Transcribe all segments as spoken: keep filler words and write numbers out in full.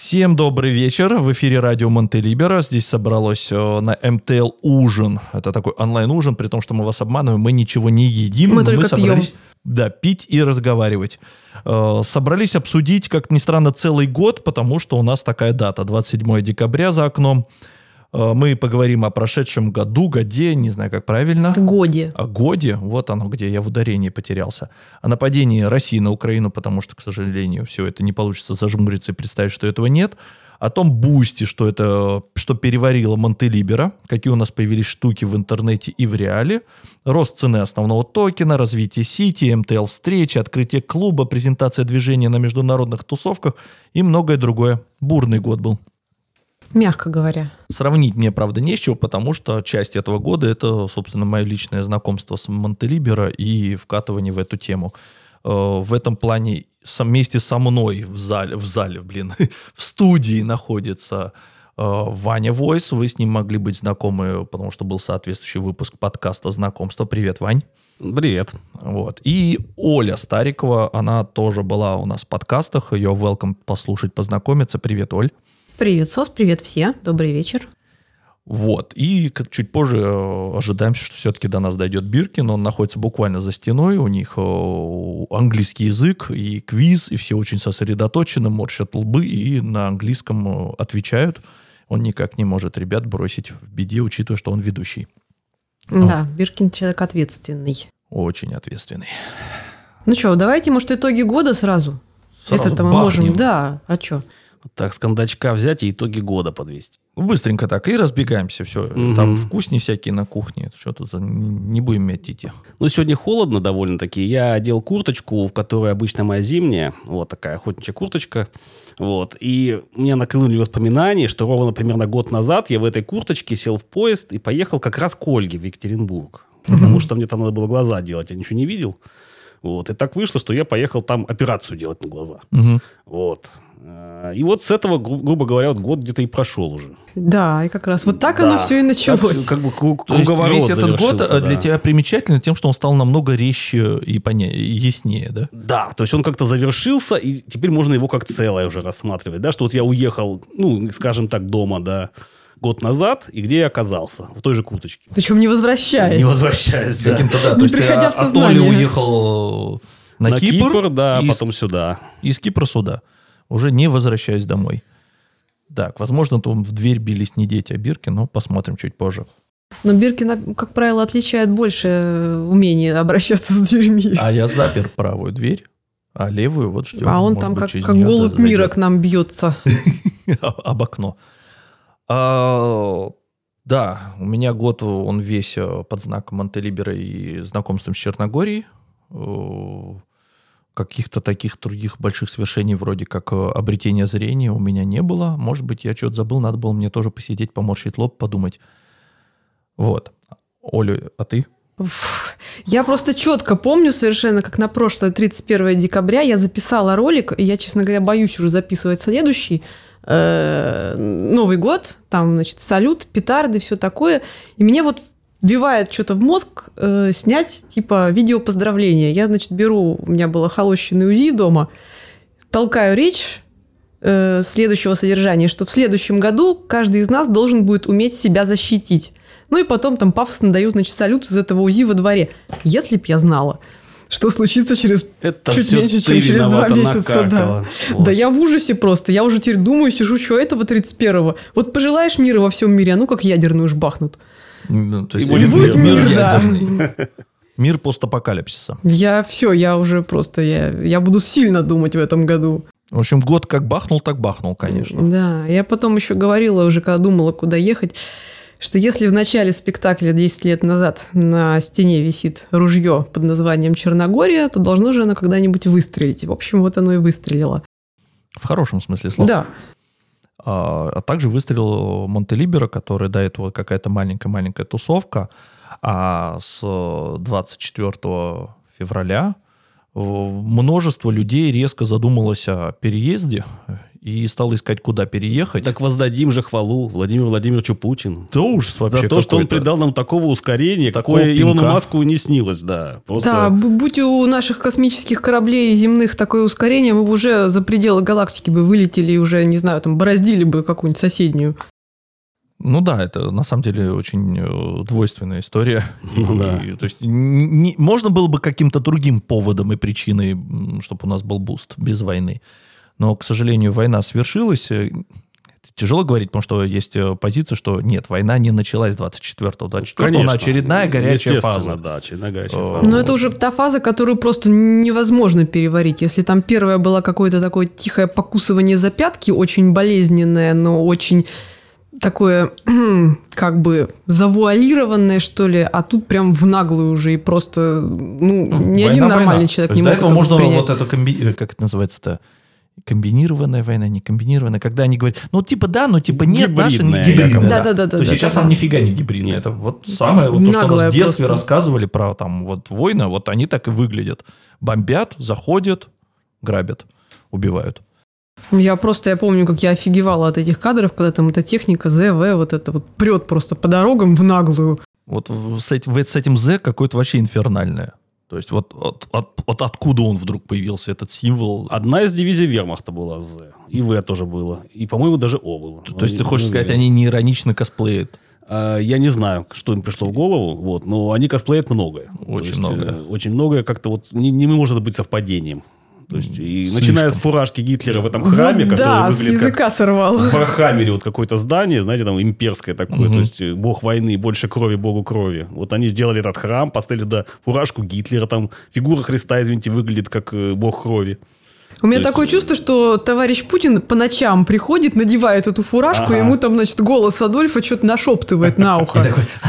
Всем добрый вечер. В эфире радио Монтелиберо. Здесь собралось на эм тэ эл ужин. Это такой онлайн-ужин, при том, что мы вас обманываем. Мы ничего не едим. Мы только мы собрались, пьем. Да, пить и разговаривать. Собрались обсудить, как ни странно, целый год, потому что у нас такая дата. двадцать седьмого декабря за окном. Мы поговорим о прошедшем году, годе, не знаю, как правильно. Годе. О годе, вот оно где, я в ударении потерялся. О нападении России на Украину, потому что, к сожалению, все это не получится зажмуриться и представить, что этого нет. О том бусте, что это, что переварило Монтелиберо, какие у нас появились штуки в интернете и в реале, рост цены основного токена, развитие сети, эм тэ эл встречи, открытие клуба, презентация движения на международных тусовках и многое другое. Бурный год был. Мягко говоря. Сравнить мне, правда, не с чего, потому что часть этого года – это, собственно, мое личное знакомство с Монтелиберо и вкатывание в эту тему. В этом плане вместе со мной в зале, в зале, блин, в студии находится Ваня Войс. Вы с ним могли быть знакомы, потому что был соответствующий выпуск подкаста «Знакомство». Привет, Вань. Привет. Вот. И Оля Старикова, она тоже была у нас в подкастах. Ее welcome послушать, познакомиться. Привет, Оль. Привет, Сос, привет все, добрый вечер. Вот, и чуть позже ожидаем, что все-таки до нас дойдет Биркин, он находится буквально за стеной, у них английский язык и квиз, и все очень сосредоточены, морщат лбы и на английском отвечают. Он никак не может ребят бросить в беде, учитывая, что он ведущий. Да, вот. Биркин человек ответственный. Очень ответственный. Ну что, давайте, может, итоги года сразу? Сразу Это-то мы бахнем. можем, да, а что? Так, с кондачка взять и итоги года подвести. Быстренько так, и разбегаемся, все. Угу. Там вкусни всякие на кухне. Что тут за... Не будем мять. Ну, сегодня холодно довольно-таки. Я одел курточку, в которой обычно моя зимняя. Вот такая охотничья курточка. Вот. И меня накрыли воспоминания, что ровно примерно год назад я в этой курточке сел в поезд и поехал как раз к Ольге в Екатеринбург. Потому что мне там надо было глаза делать, я ничего не видел. Вот. И так вышло, что я поехал там операцию делать на глаза. Угу. Вот. И вот с этого, гру- грубо говоря, вот год где-то и прошел уже. Да, и как раз вот так да. оно все и началось. Так, как бы круг, То есть круговорот весь этот год да. для тебя примечательный тем, что он стал намного резче и поня... яснее, да? Да, то есть он как-то завершился, и теперь можно его как целое уже рассматривать. Да, что вот я уехал, ну, скажем так, дома, да, год назад, и где я оказался? В той же курточке. Причем не возвращаясь. Не возвращаясь, да. Каким-то, да. Не То есть приходя ты в от сознание. Оли уехал на, на Кипр, Кипр, да, и потом из, сюда. Из Кипра сюда. Уже не возвращаясь домой. Так, возможно, там в дверь бились не дети, а Бирки, но посмотрим чуть позже. Но Биркин, как правило, отличает больше умения обращаться с дверьми. А я запер правую дверь, а левую вот ждем. А он Может там быть, как, как голубь зайдет. мира к нам бьется. Об окно. А, да, у меня год, он весь под знаком Монтелиберо и знакомством с Черногорией. Каких-то таких других больших свершений, вроде как обретение зрения, у меня не было. Может быть, я что-то забыл, надо было мне тоже посидеть, поморщить лоб, подумать. Вот. Оля, а ты? Я просто четко помню совершенно, как на прошлое тридцать первого декабря я записала ролик, и я, честно говоря, боюсь уже записывать следующий. Новый год, там, значит, салют, петарды, все такое. И мне вот вбивает что-то в мозг э, снять, типа, видео поздравления. Я, значит, беру, у меня было холощенное УЗИ дома, толкаю речь э, следующего содержания, что в следующем году каждый из нас должен будет уметь себя защитить. Ну и потом там пафосно дают, значит, салют из этого УЗИ во дворе. Если б я знала, что случится через это чуть меньше, чем через два месяца. Да. да я в ужасе просто. Я уже теперь думаю, сижу, что этого тридцать первого. Вот пожелаешь мира во всем мире, а ну как ядерную уж бахнут. Ну, то есть и будет мир, мир да. Мир постапокалипсиса. Я все, я уже просто, я, я буду сильно думать в этом году. В общем, год как бахнул, так бахнул, конечно. Да, я потом еще говорила уже, когда думала, куда ехать, что если в начале спектакля десять лет назад на стене висит ружье под названием «Черногория», то должно же оно когда-нибудь выстрелить. В общем, вот оно и выстрелило. В хорошем смысле слова. Да. А, а также выстрелил Монтелиберо, который до этого какая-то маленькая-маленькая тусовка, а с двадцать четвёртого февраля множество людей резко задумалось о переезде и стал искать, куда переехать. Так воздадим же хвалу Владимиру Владимировичу Путину. Да ужас вообще За то, что он какой-то. придал нам такого ускорения, Такого какое пинка. Илону Маску не снилось, да. Просто... Да, б- будь у наших космических кораблей земных такое ускорение, мы бы уже за пределы галактики бы вылетели и уже, не знаю, там бороздили бы какую-нибудь соседнюю. Ну да, это на самом деле очень э, двойственная история. Ну И, да. то есть не- можно было бы каким-то другим поводом и причиной, чтобы у нас был буст без войны. Но, к сожалению, война свершилась. Это тяжело говорить, потому что есть э, позиция, что нет, война не началась двадцать четвёртого. двадцать четвёртого она очередная горячая Естественно, фаза. Да, очередная горячая Э, фаза. Но это уже та фаза, которую просто невозможно переварить. Если там первая была какое-то такое тихое покусывание за пятки, очень болезненное, но очень такое как бы завуалированное, что ли, а тут прям в наглую уже и просто, ну, ни Война, один нормальный война. человек То есть не до мог этого это можно воспринять. вот эту комби... как это называется-то? Комбинированная война, не комбинированная, когда они говорят, ну типа да, но типа нет, наша не Гибридная, гибридная. якобы. Да-да-да-да, То есть да, сейчас да. она нифига не гибридная. Это вот самое, вот то, что у Наглая нас в детстве просто. рассказывали про там вот войны, вот они так и выглядят. Бомбят, заходят, грабят, убивают. Я просто, я помню, как я офигевала от этих кадров, когда там эта техника ЗВ, вот это вот прет просто по дорогам в наглую. Вот в- с этим, с этим З какое-то вообще инфернальное. То есть вот от, от- от откуда он вдруг появился, этот символ? Одна из дивизий вермахта была З. И В тоже было. И, по-моему, даже О было. То есть ты Ну, хочешь не сказать, уверен. они не иронично косплеят? А, Я не знаю, что им пришло в голову, вот, но они косплеят многое. Очень То есть, многое. э, Очень многое как-то вот не, не может быть совпадением. То есть, и Слишком. начиная с фуражки Гитлера в этом храме, Вот который да, с выглядит как языка сорвал. в Вархаммере вот какое-то здание, знаете, там имперское такое, Мгм. то есть э, бог войны, больше крови, богу крови. Вот они сделали этот храм, поставили туда фуражку Гитлера, там фигура Христа, извините, выглядит как э, бог крови. У меня То есть, такое чувство, что товарищ Путин по ночам приходит, надевает эту фуражку, Ага. и ему там, значит, голос Адольфа что-то нашептывает на ухо.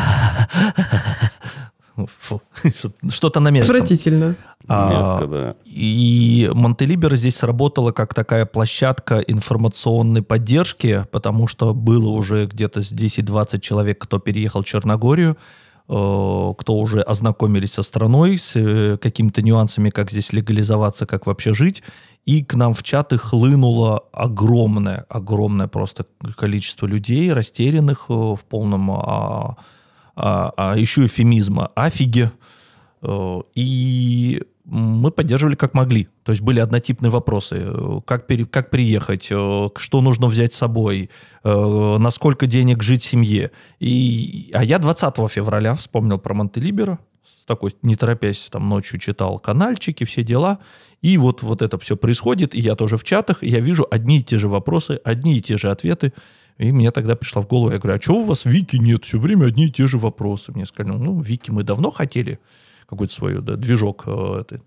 Фу, что-то на месте. Отвратительно. А, Мерзко, да. И Монтелибер здесь сработала как такая площадка информационной поддержки, потому что было уже где-то с десять-двадцать человек, кто переехал в Черногорию, э, кто уже ознакомились со страной, с э, какими-то нюансами, как здесь легализоваться, как вообще жить. И к нам в чаты хлынуло огромное, огромное просто количество людей, растерянных э, в полном... а, а, а еще эвфемизма «афиги». Э, И мы поддерживали как могли. То есть были однотипные вопросы. Э, Как, пере- как приехать, э, что нужно взять с собой, э, на сколько денег жить в семье. И, а я двадцатого февраля вспомнил про Монтелибера, с такой, не торопясь, там ночью читал канальчики, все дела. И вот, вот это все происходит, и я тоже в чатах, и я вижу одни и те же вопросы, одни и те же ответы. И мне тогда пришла в голову, я говорю, а чего у вас Вики нет? Все время одни и те же вопросы. Мне сказали, ну, Вики мы давно хотели, какой-то свой да, движок. Э, это.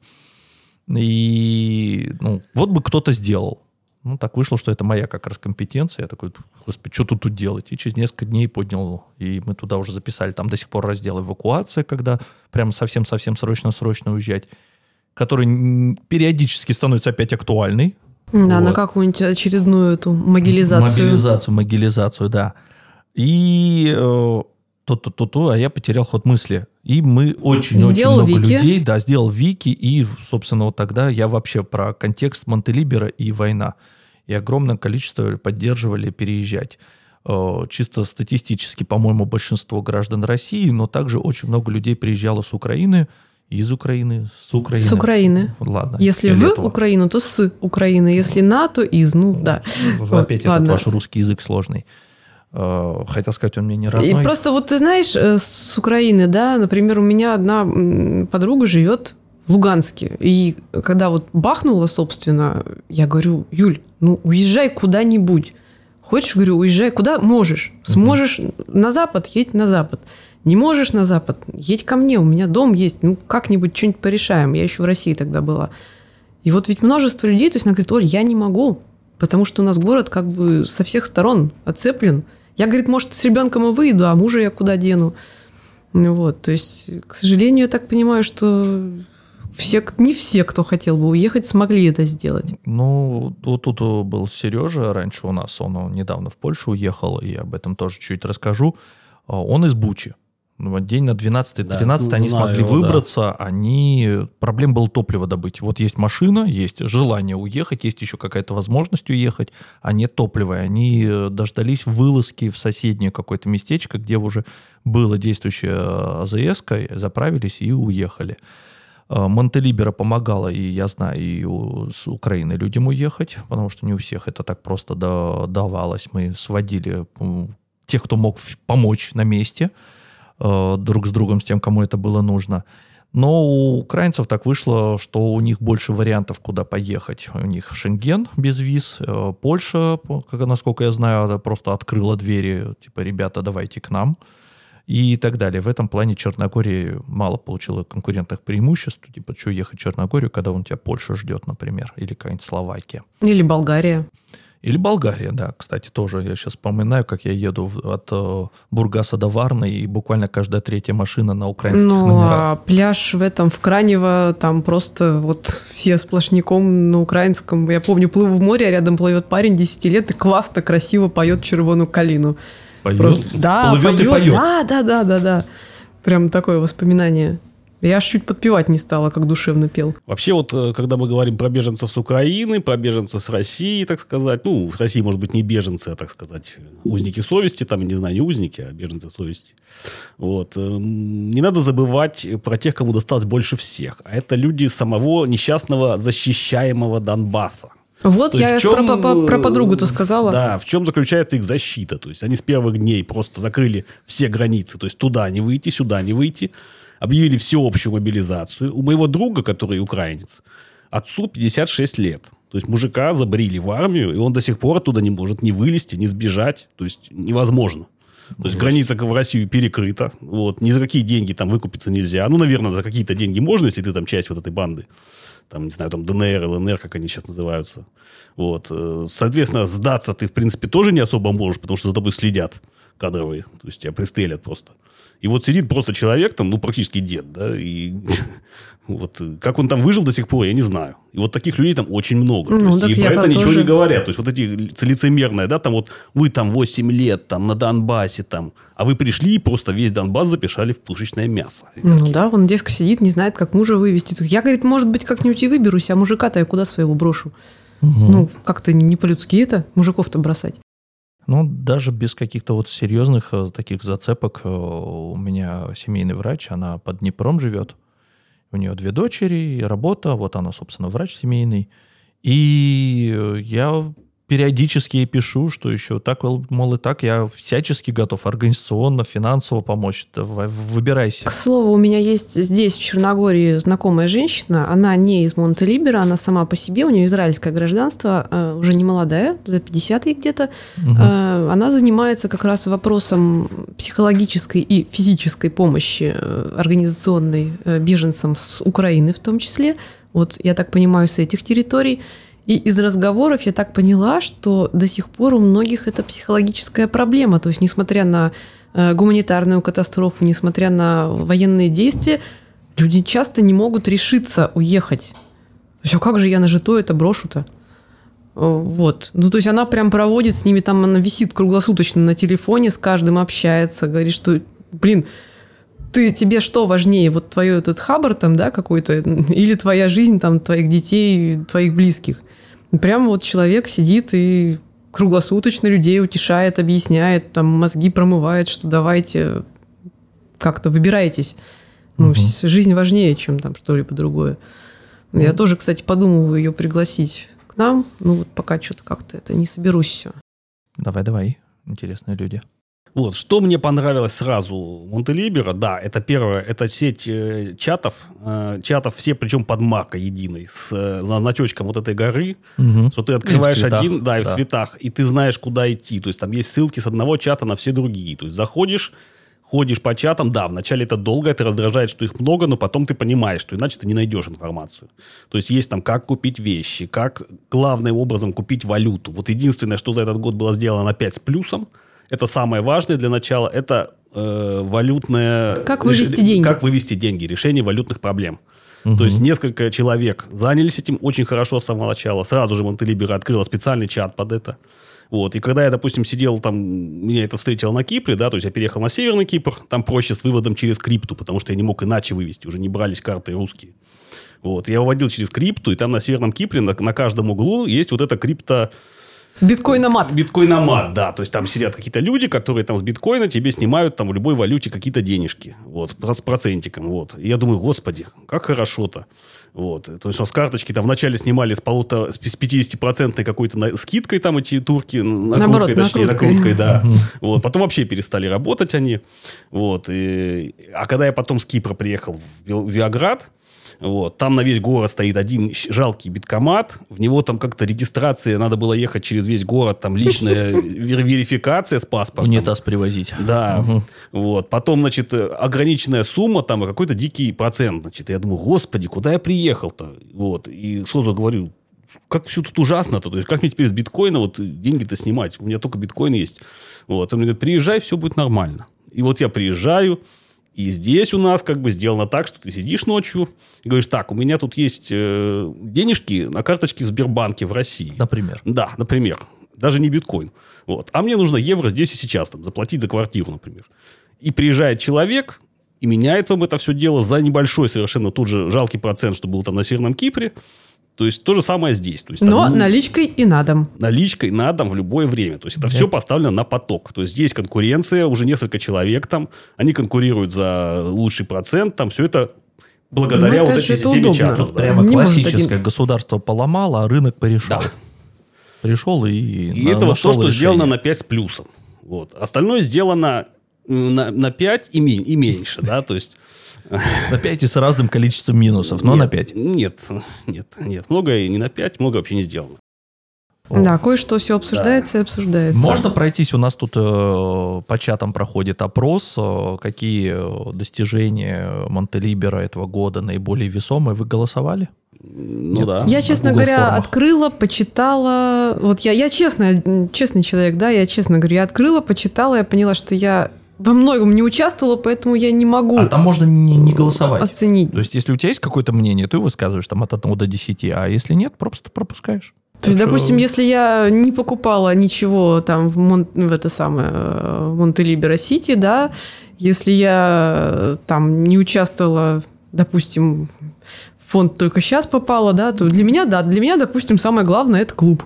И ну, вот бы кто-то сделал. Ну, так вышло, что это моя как раз компетенция. Я такой, господи, что тут, тут делать? И через несколько дней поднял, и мы туда уже записали. Там до сих пор раздел эвакуация, когда прям совсем-совсем срочно-срочно уезжать, который м, периодически становится опять актуальный. Да, на Вот. какую-нибудь очередную эту могилизацию. Мобилизацию, могилизацию, да. И э, то-то-то-то, а я потерял ход мысли. И мы очень-очень Сделал много Вики. людей, да, сделал Вики, и, собственно, вот тогда я вообще про контекст Монтелибера и война. И огромное количество поддерживали переезжать. Э, Чисто статистически, по-моему, большинство граждан России, но также очень много людей приезжало с Украины, из Украины, с Украины. С Украины. Ладно. Если в фиолетово. Украину, то с Украины. Если на, то из. Ну, да. Вот, Опять этот ладно. ваш русский язык сложный. Э, Хотел сказать, он мне не И родной. просто вот ты знаешь, э, с Украины, да, например, у меня одна м, подруга живет в Луганске. И когда вот бахнула, собственно, я говорю, Юль, ну уезжай куда-нибудь. Хочешь, говорю, уезжай куда можешь. Сможешь на запад, едь на запад. Не можешь на запад, едь ко мне, у меня дом есть, ну как-нибудь что-нибудь порешаем. Я еще в России тогда была. И вот ведь множество людей, то есть она говорит, Оль, я не могу, потому что у нас город как бы со всех сторон оцеплен. Я, говорит, может, с ребенком и выйду, а мужа я куда дену? Ну вот, то есть, к сожалению, я так понимаю, что все, не все, кто хотел бы уехать, смогли это сделать. Ну, вот тут был Сережа раньше у нас, он недавно в Польшу уехал, и об этом тоже чуть расскажу. Он из Бучи. День на двенадцатый-тринадцатый да, они знаю, смогли выбраться, да. они... Проблем было топливо добыть. Вот есть машина, есть желание уехать, есть еще какая-то возможность уехать, а нет топлива. Они дождались вылазки в соседнее какое-то местечко, где уже было действующее АЗС-ка, заправились и уехали. Монтелибера помогала, и я знаю, и у, с Украины людям уехать, потому что не у всех это так просто до, давалось. Мы сводили тех, кто мог помочь на месте, друг с другом, с тем, кому это было нужно. Но у украинцев так вышло, что у них больше вариантов, куда поехать. У них Шенген без виз, Польша, насколько я знаю, просто открыла двери, типа, ребята, давайте к нам, и так далее. В этом плане Черногория мало получила конкурентных преимуществ, типа, что ехать в Черногорию, когда он тебя Польша ждет, например, или какая-нибудь Словакия. Или Болгария. Или Болгария, да, кстати, тоже. Я сейчас вспоминаю, как я еду от э, Бургаса до Варны, и буквально каждая третья машина на украинских ну, номерах. А пляж в этом, в Кранево, там просто вот все сплошняком на украинском. Я помню, плыву в море, а рядом плывет парень десять лет и классно, красиво поет «Червоную калину». Поет? Просто, да, Плывет поет, и поет? Да, да, да, да, да. Прям такое воспоминание. Я аж чуть подпевать не стала, как душевно пел. Вообще вот, когда мы говорим про беженцев с Украины, про беженцев с России, так сказать, ну, в России, может быть, не беженцы, а, так сказать, узники совести, там, не знаю, не узники, а беженцы совести. Вот. Не надо забывать про тех, кому досталось больше всех. А это люди самого несчастного защищаемого Донбасса. Вот то я чем, про, про, про подругу-то сказала. Да, в чем заключается их защита. То есть они с первых дней просто закрыли все границы. То есть туда не выйти, сюда не выйти. Объявили всеобщую мобилизацию. У моего друга, который украинец, отцу пятьдесят шесть лет. То есть мужика забрили в армию, и он до сих пор оттуда не может ни вылезти, ни сбежать. То есть невозможно. То есть граница в Россию перекрыта. Вот. Ни за какие деньги там выкупиться нельзя. Ну, наверное, за какие-то деньги можно, если ты там часть вот этой банды. Там, не знаю, там ДНР, ЛНР, как они сейчас называются. Вот. Соответственно, сдаться ты, в принципе, тоже не особо можешь, потому что за тобой следят кадровые. То есть тебя пристрелят просто. И вот сидит просто человек там, ну, практически дед, да, и вот как он там выжил до сих пор, я не знаю. И вот таких людей там очень много. Ну, то есть, и про это тоже... ничего не говорят. То есть, вот эти лицемерные, да, там вот вы там восемь лет там на Донбассе там, а вы пришли и просто весь Донбасс запешали в пушечное мясо. Ребятки. Ну да, вон девка сидит, не знает, как мужа вывести. Я, говорит, может быть, как-нибудь и выберусь, а мужика-то я куда своего брошу? Угу. Ну, как-то не по-людски это, мужиков-то бросать. Ну, даже без каких-то вот серьезных таких зацепок. У меня семейный врач, она под Днепром живет. У нее две дочери, работа. Вот она, собственно, врач семейный. И я периодически ей пишу, что еще так, мол, и так я всячески готов организационно, финансово помочь. Выбирайся. К слову, у меня есть здесь, в Черногории, знакомая женщина. Она не из Монтелибера, она сама по себе, у нее израильское гражданство, уже не молодая, за пятьдесят ей где-то. Угу. Она занимается как раз вопросом психологической и физической помощи организационной беженцам с Украины в том числе. Вот, я так понимаю, с этих территорий. И из разговоров я так поняла, что до сих пор у многих это психологическая проблема. То есть, несмотря на э, гуманитарную катастрофу, несмотря на военные действия, люди часто не могут решиться уехать. То есть, а как же я нажито это брошу-то? Вот. Ну, то есть, она прям проводит с ними, там она висит круглосуточно на телефоне, с каждым общается, говорит, что, блин, ты, тебе что важнее, вот твой этот хабар там, да, какой-то, или твоя жизнь там, твоих детей, твоих близких? Прямо вот человек сидит и круглосуточно людей утешает, объясняет, там мозги промывает, что давайте как-то выбирайтесь. Ну, угу. Жизнь важнее, чем там что-либо другое. Угу. Я тоже, кстати, подумываю ее пригласить к нам, ну вот пока что-то как-то это не соберусь все. Давай, давай, интересные люди. Вот, что мне понравилось сразу Монтелибера, да, это первое, это сеть э, чатов, э, чатов все, причем под маркой единой, с э, значочком вот этой горы, угу. Что ты открываешь один, да, и да. в цветах, и ты знаешь, куда идти, то есть там есть ссылки с одного чата на все другие, то есть заходишь, ходишь по чатам, да, вначале это долго, это раздражает, что их много, но потом ты понимаешь, что иначе ты не найдешь информацию. То есть есть там, как купить вещи, как главным образом купить валюту. Вот единственное, что за этот год было сделано опять с плюсом, это самое важное для начала, это э, валютное... Как вывести реш... деньги. Как вывести деньги, решение валютных проблем. Угу. То есть несколько человек занялись этим очень хорошо с самого начала. Сразу же Монтелибера открыла специальный чат под это. Вот. И когда я, допустим, сидел там, меня это встретило на Кипре, да, то есть я переехал на Северный Кипр, там проще с выводом через крипту, потому что я не мог иначе вывести, уже не брались карты русские. Вот. Я выводил через крипту, и там на Северном Кипре на, на каждом углу есть вот эта крипто... Биткоиномат. Биткоиномат, да. То есть там сидят какие-то люди, которые там с биткоина тебе снимают там в любой валюте какие-то денежки. Вот, с процентиком. Вот. И я думаю, господи, как хорошо-то. Вот. То есть, с карточки там вначале снимали с, полута, с пятидесятипроцентной какой-то на, скидкой там эти турки. Накруткой, Наоборот, точнее, накруткой. накруткой, да. Вот. Потом вообще перестали работать они. Вот. И, а когда я потом с Кипра приехал в Виаград, вот. Там на весь город стоит один жалкий биткомат. В него там как-то регистрация, надо было ехать через весь город, там личная верификация с паспортом. Унитаз привозить. Да. Угу. Вот. Потом, значит, ограниченная сумма, там, и какой-то дикий процент. Значит, я думаю, господи, куда я приехал-то? Вот. И сразу говорю, как все тут ужасно-то. То есть, как мне теперь с биткоина вот деньги-то снимать? У меня только биткоин есть. Вот. Он мне говорит, приезжай, все будет нормально. И вот я приезжаю, и здесь у нас как бы сделано так, что ты сидишь ночью и говоришь, так, у меня тут есть э, денежки на карточке в Сбербанке в России. Например. Да, например. Даже не биткоин. Вот. А мне нужно евро здесь и сейчас там, заплатить за квартиру, например. И приезжает человек и меняет вам это все дело за небольшой совершенно тут же жалкий процент, что был там на Северном Кипре. То есть, то же самое здесь. То есть, Но там, наличкой и на дом. Наличкой на дом в любое время. То есть, это Нет. все поставлено на поток. То есть, есть конкуренция, уже несколько человек там. Они конкурируют за лучший процент. Там все это благодаря Ну, вот опять этой же, это системе удобно. чатов. Тут да. прямо Не может классическое один- государство поломало, а рынок порешил. Да. Пришел и, И на- это вот нашел то, что решение. сделано на пять с плюсом. Вот. Остальное сделано на, на пять и, ми- и меньше. Да? То есть... На пять и с разным количеством минусов, но нет, на пять. Нет, нет, нет. Многое не на пять, много вообще не сделано. Да, кое-что все обсуждается и обсуждается. Можно пройтись, у нас тут э, по чатам проходит опрос, э, какие э, достижения Монтелибера этого года наиболее весомые. Вы голосовали? Ну Нет. да. Я, на честно Google говоря, формах. открыла, почитала. Вот я, я честно, честный человек, да, я честно говорю, я открыла, почитала, я поняла, что я во многом не участвовала, поэтому я не могу А там можно не, не голосовать. оценить. То есть, если у тебя есть какое-то мнение, ты высказываешь там от одного до десяти, а если нет, просто пропускаешь. То есть, Так что- допустим, если я не покупала ничего там в, Мон- в это самое э, в Монтелиберо Сити, да, если я э, там не участвовала, допустим, в фонд только сейчас попала, да, то для меня, да, для меня, допустим, самое главное это клуб.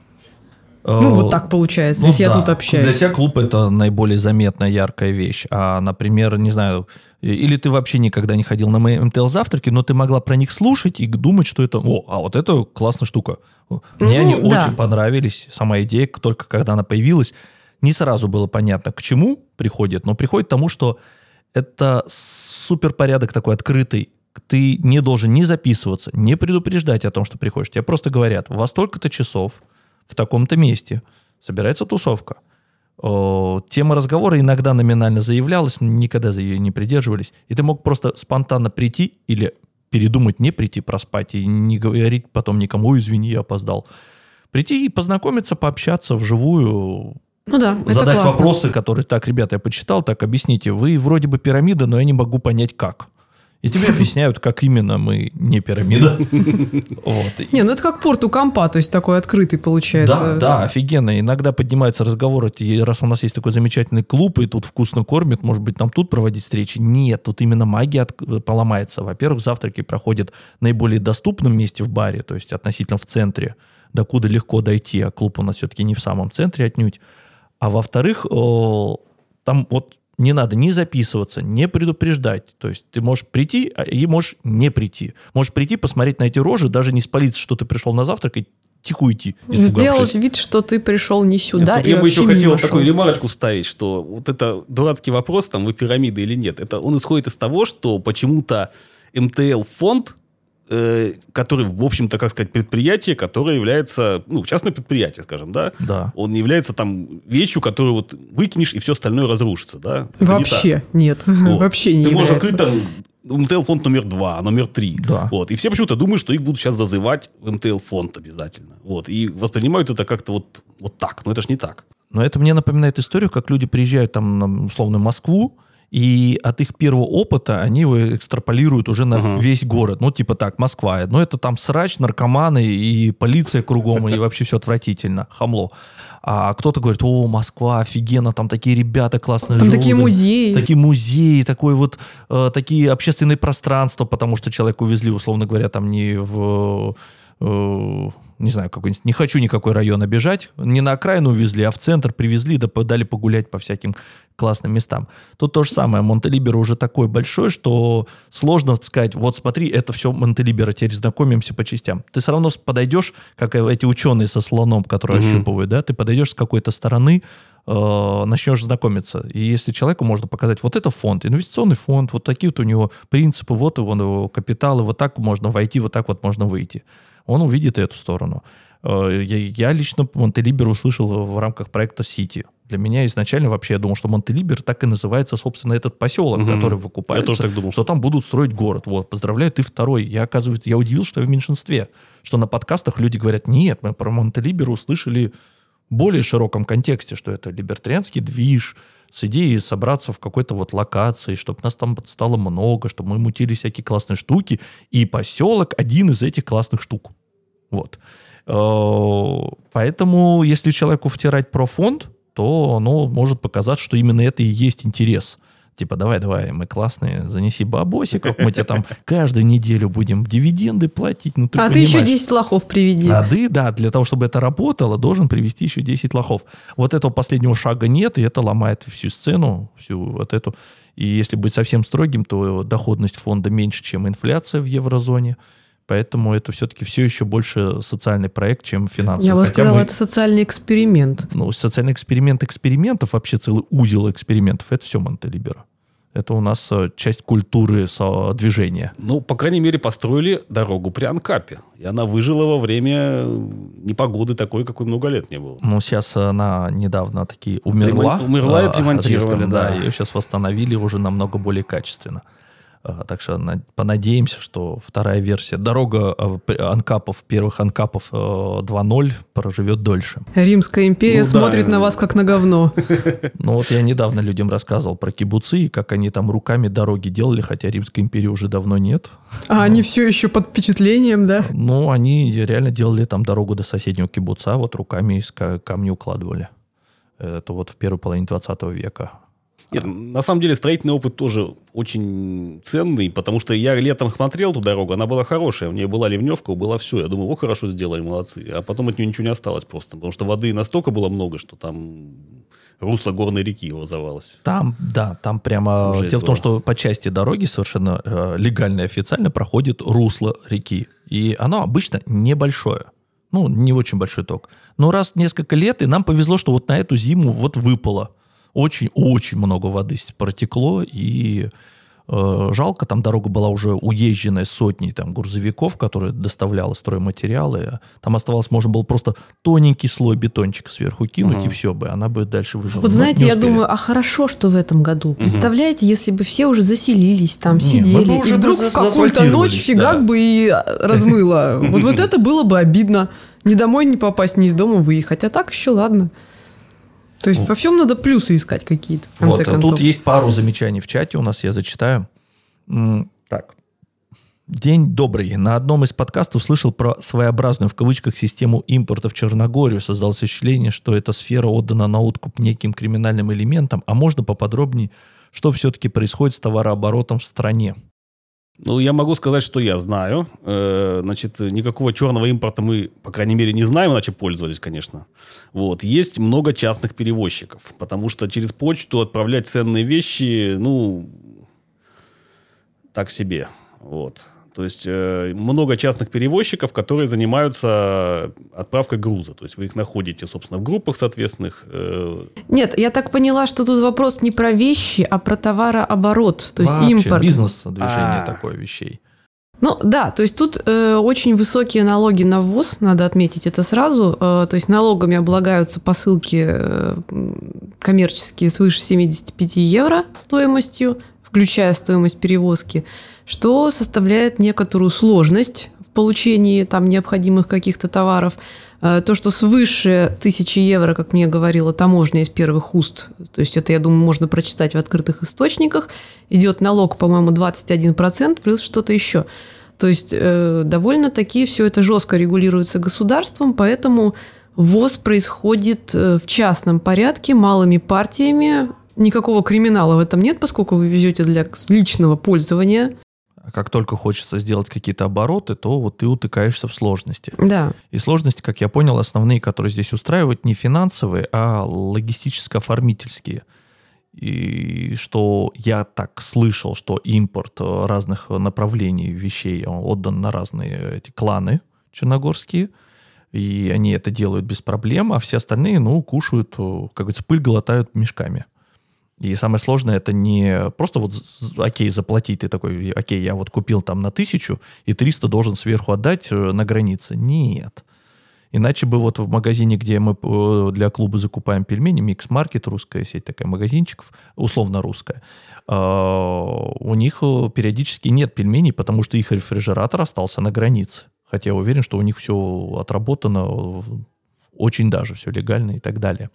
Ну, вот так получается, Ну если я да. тут общаюсь. Для тебя клуб это наиболее заметная, яркая вещь. А, например, не знаю, или ты вообще никогда не ходил на мои эм тэ эл-завтраки, но ты могла про них слушать и думать, что это... О, а вот это классная штука. Мне Ну, они да. очень понравились. Сама идея, только когда она появилась, не сразу было понятно, к чему приходит, но приходит к тому, что это суперпорядок такой открытый. Ты не должен не записываться, не предупреждать о том, что приходишь. Тебе просто говорят, во столько-то часов в таком-то месте собирается тусовка. О, тема разговора иногда номинально заявлялась, но никогда за ее не придерживались. И ты мог просто спонтанно прийти или передумать не прийти, проспать и не говорить потом никому, «Ой, извини, я опоздал». Прийти и познакомиться, пообщаться вживую, Ну да, это задать классно. вопросы, которые, так, ребята, я почитал, так, объясните, вы вроде бы пирамида, но я не могу понять, как. И тебе объясняют, как именно мы не пирамида. Вот. Не, ну это как порт у компа, то есть такой открытый получается. Да, да, офигенно. Иногда поднимаются разговоры, и раз у нас есть такой замечательный клуб, и тут вкусно кормят, может быть, нам тут проводить встречи? Нет, тут именно магия от- поломается. Во-первых, завтраки проходят в наиболее доступном месте в баре, то есть относительно в центре, докуда легко дойти, а клуб у нас все-таки не в самом центре отнюдь. А во-вторых, о, там вот не надо ни записываться, не предупреждать. То есть ты можешь прийти а- и можешь не прийти. Можешь прийти, посмотреть на эти рожи, даже не спалиться, что ты пришел на завтрак, и тихо уйти, Сделать испугавшись. вид, что ты пришел не Нет, сюда тут и я бы вообще еще хотел мимо такую шел. ремарочку ставить, что вот это дурацкий вопрос, там, вы пирамида или нет, это он исходит из того, что почему-то эм тэ эл-фонд, э, который, в общем-то, как сказать, предприятие, которое является, ну, частное предприятие, скажем, да, Да. он не является там вещью, которую вот выкинешь, и все остальное разрушится, да? Это не так. Вообще нет, Вот. вообще не Ты можешь является. открыть там эм тэ эл-фонд номер два, номер три. Да. Вот. И все почему-то думают, что их будут сейчас зазывать в эм тэ эл-фонд обязательно. Вот. И воспринимают это как-то вот, вот так. Но это ж не так. Но это мне напоминает историю, как люди приезжают там, на, условно, в Москву, И от их первого опыта они его экстраполируют уже на uh-huh. весь город. Ну, типа так, Москва. Ну, это там срач, наркоманы и полиция кругом, и вообще все отвратительно, хамло. А кто-то говорит, о, Москва, офигенно, там такие ребята классные там живут. Такие музеи. Такие музеи, такой вот, э, такие общественные пространства, потому что человека увезли, условно говоря, там не в... Э, не знаю, какой-нибудь, не хочу никакой район обижать, не на окраину увезли, а в центр привезли, да дали погулять по всяким классным местам. Тут то же самое, Монтелиберо уже такой большой, что сложно сказать, вот смотри, это все Монтелиберо, теперь знакомимся по частям. Ты все равно подойдешь, как эти ученые со слоном, которые mm-hmm. ощупывают, да, ты подойдешь с какой-то стороны, э, начнешь знакомиться. И если человеку можно показать, вот это фонд, инвестиционный фонд, вот такие вот у него принципы, вот его, его капиталы, вот так можно войти, вот так вот можно выйти. Он увидит эту сторону. Я, я лично Монтелиберо услышал в рамках проекта «Сити». Для меня изначально вообще я думал, что Монтелиберо так и называется, собственно, этот поселок, угу. который выкупается. Я тоже так думал. Что там будут строить город. Вот, поздравляю, ты второй. Я, оказывается, я удивился, что я в меньшинстве. Что на подкастах люди говорят, нет, мы про Монтелиберо услышали в более широком контексте, что это либертарианский движ, с идеей собраться в какой-то вот локации, чтобы нас там стало много, чтобы мы мутили всякие классные штуки, и поселок один из этих классных штук. Вот. Поэтому, если человеку втирать про фонд, то оно может показать, что именно это и есть интерес. Типа, давай-давай, мы классные, занеси бабосиков, мы тебе там каждую неделю будем дивиденды платить. Ну, ты а понимаешь. Ты еще десять лохов приведи. А ты, да, для того, чтобы это работало, должен привести еще десять лохов. Вот этого последнего шага нет, и это ломает всю сцену, всю вот эту. И если быть совсем строгим, то доходность фонда меньше, чем инфляция в еврозоне. Поэтому это все-таки все еще больше социальный проект, чем финансовый. Я бы Хотя сказала, мы, это социальный эксперимент. Ну, социальный эксперимент экспериментов, вообще целый узел экспериментов, это все Монтелиберо. Это у нас часть культуры движения. Ну, по крайней мере, построили дорогу при Анкапе. И она выжила во время непогоды такой, какой много лет не было. Ну, сейчас она недавно таки умерла. Умерла и отремонтировали, да. да. Ее сейчас восстановили уже намного более качественно. Так что понадеемся, что вторая версия, дорога анкапов, первых анкапов два ноль проживет дольше. Римская империя ну, смотрит да. на вас как на говно. Ну вот я недавно людям рассказывал про кибуцы, и как они там руками дороги делали, хотя Римской империи уже давно нет. А Но... они все еще под впечатлением, да? Ну, они реально делали там дорогу до соседнего кибуца, вот руками из камня укладывали. Это вот в первой половине двадцатого века. Нет, на самом деле строительный опыт тоже очень ценный, потому что я летом смотрел эту дорогу, она была хорошая, у нее была ливневка, было все. Я думаю, о, хорошо сделали, молодцы. А потом от нее ничего не осталось просто, потому что воды настолько было много, что там русло горной реки образовалось. Там, да, там прямо... Уже Дело в том, что по части дороги совершенно э, легально и официально проходит русло реки. И оно обычно небольшое. Ну, не очень большой ток. Но раз в несколько лет, и нам повезло, что вот на эту зиму вот выпало. Очень-очень много воды протекло, и э, жалко, там дорога была уже уезженная сотней там, грузовиков, которые доставляли стройматериалы. Там оставалось, можно было просто тоненький слой бетончика сверху кинуть, угу. и все бы, она бы дальше выжила. Вот знаете, я думаю, а хорошо, что в этом году. Угу. Представляете, если бы все уже заселились, там, Нет, сидели, и вдруг в какую-то ночь фигак да. бы и размыло. Вот вот это было бы обидно. Ни домой не попасть, ни из дома выехать. А так еще ладно. То есть во всем надо плюсы искать какие-то, в конце вот, концов. Тут есть пару замечаний в чате у нас, я зачитаю. Так. День добрый. На одном из подкастов слышал про своеобразную, в кавычках, систему импорта в Черногорию. Создалось ощущение, что эта сфера отдана на откуп неким криминальным элементам. А можно поподробнее, что все-таки происходит с товарооборотом в стране? Ну, я могу сказать, что я знаю. Значит, никакого черного импорта мы, по крайней мере, не знаем, иначе пользовались, конечно. Вот. Есть много частных перевозчиков, потому что через почту отправлять ценные вещи, ну, так себе. Вот. То есть, много частных перевозчиков, которые занимаются отправкой груза. То есть, вы их находите, собственно, в группах соответственных. Нет, я так поняла, что тут вопрос не про вещи, а про товарооборот. То есть, Вообще, импорт. Бизнес-движение А-а-а. такое вещей. Ну, да, то есть, тут э, очень высокие налоги на ввоз, надо отметить это сразу. Э, то есть, налогами облагаются посылки э, коммерческие свыше семьдесят пять евро стоимостью, включая стоимость перевозки, что составляет некоторую сложность в получении там необходимых каких-то товаров. То, что свыше тысячи евро, как мне говорила таможня из первых уст, то есть это, я думаю, можно прочитать в открытых источниках, идет налог, по-моему, двадцать один процент плюс что-то еще. То есть довольно-таки все это жестко регулируется государством, поэтому ввоз происходит в частном порядке, малыми партиями. Никакого криминала в этом нет, поскольку вы везете для личного пользования. А как только хочется сделать какие-то обороты, то вот ты утыкаешься в сложности. Да. И сложности, как я понял, основные, которые здесь устраивают, не финансовые, а логистическо-оформительские. И что я так слышал, что импорт разных направлений вещей отдан на разные эти кланы черногорские, и они это делают без проблем, а все остальные, ну, кушают, как говорится, пыль глотают мешками. И самое сложное, это не просто вот, окей, заплатить, ты такой, окей, я вот купил там на тысячу, и триста должен сверху отдать на границе. Нет. Иначе бы вот в магазине, где мы для клуба закупаем пельмени, Микс-маркет, русская сеть такая магазинчиков, условно русская, у них периодически нет пельменей, потому что их рефрижератор остался на границе. Хотя я уверен, что у них все отработано очень даже, все легально и так далее.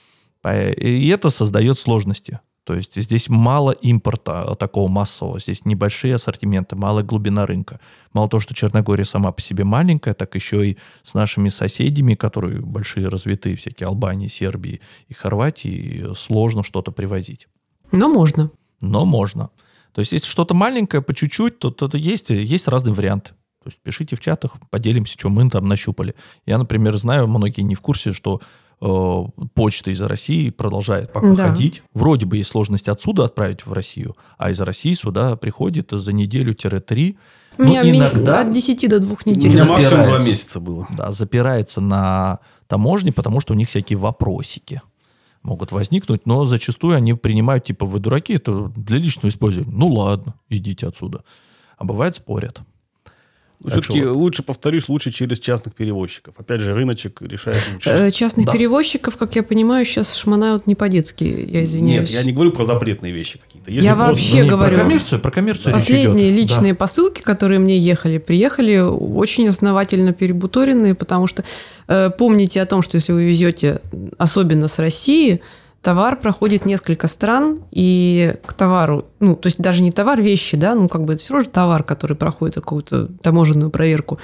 И это создает сложности. То есть здесь мало импорта такого массового, здесь небольшие ассортименты, малая глубина рынка. Мало того, что Черногория сама по себе маленькая, так еще и с нашими соседями, которые большие, развитые, всякие Албании, Сербии и Хорватии, сложно что-то привозить. Но можно. Но можно. То есть если что-то маленькое, по чуть-чуть, то, то, то есть, есть разные варианты. То есть пишите в чатах, поделимся, что мы там нащупали. Я, например, знаю, многие не в курсе, что э, почта из России продолжает пока да. ходить. Вроде бы есть сложность отсюда отправить в Россию, а из России сюда приходит за неделю-три. У меня иногда от десяти до двух недель. У меня максимум два месяца было. Да, запирается на таможне, потому что у них всякие вопросики могут возникнуть, но зачастую они принимают, типа, вы дураки, это для личного использования. Ну ладно, идите отсюда. А бывает спорят. Все-таки вот. Лучше, повторюсь, лучше через частных перевозчиков. Опять же, рыночек решает лучше. Частных да. перевозчиков, как я понимаю, сейчас шмонают не по-детски, я извиняюсь. Нет, я не говорю про запретные вещи какие-то. Если я просто... вообще ну, говорю... Про коммерцию, про коммерцию Последние личные да. посылки, которые мне ехали, приехали очень основательно перебуторенные, потому что э, помните о том, что если вы везете, особенно с России, товар проходит несколько стран, и к товару, ну, то есть даже не товар, вещи, да, ну, как бы это все равно товар, который проходит какую-то таможенную проверку,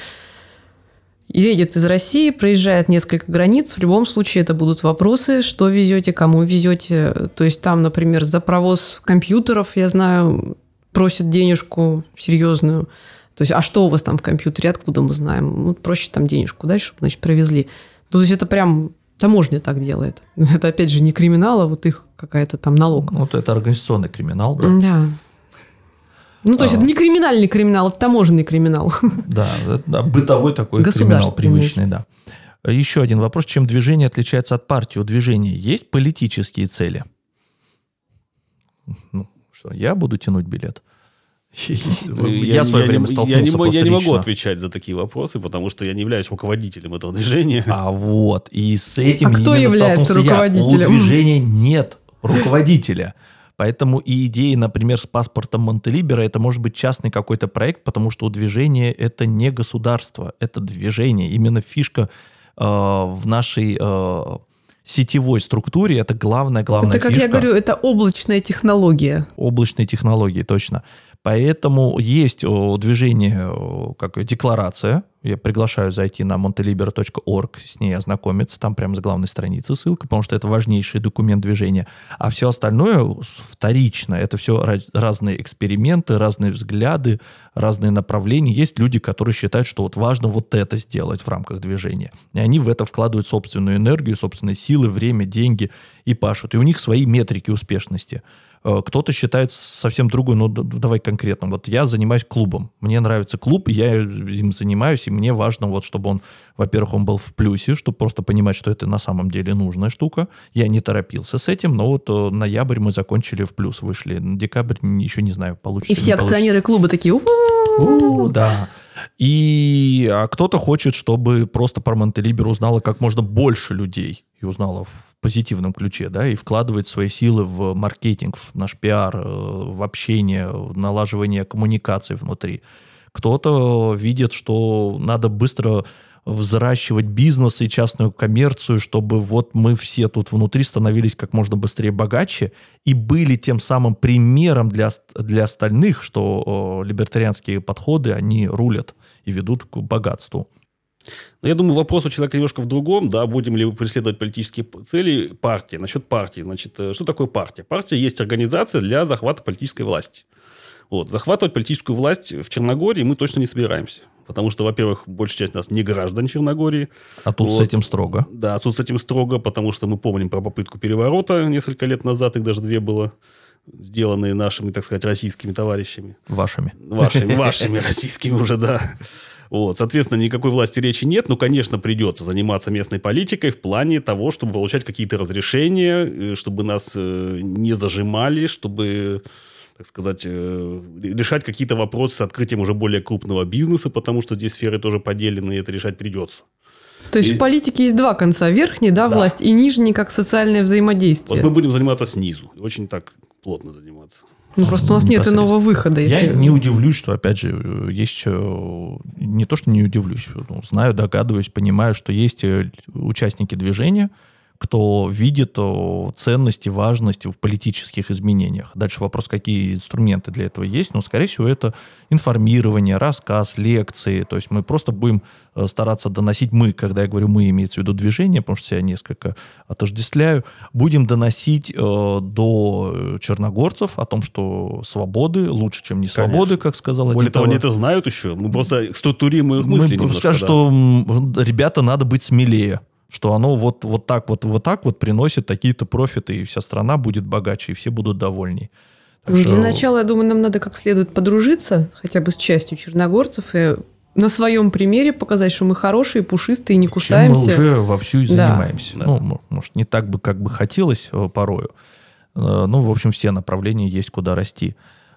едет из России, проезжает несколько границ, в любом случае это будут вопросы, что везете, кому везете, то есть там, например, за провоз компьютеров, я знаю, просят денежку серьезную, то есть, а что у вас там в компьютере, откуда мы знаем, ну, проще там денежку дать, чтобы, значит, провезли, то есть это прям... Таможня так делает. Это, опять же, не криминал, а вот их какая-то там налог. Ну, это организационный криминал, да? Да. Ну, то есть, а. это не криминальный криминал, это таможенный криминал. Да, да, бытовой такой криминал привычный, да. Еще один вопрос. Чем движение отличается от партии? У движения есть политические цели? Ну, что, я буду тянуть билет? Я в свое время столкнулся я просто Я не могу лично. отвечать за такие вопросы, потому что я не являюсь руководителем этого движения. А вот, и с этим а кто является руководителем? Я. У движения нет руководителя. Поэтому и идеи, например, с паспортом Монтелибера, это может быть частный какой-то проект, потому что у движения это не государство, это движение. Именно фишка э, в нашей... Э, сетевой структуре это главная, главная фишка. Это, как фишка. я говорю, это облачная технология. Облачные технологии, точно. Поэтому есть движение, как декларация. Я приглашаю зайти на montelibero точка орг, с ней ознакомиться. Там прямо с главной страницы ссылка, потому что это важнейший документ движения. А все остальное вторично. Это все разные эксперименты, разные взгляды, разные направления. Есть люди, которые считают, что вот важно вот это сделать в рамках движения. И они в это вкладывают собственную энергию, собственные силы, время, деньги и пашут. И у них свои метрики успешности. Кто-то считает совсем другой, ну давай конкретно. Вот я занимаюсь клубом. Мне нравится клуб, я им занимаюсь, и мне важно, вот, чтобы он, во-первых, он был в плюсе, чтобы просто понимать, что это на самом деле нужная штука. Я не торопился с этим, но вот ноябрь мы закончили в плюс, вышли. На декабрь еще не знаю, получится. И все акционеры клуба такие: у-у-у! Да. И а кто-то хочет, чтобы просто про Монтелиберо узнало как можно больше людей и узнало в позитивном ключе, да, и вкладывает свои силы в маркетинг, в наш пиар, в общение, в налаживание коммуникаций внутри. Кто-то видит, что надо быстро взращивать бизнес и частную коммерцию, чтобы вот мы все тут внутри становились как можно быстрее богаче и были тем самым примером для, для остальных, что э, либертарианские подходы, они рулят и ведут к богатству. Но я думаю, вопрос у человека немножко в другом, да, будем ли мы преследовать политические цели партии. Насчет партии, значит, что такое партия? Партия есть организация для захвата политической власти. Вот. Захватывать политическую власть в Черногории мы точно не собираемся. Потому что, во-первых, большая часть нас не граждан Черногории. А тут вот. С этим строго. Да, тут с этим строго, потому что мы помним про попытку переворота несколько лет назад, их даже две было, сделанные нашими, так сказать, российскими товарищами. Вашими. Вашими, вашими российскими уже, да. Вот, соответственно, никакой власти речи нет, но, конечно, придется заниматься местной политикой в плане того, чтобы получать какие-то разрешения, чтобы нас не зажимали, чтобы, так сказать, решать какие-то вопросы с открытием уже более крупного бизнеса, потому что здесь сферы тоже поделены, и это решать придется. То есть и... в политике есть два конца: верхний, да, да, власть, и нижний, как социальное взаимодействие. Вот мы будем заниматься снизу, очень так плотно заниматься. Ну, просто у нас нет иного выхода. Если... Я не удивлюсь, что, опять же, есть... Не то, что не удивлюсь. Ну, знаю, догадываюсь, понимаю, что есть участники движения, кто видит ценность и важность в политических изменениях. Дальше вопрос, какие инструменты для этого есть. Но, скорее всего, это информирование, рассказ, лекции. То есть мы просто будем стараться доносить, мы, когда я говорю мы, имеется в виду движение, потому что я несколько отождествляю, будем доносить э, до черногорцев о том, что свободы лучше, чем не свободы, конечно, как сказал Более того, они это знают еще. Мы просто структурируем их мысли мы немножко. Скажем, да. Что ребята, надо быть смелее. Что оно вот, вот так вот, вот так вот приносит такие-то профиты, и вся страна будет богаче, и все будут довольней. Так Для что... начала, я думаю, нам надо как следует подружиться, хотя бы с частью черногорцев, и на своем примере показать, что мы хорошие, пушистые, не кусаемся. Чем мы уже вовсю и занимаемся. Да. Ну, может, не так бы, как бы хотелось порою. Ну, в общем, все направления есть, куда расти.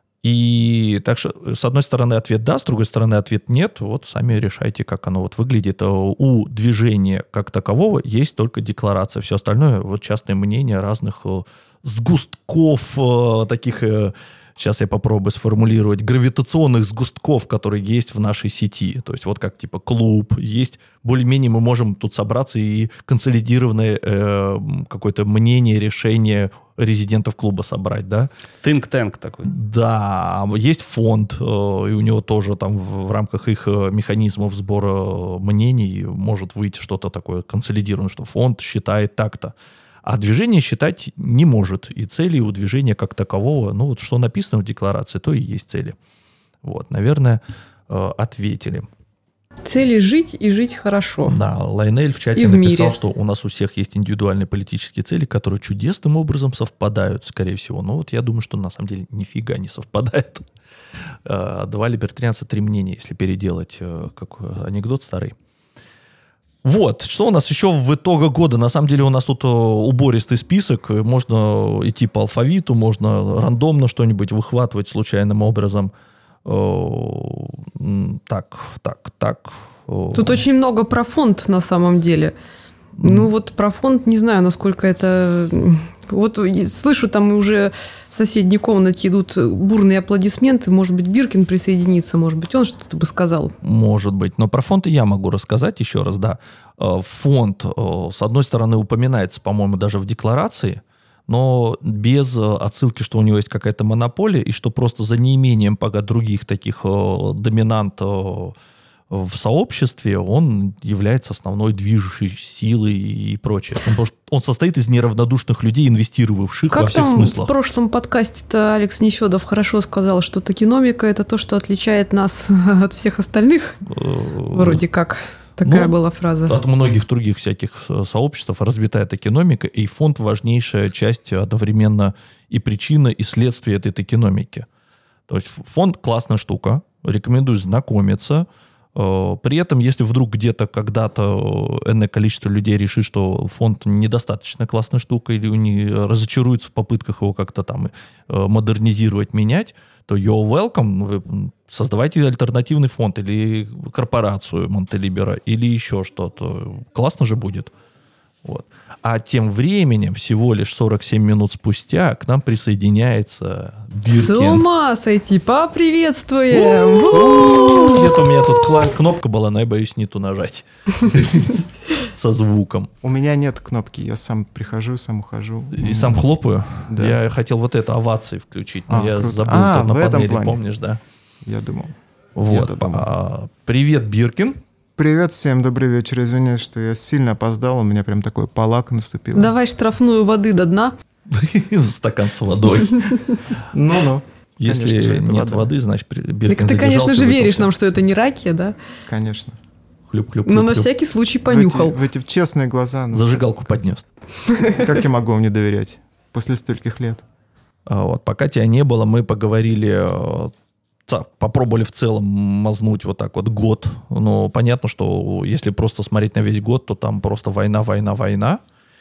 И так что, с одной стороны, ответ да, с другой стороны, ответ нет. Вот сами решайте, как оно вот выглядит. У движения как такового есть только декларация. Все остальное, вот частное мнение разных сгустков, таких, сейчас я попробую сформулировать, гравитационных сгустков, которые есть в нашей сети. То есть вот как типа клуб есть. Более-менее мы можем тут собраться и консолидированное э, какое-то мнение, решение резидентов клуба собрать, да? Think tank такой. Да, есть фонд, э, и у него тоже там в, в рамках их механизмов сбора мнений может выйти что-то такое консолидированное, что фонд считает так-то. А движение считать не может. И цели у движения как такового, ну вот что написано в декларации, то и есть цели. Вот, наверное, э, ответили. Цели жить и жить хорошо. Да, Лайнель в чате в написал, мире. Что у нас у всех есть индивидуальные политические цели, которые чудесным образом совпадают, скорее всего. Но вот я думаю, что на самом деле нифига не совпадает. Два либертарианца, три мнения, если переделать как анекдот старый. Вот, что у нас еще в итоге года? На самом деле у нас тут убористый список. Можно идти по алфавиту, можно рандомно что-нибудь выхватывать случайным образом. Так, так, так. Тут очень много про фонд на самом деле. Ну вот про фонд не знаю, насколько это... Вот слышу, там уже в соседней комнате идут бурные аплодисменты. Может быть, Биркин присоединится, может быть, он что-то бы сказал. Может быть. Но про фонд и я могу рассказать еще раз, да. Фонд, с одной стороны, упоминается, по-моему, даже в декларации, но без отсылки, что у него есть какая-то монополия, и что просто за неимением пока других таких доминант в сообществе он является основной движущей силой и прочее. Потому что он состоит из неравнодушных людей, инвестировавших как во всех там смыслах. В прошлом подкасте-то Алекс Нефедов хорошо сказал, что токеномика – это то, что отличает нас от всех остальных. Вроде как. Такая ну, была фраза. От многих других всяких сообществ развитая токеномика, и фонд – важнейшая часть одновременно и причина, и следствие этой токеномики. То есть фонд – классная штука, рекомендую знакомиться. При этом, если вдруг где-то когда-то энное количество людей решит, что фонд недостаточно классная штука, или они разочаруются в попытках его как-то там модернизировать, менять, то you're welcome, вы создавайте альтернативный фонд или корпорацию Монтелибера, или еще что-то. Классно же будет. Вот. А тем временем, всего лишь сорок семь минут спустя, к нам присоединяется Биркин. С ума сойти, поприветствуем! Где-то у меня тут кла- кнопка была, но я боюсь не ту нажать. Со звуком. У меня нет кнопки, я сам прихожу, сам ухожу. И сам хлопаю. Да. Я хотел вот это овации включить, но А, я круто. забыл А, тут на в этом панели, плане. помнишь, да? Я думал. Вот. Я-то думал. А, привет, Биркин. Привет всем, добрый вечер. Извиняюсь, что я сильно опоздал, у меня прям такой полак наступил. Давай штрафную воды до дна. Стакан с водой. Ну-ну. Если Конечно же, это нет вода. воды, значит, Биркин Так ты, конечно задержался, же, веришь выпился. нам, что это не ракия, да? Конечно. Хлюп-хлюп. Но на хлюп-хлюп. всякий случай В понюхал. эти, в эти в честные глаза. ну, Зажигалку поднес. Как я могу вам не доверять после стольких лет? А Вот, пока тебя не было, мы поговорили, э, ца- попробовали в целом мазнуть вот так вот год. Но понятно, что если просто смотреть на весь год, то там просто война, война, война.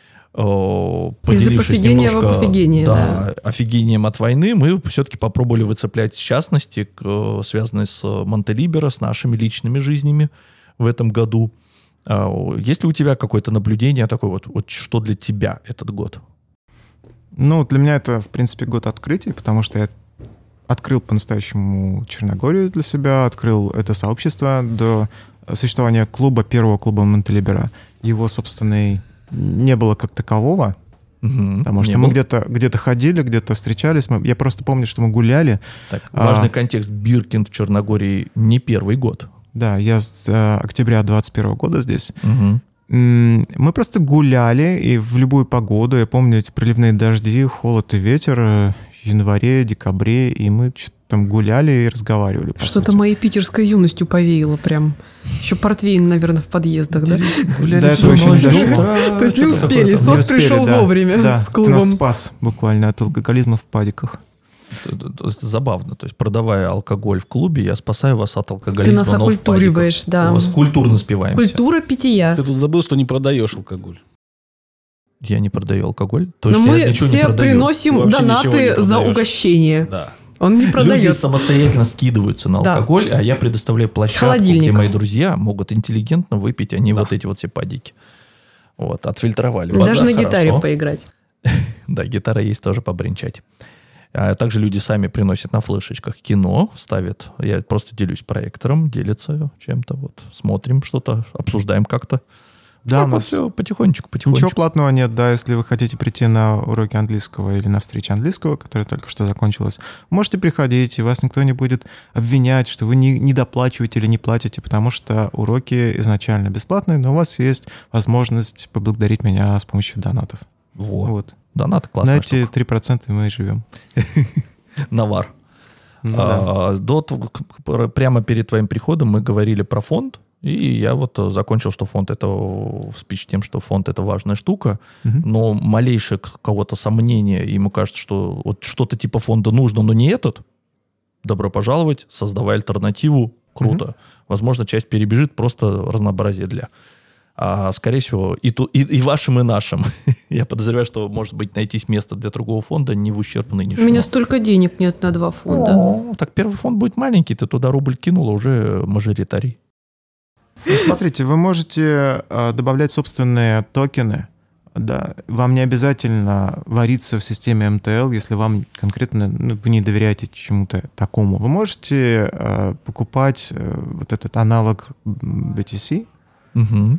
Э, Поделившись пофигения в немножко, пофигение, да. офигением от войны, мы все-таки попробовали выцеплять в частности, к- э, связанные с Монтелиберо, с нашими личными жизнями в этом году. А, о, Есть ли у тебя какое-то наблюдение такое вот, вот что для тебя этот год? Ну, для меня это, в принципе, год открытий, потому что я открыл по-настоящему Черногорию для себя, открыл это сообщество до существования клуба, первого клуба Монтелиберо. Его, собственно, и не было как такового, Мгм. потому что Не мы был? где-то, где-то ходили, где-то встречались. Мы, я просто помню, что мы гуляли. Так, А. важный контекст. Биркин в Черногории не первый год. Да, я с э, октября двадцать первого года здесь. Мгм. М, Мы просто гуляли, и в любую погоду, я помню эти проливные дожди, холод и ветер э, в январе, декабре, и мы что-то там гуляли и разговаривали. по Что-то сути. моей питерской юностью повеяло прям. Еще портвейн, наверное, в подъездах, да? Гуляли Да, это всю очень ночь до дошло. утра. То есть не Что-то успели, такое СОС Не успели, пришел да. вовремя Да, с ты клубом. нас спас буквально от алкоголизма в падиках. там. Это- это- это забавно. То есть, продавая алкоголь в клубе, я спасаю вас от Ты алкоголизма. нас но в окультуриваешь, падиках. да. У вас культурно спиваемся. Культура питья. Ты тут забыл, что не продаешь алкоголь. Я не продаю алкоголь. То Но есть я мы ничего не все продаю. приносим Вообще ничего не донаты за продаешь. угощение. Да. Он не Люди продает. самостоятельно скидываются на Да. алкоголь, а я предоставляю площадку, Холодильник. где мои друзья могут интеллигентно выпить, а не Да. вот эти вот все падики. Вот, отфильтровали. Даже Вода, на гитаре хорошо. поиграть. Да, гитара есть тоже побренчать. А также люди сами приносят на флешечках кино, ставят. Я просто делюсь проектором, делятся чем-то. Вот, смотрим что-то, обсуждаем как-то. Да, Так у вот нас все потихонечку, потихонечку. ничего платного нет, да, если вы хотите прийти на уроки английского или на встречу английского, которая только что закончилась, можете приходить, и вас никто не будет обвинять, что вы не, не доплачиваете или не платите, потому что уроки изначально бесплатные, но у вас есть возможность поблагодарить меня с помощью донатов. Во. Вот. Донат На классная эти штука. три процента мы и живем. Навар. Ну да. А, до тв- к- к- прямо перед твоим приходом мы говорили про фонд, и я вот э, закончил, что фонд это в спич тем, что фонд это важная штука, Мгм. но малейшее к- кого-то сомнение, ему кажется, что вот что-то типа фонда нужно, но не этот, добро пожаловать, создавай альтернативу, круто. Возможно, часть перебежит, просто разнообразие для. А, скорее всего, и, ту- и, и вашим, и нашим. Я подозреваю, что, может быть, найтись место для другого фонда не в ущерб У нынешнему. меня столько денег нет на два фонда. О, так первый фонд будет маленький, ты туда рубль кинула, уже мажоритарий. Ну, смотрите, вы можете э, добавлять собственные токены. Да. Вам не обязательно вариться в системе эм тэ эл, если вам конкретно ну, вы не доверяете чему-то такому. Вы можете э, покупать э, вот этот аналог би ти си Мгм.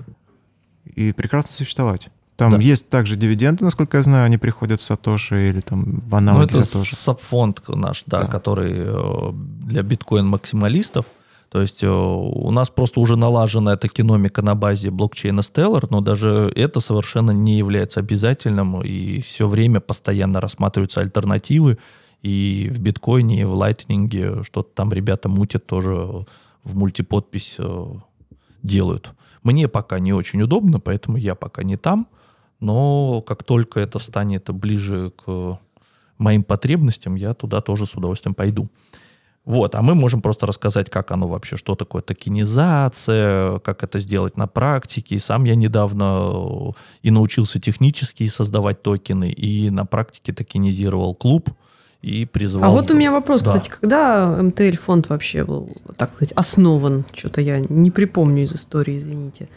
и прекрасно существовать. Там Да. есть также дивиденды, насколько я знаю, они приходят в Сатоши или там в Ну, аналоге это Сатоши. сабфонд наш, да, Да. который э, для биткоин-максималистов. То есть э, у нас просто уже налажена эта экономика на базе блокчейна Stellar, но даже это совершенно не является обязательным, и все время постоянно рассматриваются альтернативы, и в биткоине, и в лайтнинге что-то там ребята мутят, тоже в мультиподпись э, делают. Мне пока не очень удобно, поэтому я пока не там, но как только это станет ближе к моим потребностям, я туда тоже с удовольствием пойду. Вот, а мы можем просто рассказать, как оно вообще, что такое токенизация, как это сделать на практике. И сам я недавно и научился технически создавать токены, и на практике токенизировал клуб и призывал... А вот у меня вопрос, Да. кстати, когда эм тэ эл фонд вообще был, так сказать, основан? Что-то я не припомню из истории, извините.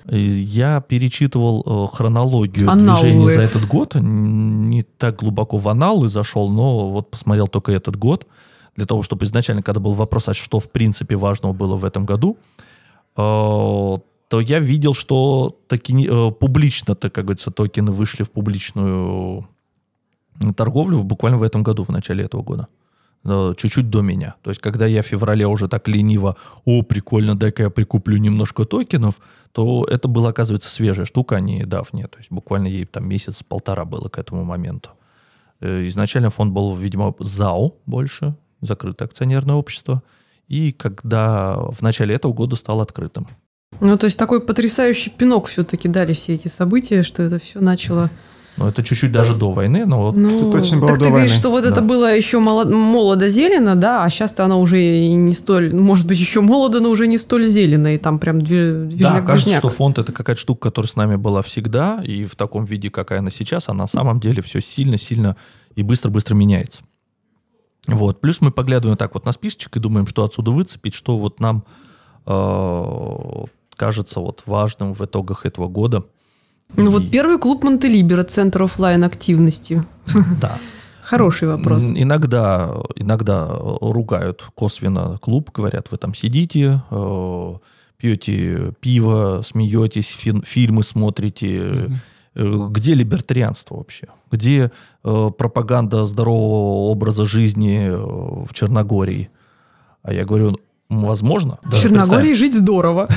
Я перечитывал э, хронологию Аналы. движения за этот год. Не так глубоко в аналы зашел, но вот посмотрел только этот год. Для того, чтобы изначально, когда был вопрос, а что в принципе важного было в этом году, э, то я видел, что таки, э, публично-то, как говорится, токены вышли в публичную торговлю буквально в этом году, в начале этого года. Чуть-чуть до меня. То есть, когда я в феврале уже так лениво, о, прикольно, дай-ка я прикуплю немножко токенов, то это была, оказывается, свежая штука, а не давняя. То есть, буквально ей там месяц-полтора было к этому моменту. Изначально фонд был, видимо, ЗАО больше, закрытое акционерное общество. И когда в начале этого года стал открытым. Ну, то есть, такой потрясающий пинок все-таки дали все эти события, что это все начало... Ну, это чуть-чуть даже до войны, но вот... Ну, Тут точно было так до ты говоришь, войны. что вот Да. это было еще молодо-зелено, да, а сейчас-то оно уже и не столь, может быть, еще молодо, но уже не столь зелено, и там прям движняк-движняк. Да, кажется, что фонд — это какая-то штука, которая с нами была всегда, и в таком виде, какая она сейчас, а на самом деле все сильно-сильно и быстро-быстро меняется. Вот. Плюс мы поглядываем так вот на списочек и думаем, что отсюда выцепить, что вот нам э, кажется вот важным в итогах этого года. Ну И- вот первый клуб Монтелиберо, центр оффлайн активности. Да. Хороший вопрос. М, Иногда, иногда ругают косвенно клуб, говорят, вы там сидите, э, пьете пиво, смеетесь, фи- фильмы смотрите. Э, Где либертарианство вообще? Где э, пропаганда здорового образа жизни э, в Черногории? А я говорю, м, возможно. В Даже Черногории представим. жить здорово.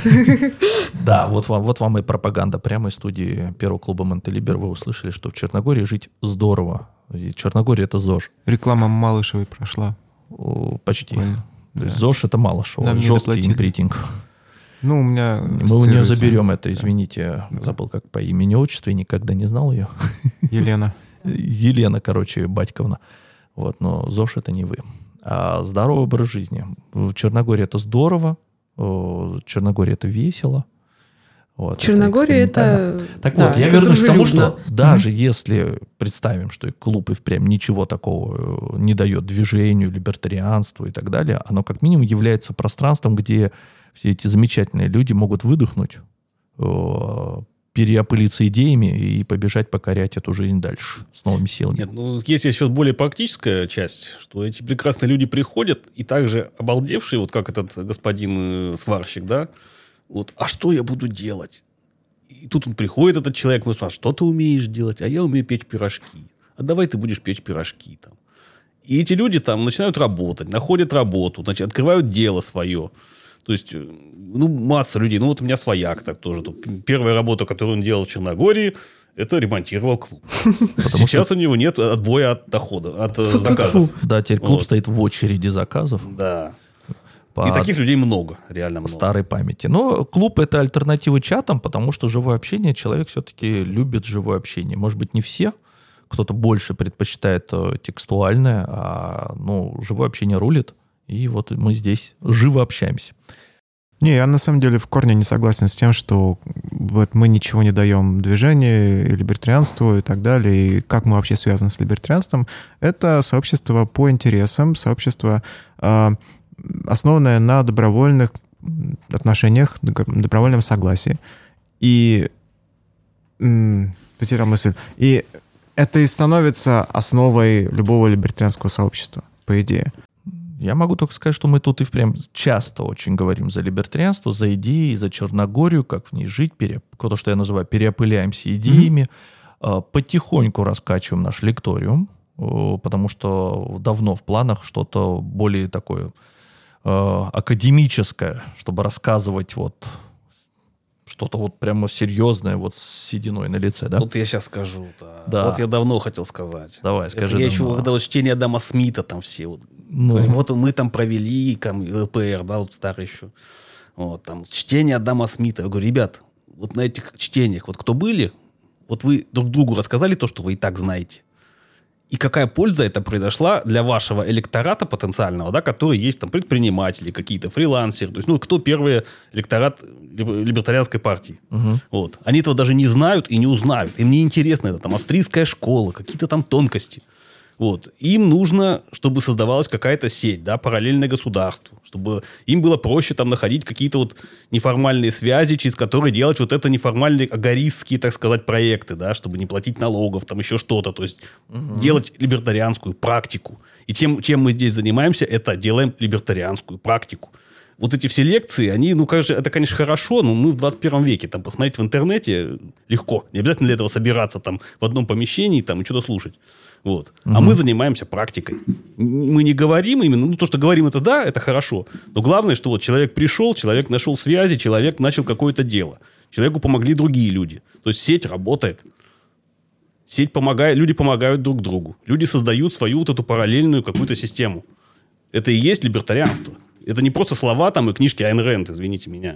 Да, вот вам, вот вам и пропаганда. Прямо из студии первого клуба Монтелибер вы услышали, что в Черногории жить здорово. И Черногория — это ЗОЖ. Реклама Малышевой прошла. О, Почти. Буквально. То есть Да. ЗОЖ — это мало что. Нам не Жесткий доплатили. инбритинг. Ну, у меня... Мы у нее ассоциируется. заберем это, извините. Забыл как по имени, отчеству, и никогда не знал ее. Елена. Елена, короче, Батьковна. Вот, но ЗОЖ — это не вы. А здоровый образ жизни. В Черногории это здорово. В Черногории это весело. Вот, Черногория экспериментально. это... Так да, вот, я это вернусь к тому, что дружелюбно. даже если представим, что и клуб и впрямь ничего такого э, не дает движению, либертарианству и так далее, оно как минимум является пространством, где все эти замечательные люди могут выдохнуть, э, переопылиться идеями и побежать покорять эту жизнь дальше с новыми силами. Нет, ну, есть еще более практическая часть, что эти прекрасные люди приходят и также обалдевшие, вот как этот господин э, сварщик, да, вот, а что я буду делать? И тут он приходит, этот человек, мы спрашиваем, что ты умеешь делать? А я умею печь пирожки. А давай ты будешь печь пирожки там. И эти люди там начинают работать, находят работу, значит, открывают дело свое. То есть, ну, масса людей. Ну, вот у меня свояк так тоже. Тут первая работа, которую он делал в Черногории, это ремонтировал клуб. Потому Сейчас что- у него нет отбоя от дохода, от э, Фу-фу-фу. заказов. Да, теперь клуб Вот. стоит в очереди заказов Да. по И таких людей много, реально много. старой памяти. Но клуб — это альтернатива чатам, потому что живое общение, человек все-таки любит живое общение. Может быть, не все, кто-то больше предпочитает э, текстуальное, а ну, живое общение рулит. И вот мы здесь живо общаемся. Не, я на самом деле в корне не согласен с тем, что вот мы ничего не даем движению, и либертарианству и так далее, и как мы вообще связаны с либертарианством. Это сообщество по интересам, сообщество, э, основанное на добровольных отношениях, добровольном согласии. И м, потерял мысль. И это и становится основой любого либертарианского сообщества, по идее. Я могу только сказать, что мы тут и впрямь часто очень говорим за либертарианство, за идеи, за Черногорию, как в ней жить, пере... то, что я называю, переопыляемся идеями, mm-hmm. потихоньку раскачиваем наш лекториум, потому что давно в планах что-то более такое академическое, чтобы рассказывать вот что-то вот прямо серьезное, вот с сединой на лице, да? Вот я сейчас скажу. Да. Да. Вот я давно хотел сказать. Давай, скажи. Это я еще, давно. когда вот чтение Адама Смита там все вот. Ну. Говорим, вот мы там провели, там, ЛПР, да, вот старый еще. Вот, там, чтение Адама Смита. Я говорю, ребят, вот на этих чтениях, вот кто были, вот вы друг другу рассказали то, что вы и так знаете. И какая польза это произошла для вашего электората потенциального, да, который есть там предприниматели, какие-то фрилансеры. То есть, ну, кто первый электорат либертарианской партии. Угу. Вот. Они этого даже не знают и не узнают. Им не интересно это. Там австрийская школа, какие-то там тонкости. Вот. Им нужно, чтобы создавалась какая-то сеть, да, параллельное государству, чтобы им было проще там находить какие-то вот неформальные связи, через которые делать вот это неформальные агористские, так сказать, проекты, да, чтобы не платить налогов, там еще что-то, то есть угу. делать либертарианскую практику. И тем, чем мы здесь занимаемся, это делаем либертарианскую практику. Вот эти все лекции, они, ну, конечно, это, конечно, хорошо, но мы в двадцать первом веке, там, посмотреть в интернете легко. Не обязательно для этого собираться там в одном помещении там, и что-то слушать. Вот. Угу. А мы занимаемся практикой. Мы не говорим именно, ну, то, что говорим, это да, это хорошо. Но главное, что вот человек пришел, человек нашел связи, человек начал какое-то дело. Человеку помогли другие люди. То есть сеть работает. Сеть помогает, люди помогают друг другу. Люди создают свою вот эту параллельную какую-то систему. Это и есть либертарианство. Это не просто слова там и книжки Айн Рэнд, извините меня.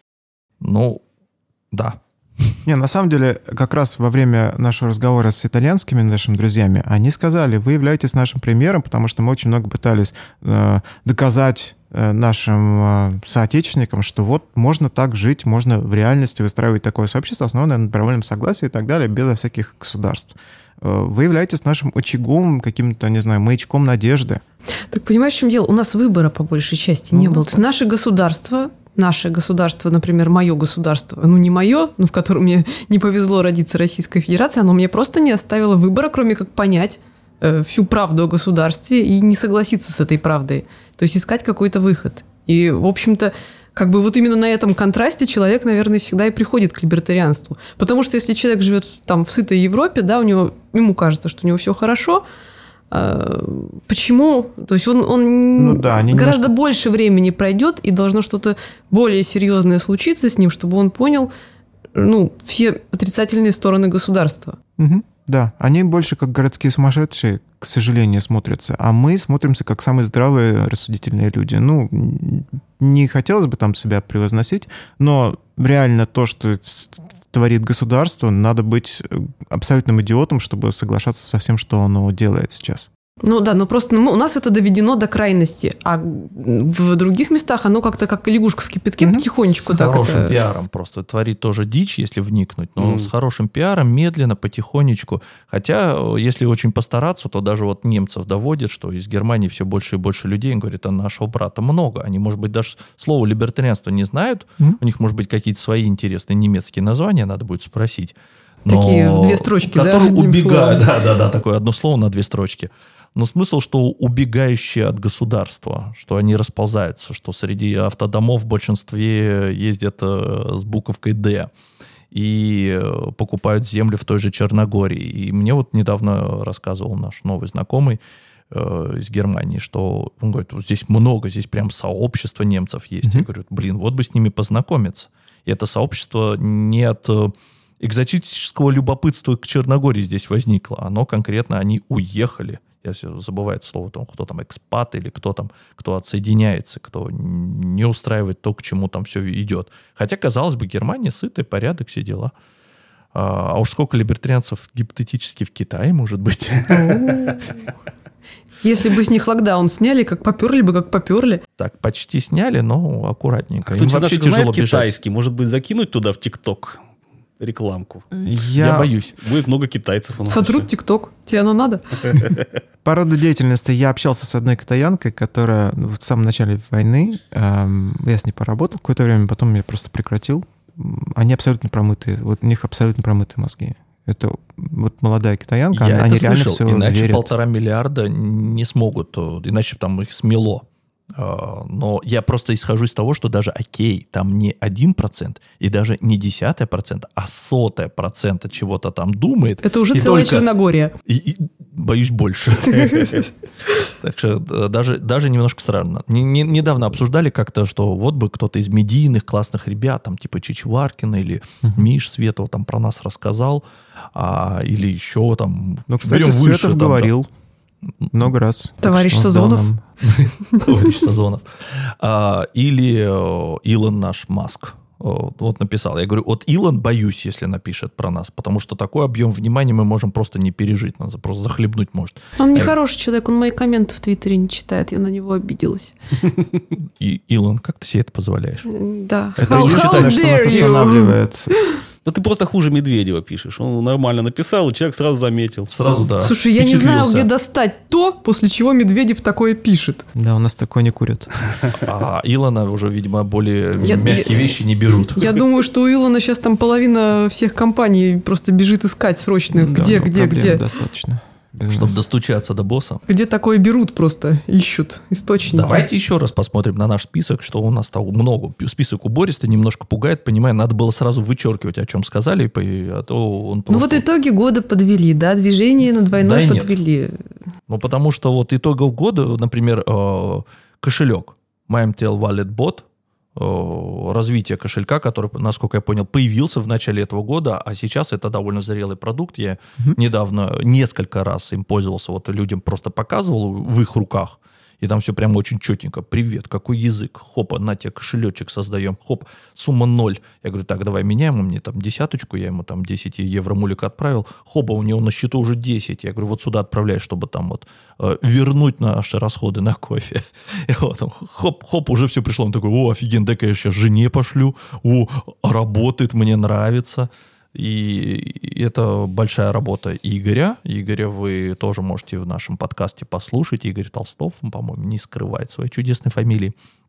Ну, да. Не, на самом деле, как раз во время нашего разговора с итальянскими нашими друзьями, они сказали, вы являетесь нашим примером, потому что мы очень много пытались э, доказать э, нашим э, соотечественникам, что вот можно так жить, можно в реальности выстраивать такое сообщество, основанное на добровольном согласии и так далее, безо всяких государств. Вы являетесь нашим очагом, каким-то, не знаю, маячком надежды. Так понимаешь, в чем дело? У нас выбора по большей части не ну, было. То есть наше государство, наше государство, например, мое государство, ну не мое, но в котором мне не повезло родиться Российской Федерации, оно мне просто не оставило выбора, кроме как понять э, всю правду о государстве и не согласиться с этой правдой. То есть искать какой-то выход. И, в общем-то, как бы вот именно на этом контрасте человек, наверное, всегда и приходит к либертарианству. Потому что если человек живет там в сытой Европе, да, у него, ему кажется, что у него все хорошо, э, почему? То есть он, он ну, да, гораздо немножко... больше времени пройдет, и должно что-то более серьезное случиться с ним, чтобы он понял, ну, все отрицательные стороны государства. Угу. Да, они больше как городские сумасшедшие, к сожалению, смотрятся, а мы смотримся как самые здравые, рассудительные люди. Ну, не хотелось бы там себя превозносить, но реально то, что творит государство, надо быть абсолютным идиотом, чтобы соглашаться со всем, что оно делает сейчас. Ну да, но просто ну, у нас это доведено до крайности, а в других местах оно как-то как лягушка в кипятке mm-hmm. потихонечку. С так хорошим это... пиаром просто. Творит тоже дичь, если вникнуть, но mm-hmm. с хорошим пиаром, медленно, потихонечку. Хотя, если очень постараться, то даже вот немцев доводит, что из Германии все больше и больше людей, говорит, а нашего брата много. Они, может быть, даже слово либертарианство не знают, mm-hmm. у них, может быть, какие-то свои интересные немецкие названия, надо будет спросить. Но... Такие в две строчки, да? Которые убегают, да-да-да, такое одно слово на две строчки. Но смысл, что убегающие от государства, что они расползаются, что среди автодомов в большинстве ездят с буковкой «Д» и покупают землю в той же Черногории. И мне вот недавно рассказывал наш новый знакомый э, из Германии, что он говорит, вот здесь много, здесь прям сообщество немцев есть. Mm-hmm. Я говорю, блин, вот бы с ними познакомиться. И это сообщество не от... экзотического любопытства к Черногории здесь возникло. Оно конкретно, они уехали. Я все забываю это слово, там, кто там экспат или кто там, кто отсоединяется, кто не устраивает то, к чему там все идет. Хотя, казалось бы, Германия сытая, порядок, все дела. А, а уж сколько либертарианцев гипотетически в Китае, может быть. Если бы с них локдаун сняли, как поперли бы, как поперли. Так, почти сняли, но аккуратненько. А кто-то вообще знает китайский? Может быть, закинуть туда в ТикТок рекламку? Я, Я боюсь. Будет много китайцев. Сотрут ТикТок. Тебе оно надо? По роду деятельности я общался с одной китаянкой, которая в самом начале войны, эм, я с ней поработал какое-то время, потом я просто прекратил. Они абсолютно промытые. Вот у них абсолютно промытые мозги. Это вот молодая китаянка, я они это реально слышал. все Иначе верят. полтора миллиарда не смогут, иначе там их смело. Но я просто исхожу из того, что даже окей, там не один процент и даже не десятый процент, а сотая процента чего-то там думает. Это уже целая только... Черногория. И, и, боюсь, больше. Так что даже, даже немножко странно. Недавно обсуждали как-то, что вот бы кто-то из медийных классных ребят, там типа Чичваркина или Миш Светов там про нас рассказал, или еще там... Ну, кстати, Светов говорил. Много раз. Товарищ Сазонов. Товарищ Сазонов. Или Илон наш Маск. Вот написал. Я говорю, вот Илон, боюсь, если напишет про нас, потому что такой объем внимания мы можем просто не пережить. Нас просто захлебнуть может. Он не хороший человек, он мои комменты в Твиттере не читает. Я на него обиделась. И, Илон, как ты себе это позволяешь? Да. Это единственное, что нас останавливает. Ну, ты просто хуже Медведева пишешь. Он нормально написал, и человек сразу заметил. Сразу, да. Слушай, я не знаю, где достать то, после чего Медведев такое пишет. Да, у нас такое не курят. А Илона уже, видимо, более Я- мягкие я- вещи не берут. Я думаю, что у Илона сейчас там половина всех компаний просто бежит искать срочно. Да, Где, ну, где, проблем где? достаточно. Без Чтобы нас. достучаться до босса. Где такое берут просто, ищут источники. Давайте еще раз посмотрим на наш список, что у нас там много. Список убористый, немножко пугает, понимаю, надо было сразу вычеркивать, о чем сказали, а то он Ну просто... вот итоги года подвели, да, движение на двойной Да и нет. подвели. Ну, потому что вот итогов года, например, э, кошелек MyMTL Wallet Bot, э, развитие кошелька, который, насколько я понял, появился в начале этого года, а сейчас это довольно зрелый продукт. Я Мгм. недавно несколько раз им пользовался, вот людям просто показывал в их руках, и там все прям очень четенько. Привет, какой язык? Хопа, на тебе кошелечек создаем. Хоп, сумма ноль. Я говорю, так, давай меняем, он мне там десяточку, я ему там десять евро мулика отправил. Хопа, у него на счету уже десять. Я говорю, вот сюда отправляй, чтобы там вот э, вернуть наши расходы на кофе. И вот он, хоп, хоп, уже все пришло. Он такой, о, офигенно, дай-ка я сейчас жене пошлю. О, работает, мне нравится. И это большая работа Игоря. Игоря вы тоже можете в нашем подкасте послушать. Игорь Толстов, он, по-моему, не скрывает своей чудесной фамилии.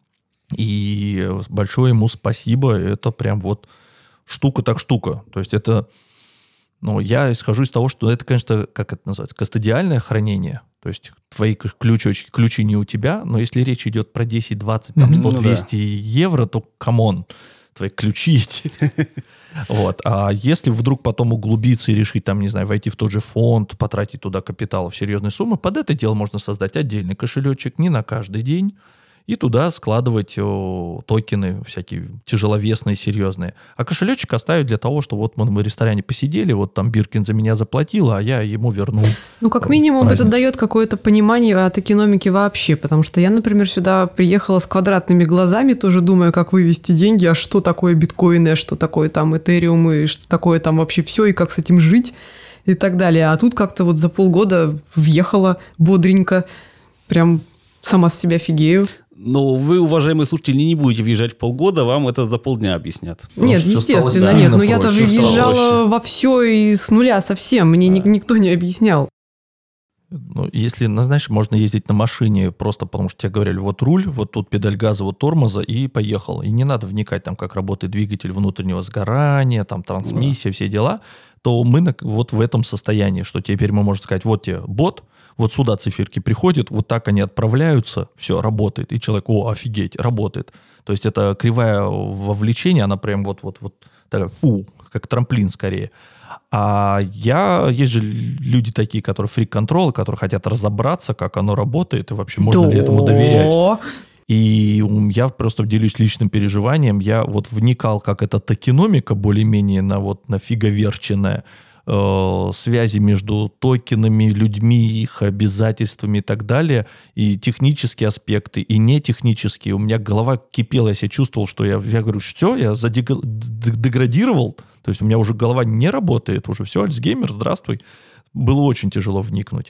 И большое ему спасибо. Это прям вот штука так штука. То есть это... Ну, я исхожу из того, что это, конечно, как это называется, кастодиальное хранение. То есть твои ключи, ключи не у тебя, но если речь идет про десять, двадцать, там, сто, Ну да. двести евро, то камон, твои ключи эти. Вот. А если вдруг потом углубиться и решить, там, не знаю, войти в тот же фонд, потратить туда капитала в серьезные суммы, под это дело можно создать отдельный кошелечек не на каждый день и туда складывать о, токены всякие тяжеловесные, серьезные. А кошелечек оставить для того, что вот мы в ресторане посидели, вот там Биркин за меня заплатил, а я ему вернул. Ну, как минимум, Разница. это дает какое-то понимание от экономики вообще, потому что я, например, сюда приехала с квадратными глазами, тоже думаю, как вывести деньги, а что такое биткоины, а что такое там этериум, и что такое там вообще все, и как с этим жить, и так далее. А тут как-то вот за полгода въехала бодренько, прям сама с себя офигею. Но вы, уважаемые слушатели, не будете въезжать в полгода, вам это за полдня объяснят. Нет, что стало естественно, сильно нет. Но я проще, тоже стало въезжала проще. во все и с нуля совсем. Мне ни- никто не объяснял. Ну, если, ну, знаешь, можно ездить на машине просто потому, что тебе говорили, вот руль, вот тут педаль газа, вот тормоза, и поехал. И не надо вникать, там, как работает двигатель внутреннего сгорания, там, трансмиссия, все дела. То мы на- вот в этом состоянии, что теперь мы можем сказать, вот тебе бот, вот сюда циферки приходят, вот так они отправляются, все, работает. И человек, о, офигеть, работает. То есть это кривая вовлечения, она прям вот-вот-вот, фу, как трамплин скорее. А я, есть же люди такие, которые фрик-контролы, которые хотят разобраться, как оно работает, и вообще можно ли этому доверять. Да. И ум, я просто делюсь личным переживанием. Я вот вникал, как эта токеномика более-менее на вот на фиговерченная, э, связи между токенами, людьми, их обязательствами и так далее, и технические аспекты, и нетехнические. У меня голова кипела, я себя чувствовал, что я, я говорю, что я задеградировал, то есть у меня уже голова не работает, уже все, Альцгеймер, здравствуй. Было очень тяжело вникнуть.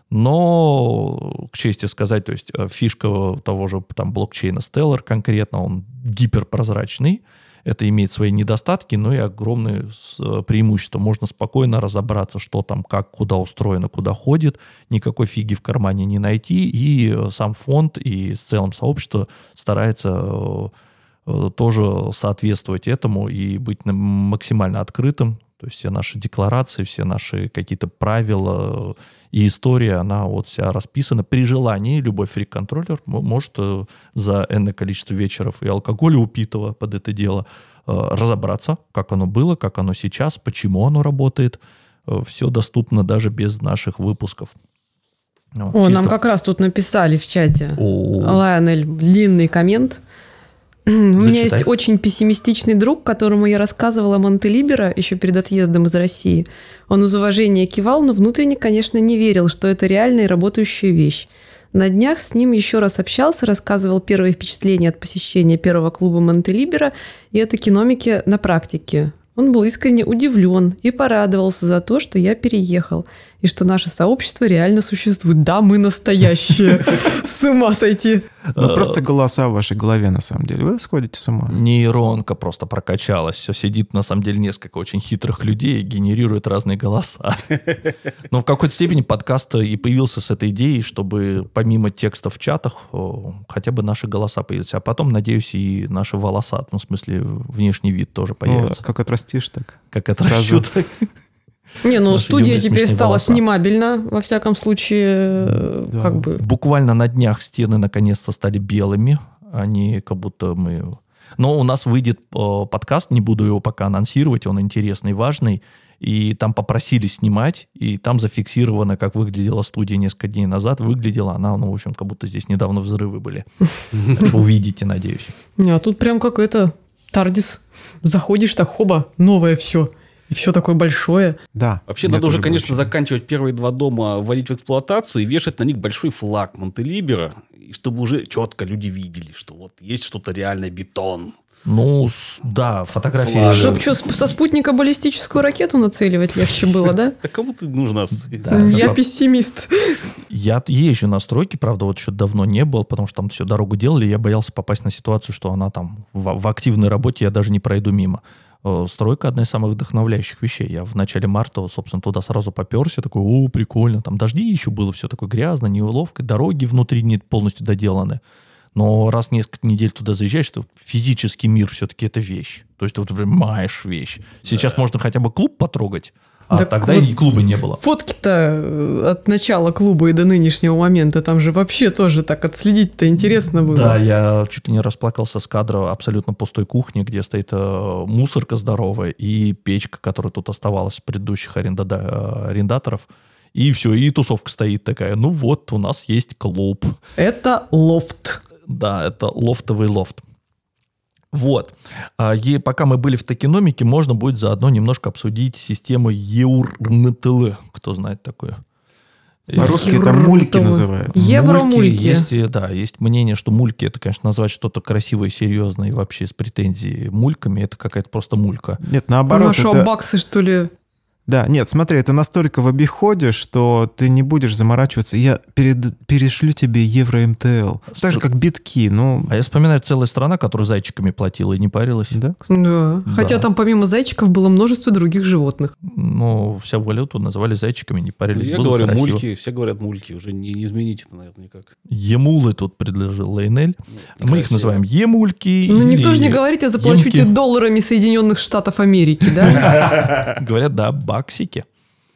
Но, к чести сказать, то есть фишка того же там блокчейна Stellar конкретно, он гиперпрозрачный. Это имеет свои недостатки, но и огромные преимущества. Можно спокойно разобраться, что там, как, куда устроено, куда ходит. Никакой фиги в кармане не найти. И сам фонд, и в целом сообщество старается тоже соответствовать этому и быть максимально открытым. То есть все наши декларации, все наши какие-то правила и история, она вот вся расписана. При желании любой фрик-контроллер может за энное количество вечеров и алкоголя упитого под это дело разобраться, как оно было, как оно сейчас, почему оно работает. Все доступно даже без наших выпусков. О, Чисто... нам как раз тут написали в чате. О. Лайонель, длинный коммент. У меня Зачитай. есть очень пессимистичный друг, которому я рассказывала Монтелибера еще перед отъездом из России. Он из уважения кивал, но внутренне, конечно, не верил, что это реальная и работающая вещь. На днях с ним еще раз общался, рассказывал первые впечатления от посещения первого клуба Монтелибера и от экономики на практике. Он был искренне удивлен и порадовался за то, что я переехал, и что наше сообщество реально существует. Да, мы настоящие. С ума сойти. Ну, просто голоса в вашей голове, на самом деле. Вы сходите с ума. Нейронка просто прокачалась. Все сидит, на самом деле, несколько очень хитрых людей и генерирует разные голоса. Но в какой-то степени подкаст и появился с этой идеей, чтобы помимо текстов в чатах хотя бы наши голоса появились. А потом, надеюсь, и наши волоса, ну, в смысле, внешний вид тоже появится. Ну, как отрастишь, так. Как отращу, так. Не, ну Наши студия юные теперь смешные стала голоса. снимабельна, во всяком случае, Да. как бы. Буквально на днях стены наконец-то стали белыми. Они как будто мы... Но у нас выйдет э, подкаст, не буду его пока анонсировать, он интересный, важный. И там попросили снимать, и там зафиксировано, как выглядела студия несколько дней назад. Выглядела она, ну, в общем, как будто здесь недавно взрывы были. Так что увидите, надеюсь. Не, а тут прям как это, Тардис. Заходишь, так, хоба, новое все. И все такое большое. Да. Вообще, мне надо уже, тоже конечно, было очень- заканчивать первые два дома, вводить в эксплуатацию и вешать на них большой флаг Монтелибера, и чтобы уже четко люди видели, что вот есть что-то реальное, бетон. Ну, с- да, фотографии... флагом. Чтоб что, со спутника баллистическую ракету нацеливать легче было, да? А кому ты нужна? Да, Я да. пессимист. Я езжу на стройке, правда, вот еще давно не был, потому что там всю дорогу делали, я боялся попасть на ситуацию, что она там в, в активной работе, я даже не пройду мимо. Э, Стройка одна из самых вдохновляющих вещей. Я в начале марта, вот, собственно, туда сразу поперся, такой, о, прикольно, там дожди еще было, все такое грязно, неловко, дороги внутри не полностью доделаны. Но раз несколько недель туда заезжаешь, то физический мир все-таки это вещь. То есть ты вот понимаешь вещь. Сейчас можно хотя бы клуб потрогать, а Так тогда вот и клуба не было. Фотки-то э, от начала клуба и до нынешнего момента, там же вообще тоже так отследить-то интересно было. Да, я чуть ли не расплакался с кадра абсолютно пустой кухни, где стоит э, мусорка здоровая и печка, которая тут оставалась с предыдущих аренда- э, арендаторов. И все, и тусовка стоит такая. Ну вот, у нас есть клуб. Это лофт. Да, это лофтовый лофт. Вот. А, и пока мы были в токеномике, можно будет заодно немножко обсудить систему ЕУРНТЛ. Кто знает такое? По-русски это мульки называют. Евромульки. Есть, э, да, есть мнение, что мульки — это, конечно, назвать что-то красивое, серьезное и вообще с претензией мульками. Это какая-то просто мулька. Нет, наоборот, Ну, что, это... баксы, что ли? Да, нет, смотри, это настолько в обиходе, что ты не будешь заморачиваться. Я перед... перешлю тебе евро-МТЛ. Так же, как битки, ну... А я вспоминаю, целая страна, которая зайчиками платила и не парилась. Да? Да. Хотя там помимо зайчиков было множество других животных. Ну, вся валюту называли зайчиками, не парились. Я было говорю красиво. мульки, все говорят мульки, уже не, не изменить это, наверное, никак. Емулы тут предложил Лейнель. Мы их Красиво. называем емульки. Ну, или никто же не говорит, я заплачу емки. тебе долларами Соединенных Штатов Америки, да? Говорят, да, баксики.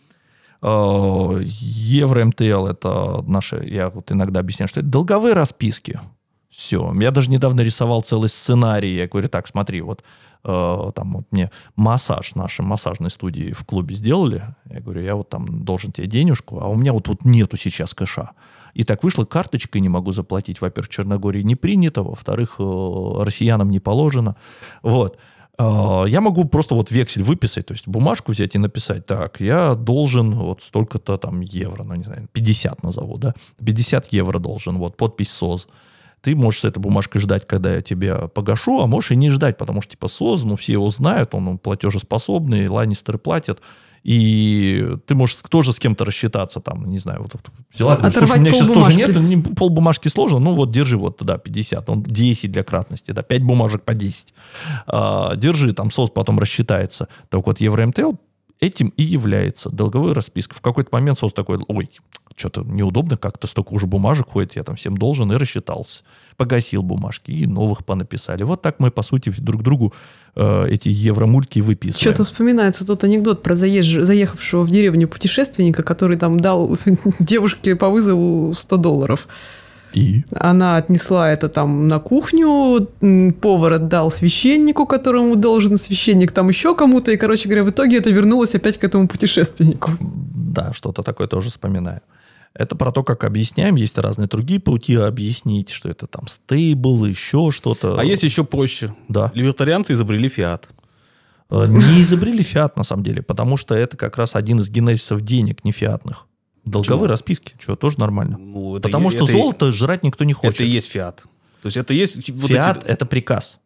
Э, Евро-МТЛ — это наши, я вот иногда объясняю, что это долговые расписки. Все. Я даже недавно рисовал целый сценарий. Я говорю, так, смотри, вот э, там вот мне массаж нашей массажной студии в клубе сделали. Я говорю, я вот там должен тебе денежку, а у меня вот, вот нету сейчас кэша. И так вышло, карточкой не могу заплатить. Во-первых, в Черногории не принято, во-вторых, э, россиянам не положено. Вот. Я могу просто вот вексель выписать, то есть бумажку взять и написать, так, я должен вот столько-то там евро, ну не знаю, пятьдесят назову, да, пятьдесят евро должен, вот, подпись СОЗ. Ты можешь с этой бумажкой ждать, когда я тебя погашу, а можешь и не ждать, потому что типа СОЗ, ну все его знают, он платежеспособный, ланнистеры платят, и ты можешь тоже с кем-то рассчитаться, там, не знаю, вот взяла, Оторвать слушай, у меня сейчас тоже полбумажки. нет, не, полбумажки сложно, ну вот держи вот туда пятьдесят, он десять для кратности, да, пять бумажек по десять. А, держи, там СОЗ потом рассчитается. Так вот, Евро-МТЛ этим и является долговой распиской. В какой-то момент СОЗ такой, ой, что-то неудобно, как-то столько уже бумажек ходит, я там всем должен, и рассчитался. Погасил бумажки, и новых понаписали. Вот так мы, по сути, друг другу э, эти евромульки выписываем. Что-то вспоминается тот анекдот про заезж... заехавшего в деревню путешественника, который там дал девушке по вызову сто долларов. И? Она отнесла это там на кухню, м, повар отдал священнику, которому должен священник, там еще кому-то, и, короче говоря, в итоге это вернулось опять к этому путешественнику. Да, что-то такое тоже вспоминаю. Это про то, как объясняем. Есть разные другие пути объяснить, что это там стейбл, еще что-то. А есть еще проще. Да. Либертарианцы изобрели фиат. Не изобрели фиат, на самом деле, потому что это как раз один из генезисов денег нефиатных. Долговые Почему? расписки, что тоже нормально. Ну, это Потому е- что это- золото жрать никто не хочет. Это и есть фиат. То есть это есть... вот Фиат эти- – это приказ.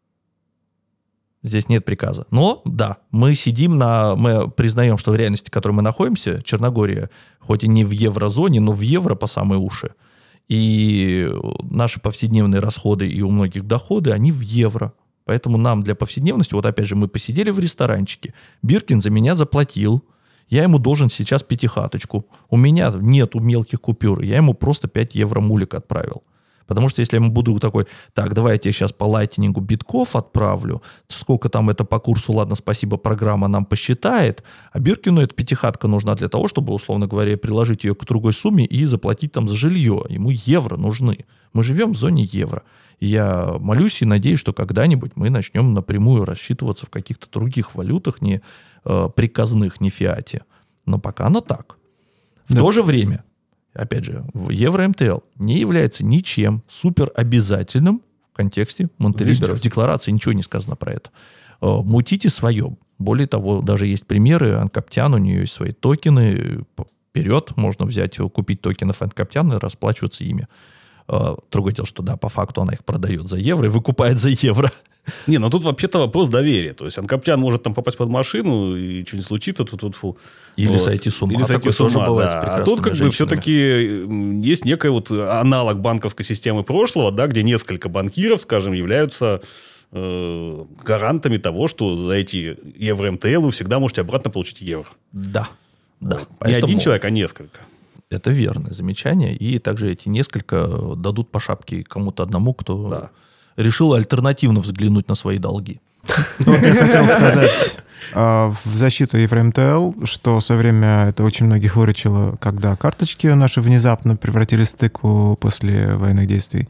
Здесь нет приказа. Но, да, мы сидим на... Мы признаем, что в реальности, в которой мы находимся, Черногория, хоть и не в еврозоне, но в евро по самые уши. И наши повседневные расходы и у многих доходы, они в евро. Поэтому нам для повседневности, вот опять же, мы посидели в ресторанчике, Биркин за меня заплатил, я ему должен сейчас пятихаточку. У меня нету мелких купюр, я ему просто пять евро мулик отправил. Потому что если я ему буду такой, так, давай я тебе сейчас по лайтингу битков отправлю, сколько там это по курсу, ладно, спасибо, программа нам посчитает, а Биркину эта пятихатка нужна для того, чтобы, условно говоря, приложить ее к другой сумме и заплатить там за жилье. Ему евро нужны. Мы живем в зоне евро. И я молюсь и надеюсь, что когда-нибудь мы начнем напрямую рассчитываться в каких-то других валютах, не э, приказных, не фиате. Но пока оно так. В да. то же время, опять же, Евро-МТЛ не является ничем супер обязательным в контексте Монтелибера. В декларации ничего не сказано про это. Мутите свое. Более того, даже есть примеры. Анкоптян, у нее есть свои токены. Вперед можно взять, купить токенов Анкоптян и расплачиваться ими. Другое дело, что да, по факту она их продает за евро и выкупает за евро. Не, ну тут вообще-то вопрос доверия. То есть Анкоптян может там попасть под машину, и что-нибудь случится, тут тут фу. Или вот. сойти с ума. Или сойти с ума, бывает да. А тут как бы все-таки есть некий вот аналог банковской системы прошлого, да, где несколько банкиров, скажем, являются э, гарантами того, что за эти евро-МТЛ вы всегда можете обратно получить евро. Да. да. Вот. Поэтому... Не один человек, а несколько. Это верное замечание. И также эти несколько дадут по шапке кому-то одному, кто да. решил альтернативно взглянуть на свои долги. Ну, я хотел сказать в защиту Евро-МТЛ, что со время это очень многих выручило, когда карточки наши внезапно превратились в тыкву после военных действий.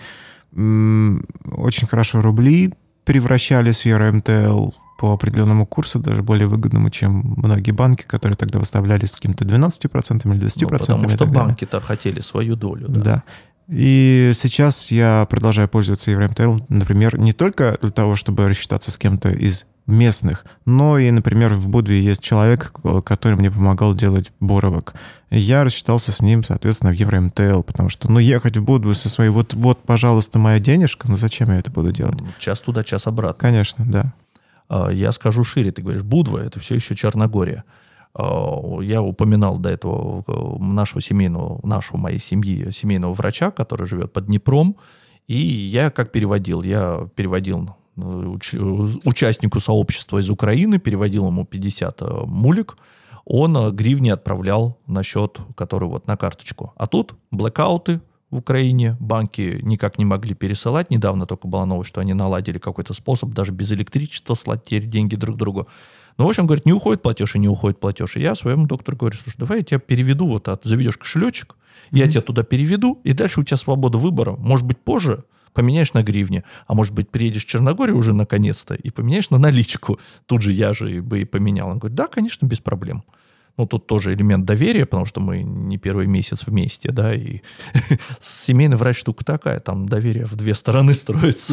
Очень хорошо рубли превращались в Евро-МТЛ по определенному курсу, даже более выгодному, чем многие банки, которые тогда выставлялись с какими-то двенадцатью процентами или двадцатью процентами. Ну, потому что банки-то хотели свою долю. Да. да. И сейчас я продолжаю пользоваться Евро-МТЛ, например, не только для того, чтобы рассчитаться с кем-то из местных, но и, например, в Будве есть человек, который мне помогал делать боровок. Я рассчитался с ним, соответственно, в Евро-МТЛ, потому что, ну, ехать в Будву со своей, вот, вот, пожалуйста, моя денежка, ну, зачем я это буду делать? Час туда, час обратно. Конечно, да. Я скажу шире, ты говоришь, Будва – это все еще Черногория. Я упоминал до этого нашего семейного, нашего, моей семьи, семейного врача, который живет под Днепром, и я как переводил? Я переводил уч- участнику сообщества из Украины, переводил ему пятьдесят мулик, он гривни отправлял на счет, который вот на карточку. А тут блэкауты в Украине, банки никак не могли пересылать. Недавно только была новость, что они наладили какой-то способ даже без электричества слать теперь деньги друг другу. Ну, в общем, говорит, не уходит платеж и не уходит платеж. И я своему доктору говорю, слушай, давай я тебя переведу, вот от, заведешь кошелечек, mm-hmm. я тебя туда переведу, и дальше у тебя свобода выбора. Может быть, позже поменяешь на гривне, а может быть, приедешь в Черногорию уже наконец-то и поменяешь на наличку. Тут же я же бы и поменял. Он говорит, да, конечно, без проблем. Ну, тут тоже элемент доверия, потому что мы не первый месяц вместе, да, и семейный врач штука такая, там доверие в две стороны строится.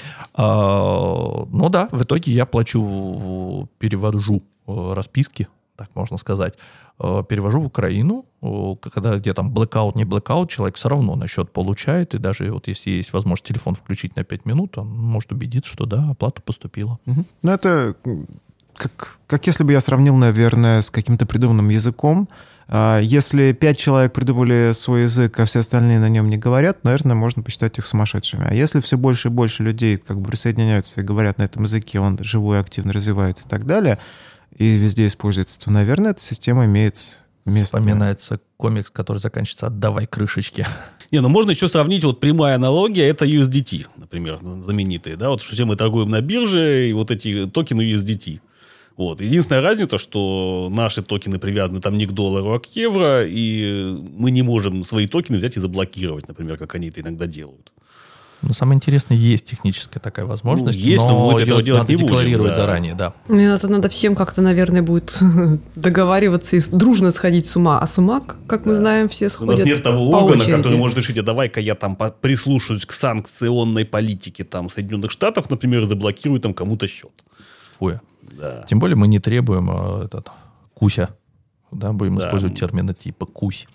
Ну да, в итоге я плачу, перевожу расписки, так можно сказать, перевожу в Украину, когда где там блэкаут, не блэкаут, человек все равно на счет получает, и даже вот если есть возможность телефон включить на пять минут, он может убедиться, что да, оплата поступила. Ну, это... Как, как если бы я сравнил, наверное, с каким-то придуманным языком. Если пять человек придумали свой язык, а все остальные на нем не говорят, наверное, можно посчитать их сумасшедшими. А если все больше и больше людей как бы присоединяются и говорят на этом языке, он живой, активно развивается и так далее, и везде используется, то, наверное, эта система имеет место. Вспоминается комикс, который заканчивается «Отдавай крышечки». Не, ну можно еще сравнить, вот прямая аналогия, это ю эс ди ти, например, знаменитые, да, вот что все мы торгуем на бирже, и вот эти токены ю эс ди ти. Вот. Единственная разница, что наши токены привязаны там не к доллару, а к евро, и мы не можем свои токены взять и заблокировать, например, как они это иногда делают. Но самое интересное, есть техническая такая возможность, ну, есть, но, но мы этого делать надо не будем, декларировать да. заранее, да. Мне надо, надо всем как-то, наверное, будет договариваться и дружно сходить с ума. А с ума, как да. мы знаем, все сходят. У нас нет того по органа, очереди. который может решить, а давай-ка я там прислушаюсь к санкционной политике там, Соединенных Штатов, например, и заблокирую там кому-то счет. Фуя. Да. Тем более мы не требуем а, этот, куся. Да, будем да. использовать термины типа кусь.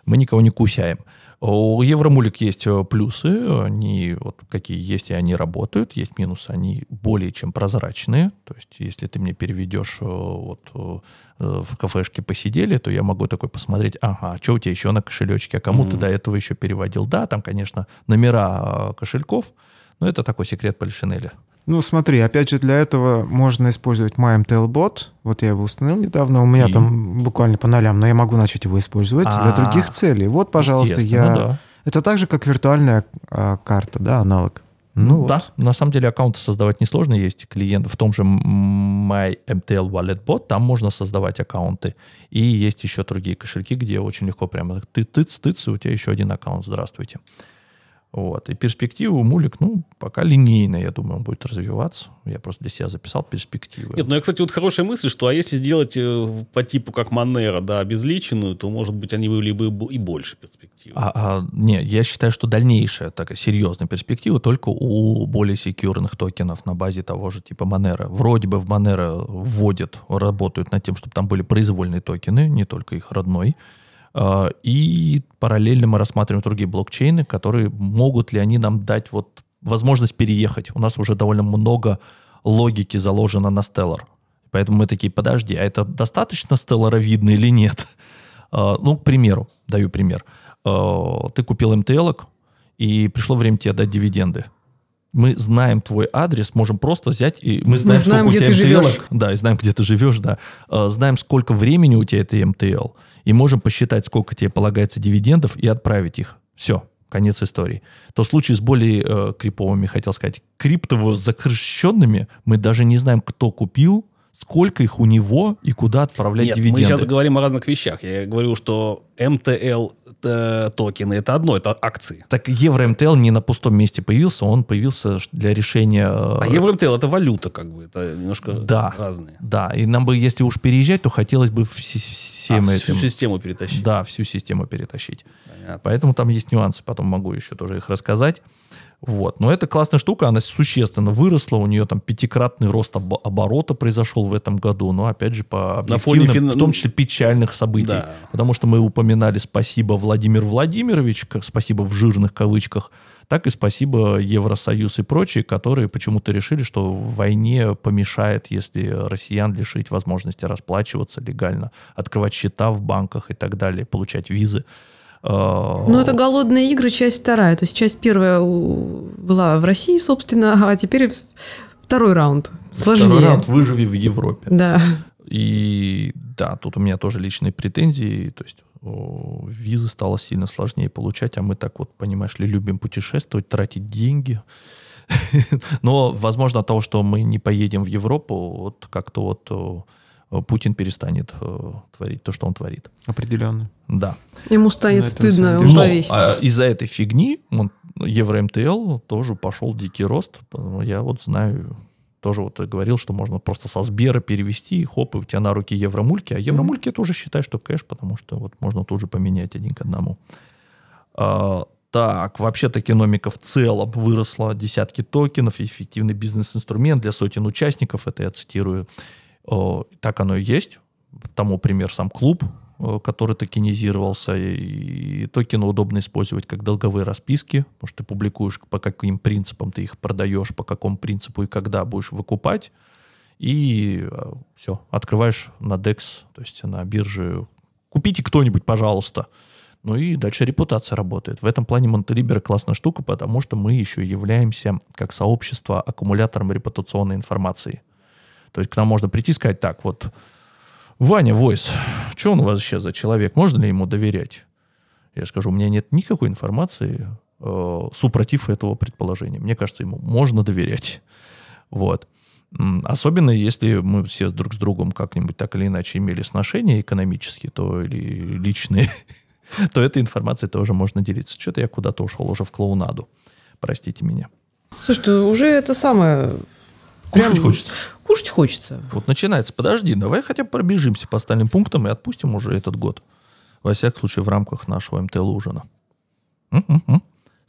мы никого не кусяем. У Евромулик есть плюсы, они вот какие есть, и они работают. Есть минусы, они более чем прозрачные. То есть, если ты мне переведешь вот в кафешке посидели, то я могу такой посмотреть, ага, что у тебя еще на кошелечке, а кому mm-hmm. ты до этого еще переводил. Да, там, конечно, номера кошельков, но это такой секрет Полишинеля. Ну, смотри, опять же, для этого можно использовать MyMTLBot. Вот я его установил недавно, у меня и? там буквально по нолям, но я могу начать его использовать А-а-а. для других целей. Вот, пожалуйста, я... Да. Это так же, как виртуальная а, карта, да, аналог. Ну, ну да, вот. На самом деле аккаунты создавать несложно. Есть клиенты в том же MyMTL Wallet Bot, там можно создавать аккаунты. И есть еще другие кошельки, где очень легко прямо ты тыц-тыц, и у тебя еще один аккаунт. Здравствуйте. Вот. И перспективы у Мулик, ну, пока линейно, я думаю, он будет развиваться. Я просто для себя записал перспективы. Нет, ну, я, кстати, вот хорошая мысль, что а если сделать по типу как Monero, да, обезличенную, то, может быть, они были бы и больше перспективы. А, а, не, я считаю, что дальнейшая такая серьезная перспектива только у более секьюрных токенов на базе того же типа Monero. Вроде бы в Monero вводят, работают над тем, чтобы там были произвольные токены, не только их родной. И параллельно мы рассматриваем другие блокчейны, которые могут ли они нам дать вот возможность переехать. У нас уже довольно много логики заложено на Stellar. Поэтому мы такие, подожди, а это достаточно стелларовидно или нет? Ну, к примеру, даю пример. Ты купил эм тэ эл-ок, и пришло время тебе дать дивиденды. Мы знаем твой адрес, можем просто взять, и мы знаем, мы знаем сколько где у тебя ты эм тэ эл. живешь. Да, и знаем, где ты живешь, да. Знаем, сколько времени у тебя это эм тэ эл, и можем посчитать, сколько тебе полагается дивидендов, и отправить их. Все, конец истории. То в случае с более э, криповыми, хотел сказать, криптово закрещенными, мы даже не знаем, кто купил, сколько их у него и куда отправлять Нет, дивиденды. мы сейчас говорим о разных вещах. Я говорю, что эм тэ эл токены это одно, это акции. Так евро-эм тэ эл не на пустом месте появился, он появился для решения... А евро-эм тэ эл это валюта, как бы, это немножко да, разные. Да, и нам бы, если уж переезжать, то хотелось бы всем а, этим... всю систему перетащить. Да, всю систему перетащить. Понятно. Поэтому там есть нюансы, потом могу еще тоже их рассказать. Вот. Но это классная штука, она существенно выросла, у нее там пятикратный рост об- оборота произошел в этом году, но опять же по объективным, фин... в том числе печальных событий. Да. Потому что мы упоминали спасибо Владимир Владимирович, как спасибо в жирных кавычках, так и спасибо Евросоюз и прочие, которые почему-то решили, что в войне помешает, если россиян лишить возможности расплачиваться легально, открывать счета в банках и так далее, получать визы. Ну, это «Голодные игры», часть вторая. То есть часть первая была в России, собственно, а теперь второй раунд. Сложнее. Второй раунд «Выживи в Европе». Да. И да, тут у меня тоже личные претензии. То есть о, визы стало сильно сложнее получать, а мы так вот, понимаешь ли, любим путешествовать, тратить деньги. Но, возможно, от того, что мы не поедем в Европу, вот как-то вот... Путин перестанет э, творить то, что он творит. Определенно. Да. Ему станет Но стыдно его повесить. А из-за этой фигни евро-эм тэ эл тоже пошел дикий рост. Я вот знаю, тоже вот говорил, что можно просто со Сбера перевести, хоп, и у тебя на руки евромульки. А евромульки mm-hmm. это уже считай, что кэш, потому что вот можно тут же поменять один к одному. А, так, вообще токеномика в целом выросла. Десятки токенов, эффективный бизнес-инструмент для сотен участников. Это я цитирую. Так оно и есть. Тому пример сам клуб, который токенизировался. И токены удобно использовать как долговые расписки, потому что ты публикуешь, по каким принципам ты их продаешь, по какому принципу и когда будешь выкупать. И все, открываешь на декс, то есть на бирже. Купите кто-нибудь, пожалуйста. Ну и дальше репутация работает. В этом плане Монтелибер классная штука, потому что мы еще являемся как сообщество аккумулятором репутационной информации. То есть к нам можно прийти и сказать, так, вот, Ваня Войс, что он вообще за человек, можно ли ему доверять? Я скажу, у меня нет никакой информации э, супротив этого предположения. Мне кажется, ему можно доверять. Вот. Особенно если мы все друг с другом как-нибудь так или иначе имели сношения экономические, то или личные, то этой информацией тоже можно делиться. Что-то я куда-то ушел уже в клоунаду. Простите меня. Слушай, уже это самое... Кушать Прям... хочется. Кушать хочется. Вот начинается. Подожди, давай хотя бы пробежимся по остальным пунктам и отпустим уже этот год. Во всяком случае, в рамках нашего эм тэ эл ужина. У-у-у.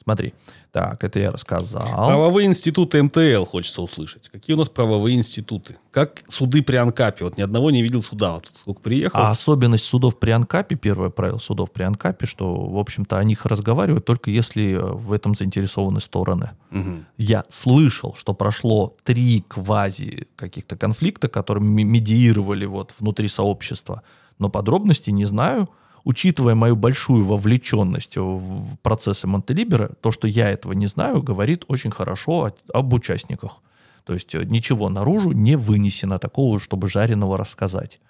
смотри. Так, это я рассказал. Правовые институты эм тэ эл хочется услышать. Какие у нас правовые институты? Как суды при Анкапе? Вот ни одного не видел суда. Вот сколько приехал. А особенность судов при Анкапе, первое правило судов при Анкапе, что, в общем-то, о них разговаривают только если в этом заинтересованы стороны. Угу. Я слышал, что прошло три квази каких-то конфликта, которые медиировали вот внутри сообщества, но подробностей не знаю. Учитывая мою большую вовлеченность в процессы Монтелибера, то, что я этого не знаю, говорит очень хорошо о, об участниках. То есть ничего наружу не вынесено такого, чтобы жареного рассказать.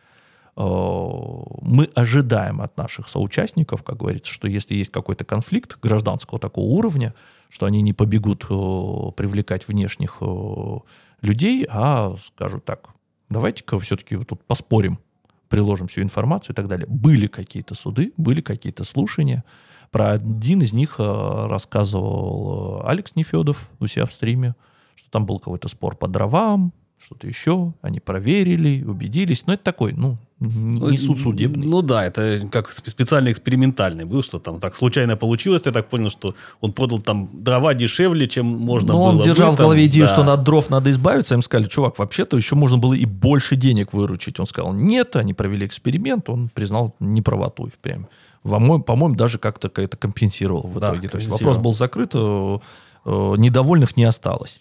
Мы ожидаем от наших соучастников, как говорится, что если есть какой-то конфликт гражданского такого уровня, что они не побегут привлекать внешних людей, а скажут так, давайте-ка все-таки тут поспорим, приложим всю информацию и так далее. Были какие-то суды, были какие-то слушания. Про один из них рассказывал Алекс Нефедов у себя в стриме, что там был какой-то спор по дровам, что-то еще. Они проверили, убедились. Но это такой, ну, не суд судебный. Ну да, это как специально экспериментальный был, что там так случайно получилось. Я так понял, что он продал там дрова дешевле, чем можно Но было. Но он держал бы, в голове там, идею, да. что от дров надо избавиться. Им сказали, чувак, вообще-то еще можно было и больше денег выручить. Он сказал, нет, они провели эксперимент, он признал неправоту и впрямь. По-моему, даже как-то это компенсировал в Да, итоге. То есть вопрос был закрыт, недовольных не осталось.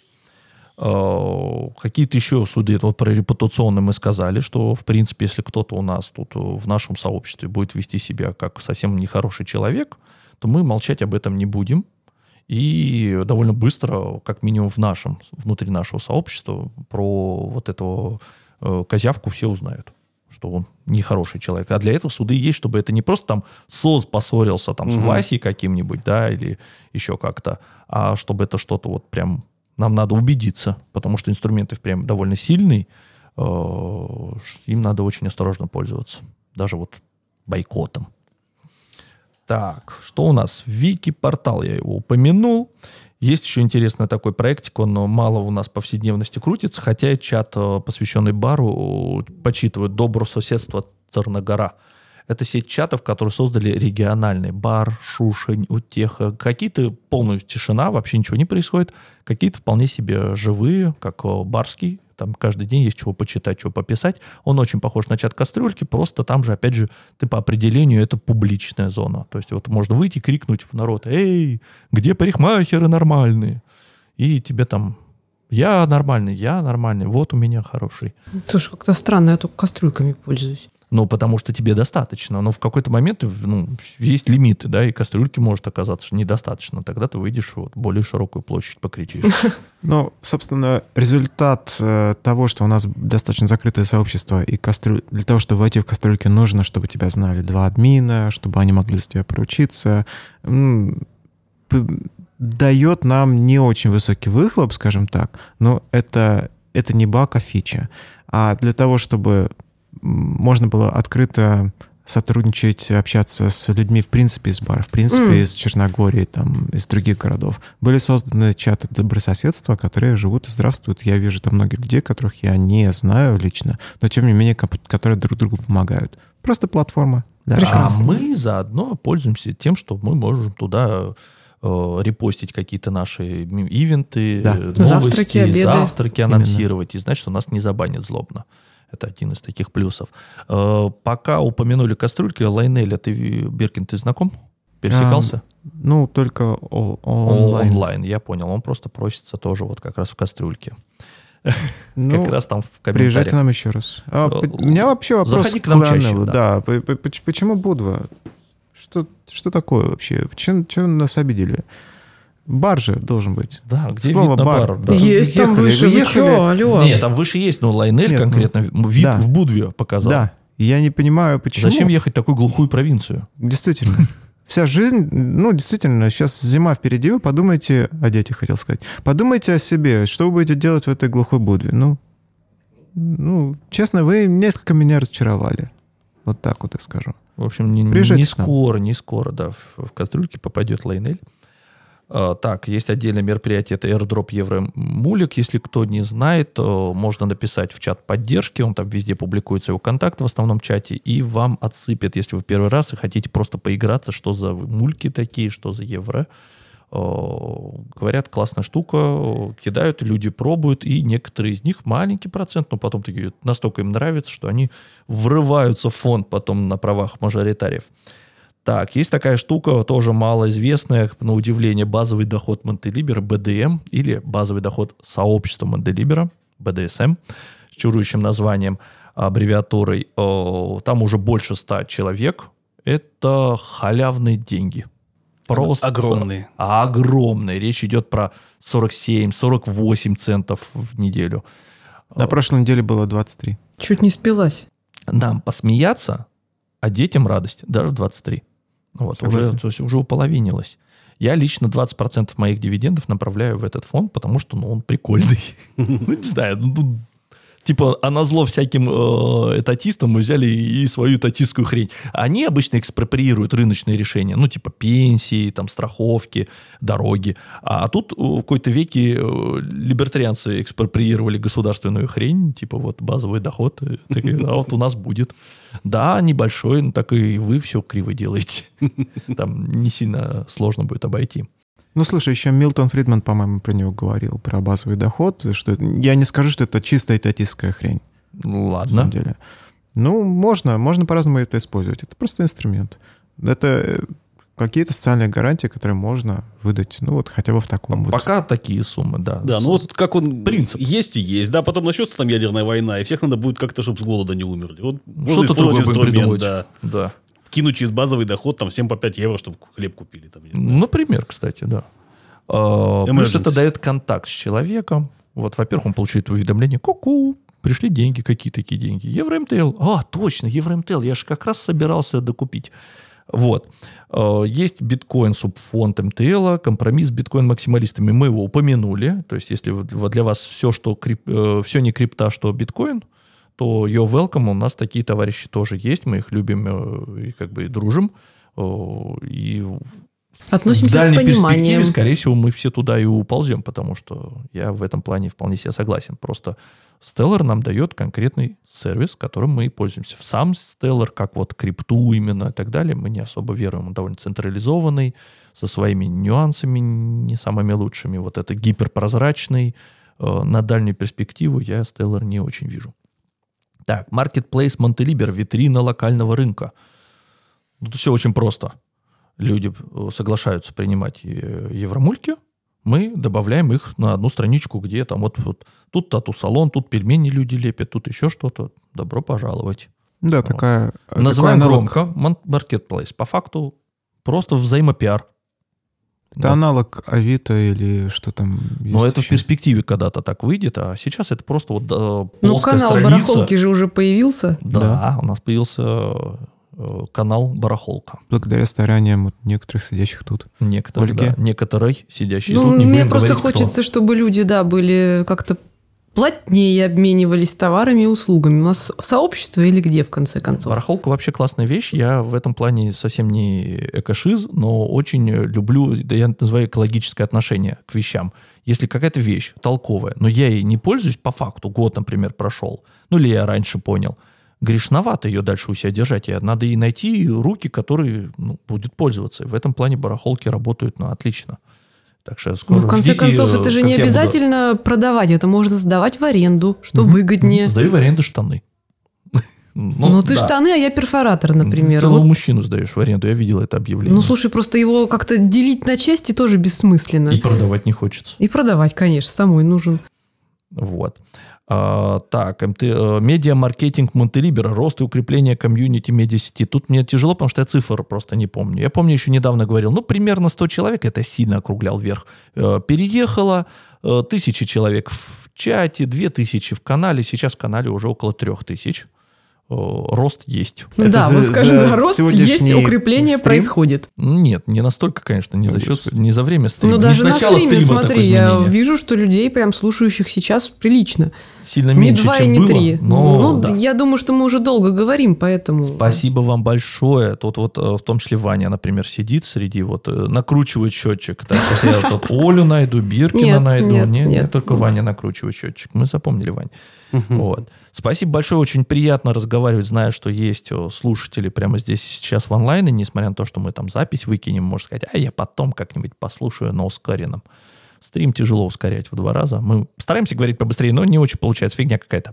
Какие-то еще суды, вот про репутационные мы сказали, что, в принципе, если кто-то у нас тут в нашем сообществе будет вести себя как совсем нехороший человек, то мы молчать об этом не будем. И довольно быстро, как минимум в нашем, внутри нашего сообщества, про вот этого козявку все узнают, что он нехороший человек. А для этого суды есть, чтобы это не просто там СОС поссорился там, угу. с Васей каким-нибудь, да, или еще как-то, а чтобы это что-то вот прям... Нам надо убедиться, потому что инструменты впрямь довольно сильные, им надо очень осторожно пользоваться, даже вот бойкотом. Так, что у нас? Вики-портал, я его упомянул. Есть еще интересный такой проектик, он мало у нас повседневности крутится, хотя и чат, посвященный бару, почитывают «Добро соседство Царногора». Это сеть чатов, которые создали региональный бар, Шушень, Утеха. Какие-то полная тишина, вообще ничего не происходит. Какие-то вполне себе живые, как барский. Там каждый день есть чего почитать, чего пописать. Он очень похож на чат кастрюльки, просто там же, опять же, ты по определению это публичная зона. То есть вот можно выйти и крикнуть в народ: «Эй, где парикмахеры нормальные?» И тебе там... Я нормальный, я нормальный, вот у меня хороший. Слушай, как-то странно, я только кастрюльками пользуюсь. Ну, потому что тебе достаточно. Но в какой-то момент ну, есть лимиты, да, и кастрюльки может оказаться недостаточно. Тогда ты выйдешь вот, в более широкую площадь, покричишь. Ну, собственно, результат э, того, что у нас достаточно закрытое сообщество, и кастрюль... для того, чтобы войти в кастрюльки, нужно, чтобы тебя знали два админа, чтобы они могли за тебя поручиться. М- п- дает нам не очень высокий выхлоп, скажем так, но это, это не баг, а фича. А для того, чтобы можно было открыто сотрудничать, общаться с людьми, в принципе, из баров, в принципе, mm. из Черногории, там, из других городов. Были созданы чаты добрососедства, которые живут и здравствуют. Я вижу там многих людей, которых я не знаю лично, но, тем не менее, которые друг другу помогают. Просто платформа. Да. Прекрасно. А мы заодно пользуемся тем, что мы можем туда э, репостить какие-то наши ивенты, да. новости, завтраки, обеды. завтраки анонсировать, именно. И знать, что нас не забанят злобно. Это один из таких плюсов. Э, пока упомянули кастрюльки, Лайнеля, ты, Биркин, ты знаком? Пересекался? А, ну, только о- онлайн. Онлайн, я понял. Он просто просится тоже вот как раз в кастрюльке. Ну, как раз там в комментариях. Приезжайте к нам еще раз. А, у меня вообще вопрос Заходи к нам чаще. Да. Да. Почему Будва? Что, что такое вообще? Чем, чем нас обидели? Бар же должен быть. Да, где Слово видно бар. бар. Да. Есть Ехали, там выше, вы что, алло? Нет, там выше есть, но Лайнель Нет, конкретно ну, вид да. в Будве показал. Да, я не понимаю, почему. Зачем ехать в такую глухую провинцию? Действительно. Вся жизнь, ну, действительно, сейчас зима впереди, вы подумайте, о детях хотел сказать, подумайте о себе, что вы будете делать в этой глухой Будве. Ну, ну честно, вы несколько меня разочаровали. Вот так вот я скажу. В общем, не, не скоро, не скоро, да, в, в кастрюльке попадет Лайнель. А, так, есть отдельное мероприятие, это airdrop Евромулик. Если кто не знает, то можно написать в чат поддержки, он там везде публикуется, его контакт в основном чате, и вам отсыпят, если вы первый раз и хотите просто поиграться, что за мульки такие, что за евро. Говорят, классная штука, кидают, люди пробуют, и некоторые из них, маленький процент, но потом такие, настолько им нравится, что они врываются в фонд потом на правах мажоритариев. Так, есть такая штука, тоже малоизвестная, на удивление, базовый доход Монтелибера, бэ дэ эм, или базовый доход сообщества Монтелибера, бэ дэ эс эм, с чарующим названием, аббревиатурой. Там уже больше ста человек. Это халявные деньги. Просто огромные. Огромные. Речь идет про сорок семь - сорок восемь центов в неделю. На прошлой неделе было двадцать три. Чуть не спилась. Нам посмеяться, а детям радость. Даже двадцать три. Вот, уже, то есть уже уполовинилось. Я лично двадцать процентов моих дивидендов направляю в этот фонд, потому что ну, он прикольный. Ну, не знаю, ну, типа, а назло всяким э, этатистам мы взяли и свою этатистскую хрень. Они обычно экспроприируют рыночные решения, ну, типа пенсии, там, страховки, дороги. А тут в какой-то веке э, либертарианцы экспроприировали государственную хрень, типа вот базовый доход. Такие, а вот у нас будет. Да, небольшой, но так и вы все криво делаете. Там не сильно сложно будет обойти. Ну, слушай, еще Милтон Фридман, по-моему, про него говорил, про базовый доход. Что я не скажу, что это чистая этатистская хрень. Ладно. На самом деле. Ну, можно, можно по-разному это использовать. Это просто инструмент. Это какие-то социальные гарантии, которые можно выдать, ну, вот хотя бы в таком вот. Пока такие суммы, да. Да, ну вот как он принцип. Есть и есть, да, потом начнется там ядерная война, и всех надо будет как-то, чтобы с голода не умерли. Вот что-то другое будем придумывать. Да. Да. Кинуть через базовый доход там всем по пять евро, чтобы хлеб купили. Там, например, кстати, да. А, плюс это дает контакт с человеком. Вот, во-первых, он получает уведомление: ку-ку, пришли деньги, какие такие деньги? Евро-МТЛ. А, точно, Евро-МТЛ, я же как раз собирался докупить. Вот. Есть биткоин-субфонд МТЛ, компромисс с биткоин-максималистами. Мы его упомянули. То есть, если для вас все, что крип... все не крипта, что биткоин, то you're welcome. У нас такие товарищи тоже есть. Мы их любим и как бы и дружим. И относимся в дальней с пониманием. перспективе, скорее всего, мы все туда и уползем, потому что я в этом плане вполне себе согласен. Просто Stellar нам дает конкретный сервис, которым мы и пользуемся. В сам Stellar, как вот крипту именно и так далее, мы не особо веруем. Он довольно централизованный, со своими нюансами не самыми лучшими. Вот это гиперпрозрачный. На дальнюю перспективу я Stellar не очень вижу. Так, Marketplace Montelibер, витрина локального рынка. Тут все очень просто. Люди соглашаются принимать евромульки, мы добавляем их на одну страничку, где там вот, вот тут тату-салон, тут пельмени люди лепят, тут еще что-то. Добро пожаловать. Да, вот. такая... Называем такой громко Marketplace. По факту просто взаимопиар. Это да. аналог Авито или что там есть. Но это еще? в перспективе когда-то так выйдет, а сейчас это просто вот да, плоская ну, канал страница. барахолки же уже появился. Да, Да. у нас появился канал барахолка. Благодаря стараниям вот некоторых сидящих тут. Некоторые, Ольги. да, некоторые сидящие Ну, тут. Не мне будем просто говорить, кто. хочется, чтобы люди, да, были как-то плотнее обменивались товарами и услугами. У нас сообщество или где, в конце концов? Барахолка вообще классная вещь. Я в этом плане совсем не экошиз, но очень люблю, да я называю экологическое отношение к вещам. Если какая-то вещь толковая, но я ей не пользуюсь по факту, год, например, прошел, ну или я раньше понял, грешновато ее дальше у себя держать. И надо ей найти руки, которые ну, будут пользоваться. И в этом плане барахолки работают ну, отлично. Так что скоро Ну, в конце ждите, концов, это же как не я обязательно буду... продавать. Это можно сдавать в аренду, что mm-hmm. выгоднее. Сдаю в аренду штаны. Ну, ну ты да. штаны, а я перфоратор, например. Целого вот. мужчину сдаешь в аренду. Я видел это объявление. Ну, слушай, просто его как-то делить на части тоже бессмысленно. И продавать не хочется. И продавать, конечно, самой нужен. Вот. А, так, медиа-маркетинг Монтелибера, рост и укрепление комьюнити медиасети. Тут мне тяжело, потому что я цифр просто не помню. Я помню, еще недавно говорил, ну, примерно сто человек, это сильно округлял вверх, переехало, тысячи человек в чате, две тысячи в канале, сейчас в канале уже около трех тысяч. Рост есть. Это да, вот скажем, да, рост есть, укрепление стрим? происходит. Нет, не настолько, конечно, не, за счет, не за время стрима. Ну, даже не на стриме, смотри, я изменения. вижу, что людей, прям слушающих сейчас, прилично. Сильно не меньше, два чем и не было, три. но ну, да. Я думаю, что мы уже долго говорим, поэтому... Спасибо вам большое. Тут вот в том числе Ваня, например, сидит среди, вот накручивает счетчик. Так, сейчас я тут Олю найду, Биркина нет, найду. Нет, нет, нет, нет, только Ваня накручивает счетчик. Мы запомнили, Вань. Вот. Спасибо большое, очень приятно разговаривать, зная, что есть слушатели прямо здесь и сейчас в онлайне, несмотря на то, что мы там запись выкинем, можно сказать, а я потом как-нибудь послушаю на ускоренном. Стрим тяжело ускорять в два раза. Мы стараемся говорить побыстрее, но не очень получается, фигня какая-то.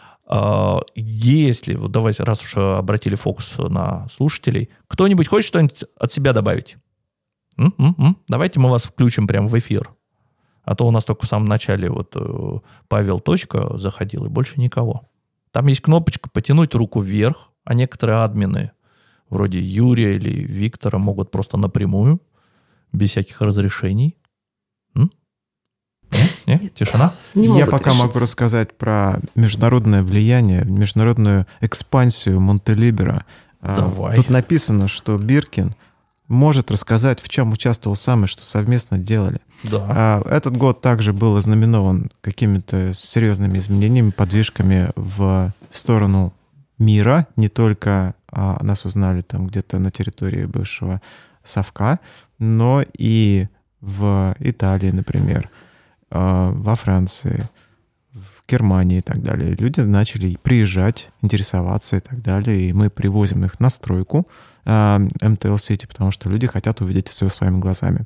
Если, вот давайте, раз уж обратили фокус на слушателей, кто-нибудь хочет что-нибудь от себя добавить? М-м-м. Давайте мы вас включим прямо в эфир. А то у нас только в самом начале вот Павел Точка заходил, и больше никого. Там есть кнопочка «Потянуть руку вверх», а некоторые админы, вроде Юрия или Виктора, могут просто напрямую, без всяких разрешений. М? Нет? Нет? Нет. Тишина? Не Я могут пока решиться. могу рассказать про международное влияние, международную экспансию Монтелибера. Давай. Тут написано, что Биркин может рассказать, в чем участвовал сам и что совместно делали. Да. Этот год также был ознаменован какими-то серьезными изменениями, подвижками в сторону мира. Не только а, нас узнали там где-то на территории бывшего Совка, но и в Италии, например, а, во Франции, в Германии и так далее. Люди начали приезжать, интересоваться и так далее. И мы привозим их на стройку эм тэ эл City, потому что люди хотят увидеть все своими глазами.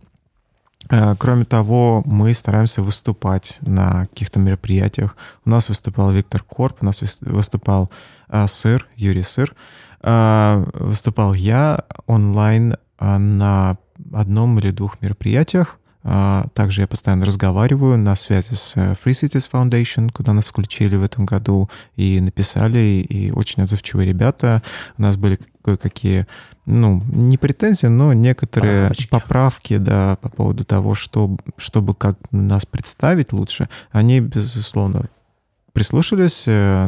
Кроме того, мы стараемся выступать на каких-то мероприятиях. У нас выступал Виктор Корп, у нас выступал а, Сыр, Юрий Сыр. А, выступал я онлайн а, на одном или двух мероприятиях. А, также я постоянно разговариваю на связи с Free Cities Foundation, куда нас включили в этом году и написали, и очень отзывчивые ребята. У нас были кое-какие, ну, не претензии, но некоторые Правочки. поправки, да, по поводу того, что, чтобы как нас представить лучше. Они, безусловно, прислушались,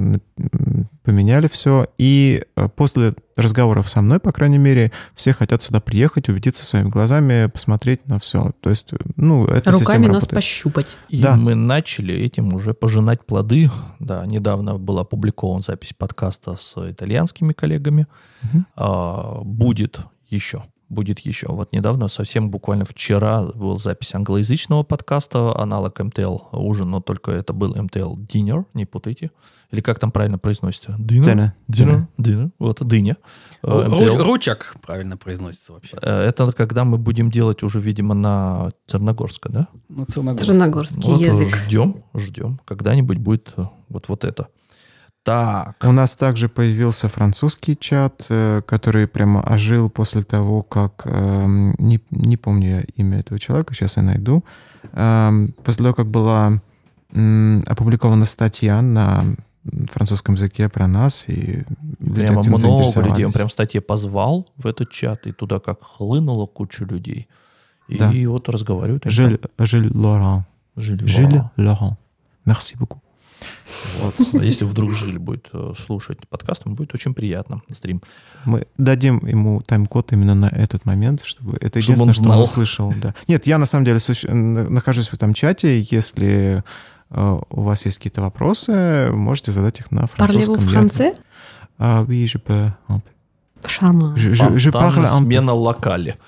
поменяли все, и после разговоров со мной, по крайней мере, все хотят сюда приехать, убедиться своими глазами, посмотреть на все. То есть, ну, эта Руками система нас работает. пощупать. И Да. мы начали этим уже пожинать плоды. Да, недавно была опубликована запись подкаста с итальянскими коллегами. Мгм. А, будет еще. Будет еще. Вот недавно, совсем буквально вчера, была запись англоязычного подкаста, аналог эм тэ эл ужин, но только это был эм тэ эл Dinner, не путайте. Или как там правильно произносится? Dinner? Dinner. Dinner. Dinner. Вот, дыня. Э, эм тэ эл. Ру- Ручак правильно произносится вообще. Э, Это когда мы будем делать уже, видимо, на Черногорске, да? На Черногорске. Черногорский Вот, язык. Ждем, ждем. Когда-нибудь будет э, вот, вот это. Так. У нас также появился французский чат, э, который прямо ожил после того, как... эм, не, не помню я имя этого человека, сейчас я найду. Эм, после того, как была м, опубликована статья на французском языке про нас, и люди Прямо активно много людей. Он заинтересовались. прям в статье позвал в этот чат, и туда как хлынула куча людей. И Да. вот разговаривают. они Жиль, там. Жиль Лоран. Жиль Жиль Лоран. Лоран. Merci beaucoup. Вот. А если вдруг Жиль будет э, слушать подкаст, ему будет очень приятно. Стрим. Мы дадим ему тайм-код именно на этот момент, чтобы это Чтобы он единственное, что он знал. услышал. Да. Нет, я на самом деле суще- на- нахожусь в этом чате. Если э, у вас есть какие-то вопросы, можете задать их на французском. Parlez-vous Я- français? А, oui, je peux un peu. Шарман. Je- je- je parle Спонтанная un peu. смена локали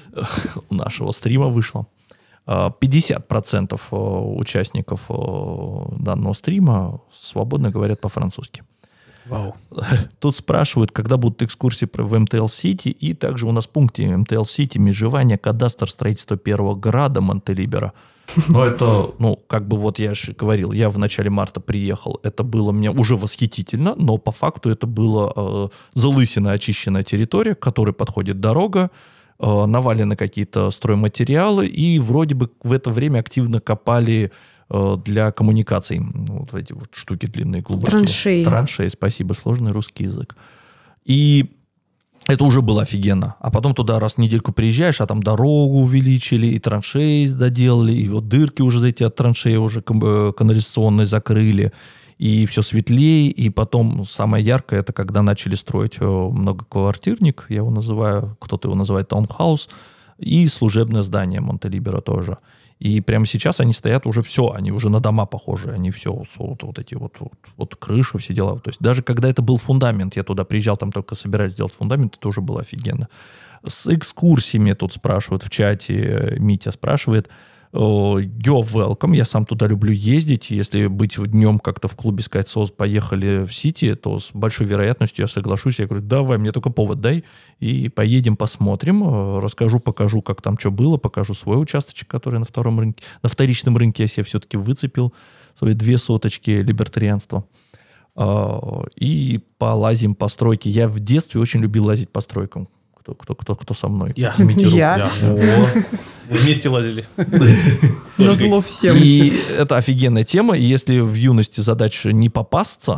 у нашего стрима вышла. А, пятьдесят процентов э, участников э, данного стрима свободно говорят по-французски. Вау. Тут спрашивают, когда будут экскурсии про- в эм тэ эл City, и также у нас в пункте эм тэ эл City межевание, кадастр, строительство первого града Монтелибера. Но это, ну, как бы вот я же говорил, я в начале марта приехал, это было мне уже восхитительно, но по факту это была э, залысина, очищенная территория, к которой подходит дорога, э, навалены какие-то стройматериалы, и вроде бы в это время активно копали э, для коммуникаций вот эти вот штуки длинные, глубокие. Траншеи. Траншеи, спасибо, сложный русский язык. И это уже было офигенно. А потом туда раз в недельку приезжаешь, а там дорогу увеличили, и траншеи доделали, и вот дырки уже за эти от траншеи уже кам- канализационные закрыли, и все светлее. И потом самое яркое, это когда начали строить э, многоквартирник, я его называю, кто-то его называет таунхаус, и служебное здание Монтелибера тоже. И прямо сейчас они стоят уже все, они уже на дома похожи, они все, вот, вот эти вот, вот, вот крыши, все дела. То есть даже когда это был фундамент, я туда приезжал, там только собирались сделать фундамент, это уже было офигенно. С экскурсиями тут спрашивают в чате, Митя спрашивает, You're welcome. Я сам туда люблю ездить. Если быть днем как-то в клубе сказать, СОС, поехали в Сити, то с большой вероятностью я соглашусь. Я говорю, давай, мне только повод дай. И поедем, посмотрим. Расскажу, покажу, как там что было. Покажу свой участочек, который на втором рынке. На вторичном рынке я себе все-таки выцепил. Свои две соточки либертарианства. И полазим по стройке. Я в детстве очень любил лазить по стройкам. Кто, кто, кто, кто со мной? Я. Я. Я. О, мы вместе лазили. Назло всем. И это офигенная тема. И если в юности задача не попасться,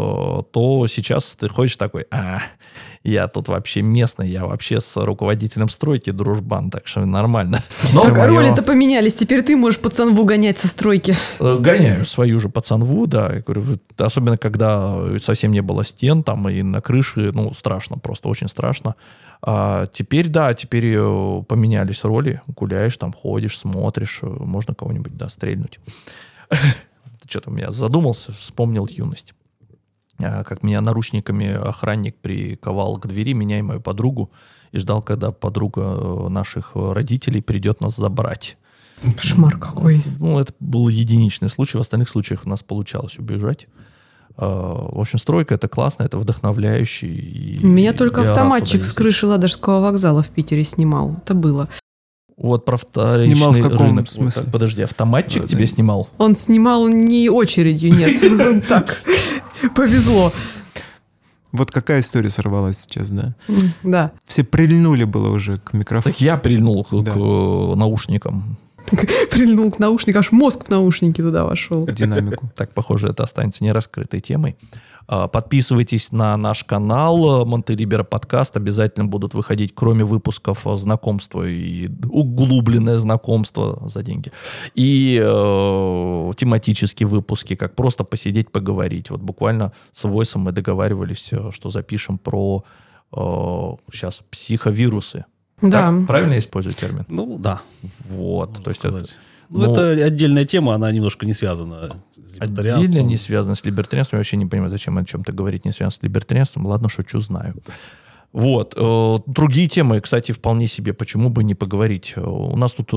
то сейчас ты ходишь такой, а, я тут вообще местный, я вообще с руководителем стройки дружбан, так что нормально. Но роли-то поменялись, теперь ты можешь пацанву гонять со стройки. Гоняю свою же пацанву, да. Я говорю, особенно когда совсем не было стен там и на крыше, ну, страшно, просто очень страшно. А теперь, да, теперь поменялись роли. Гуляешь, там ходишь, смотришь, можно кого-нибудь, да, стрельнуть. Что-то у меня задумался, вспомнил юность. Как меня наручниками охранник приковал к двери, меня и мою подругу, и ждал, когда подруга наших родителей придет нас забрать. Кошмар какой. Ну, это был единичный случай, в остальных случаях у нас получалось убежать. В общем, стройка — это классно, это вдохновляюще. И меня только автоматчик с крыши Ладожского вокзала в Питере снимал. Это было. Вот про вторичный снимал в каком рынок. смысле? Так, подожди, автоматчик да, тебе да. снимал? Он снимал не очередью, нет. Так, повезло. Вот какая история сорвалась сейчас, да? Да. Все прильнули было уже к микрофону. Так я прильнул к наушникам. Прильнул к наушникам, аж мозг в наушники туда вошел. Динамику. Так, похоже, это останется нераскрытой темой. Подписывайтесь на наш канал Монтелибера подкаст. Обязательно будут выходить, кроме выпусков, знакомства и углубленное знакомство за деньги. И э, тематические выпуски, как просто посидеть, поговорить. Вот буквально с Войсом мы договаривались, что запишем про э, сейчас психовирусы. Да. Так, правильно я использую термин? Ну, да. Вот. То есть это, ну, ну, это отдельная тема, она немножко не связана с либертарианством. Отдельно не связана с либертарианством. Я вообще не понимаю, зачем о чем-то говорить не связано с либертарианством. Ладно, шучу, знаю. Вот. Другие темы, кстати, вполне себе. Почему бы не поговорить? У нас тут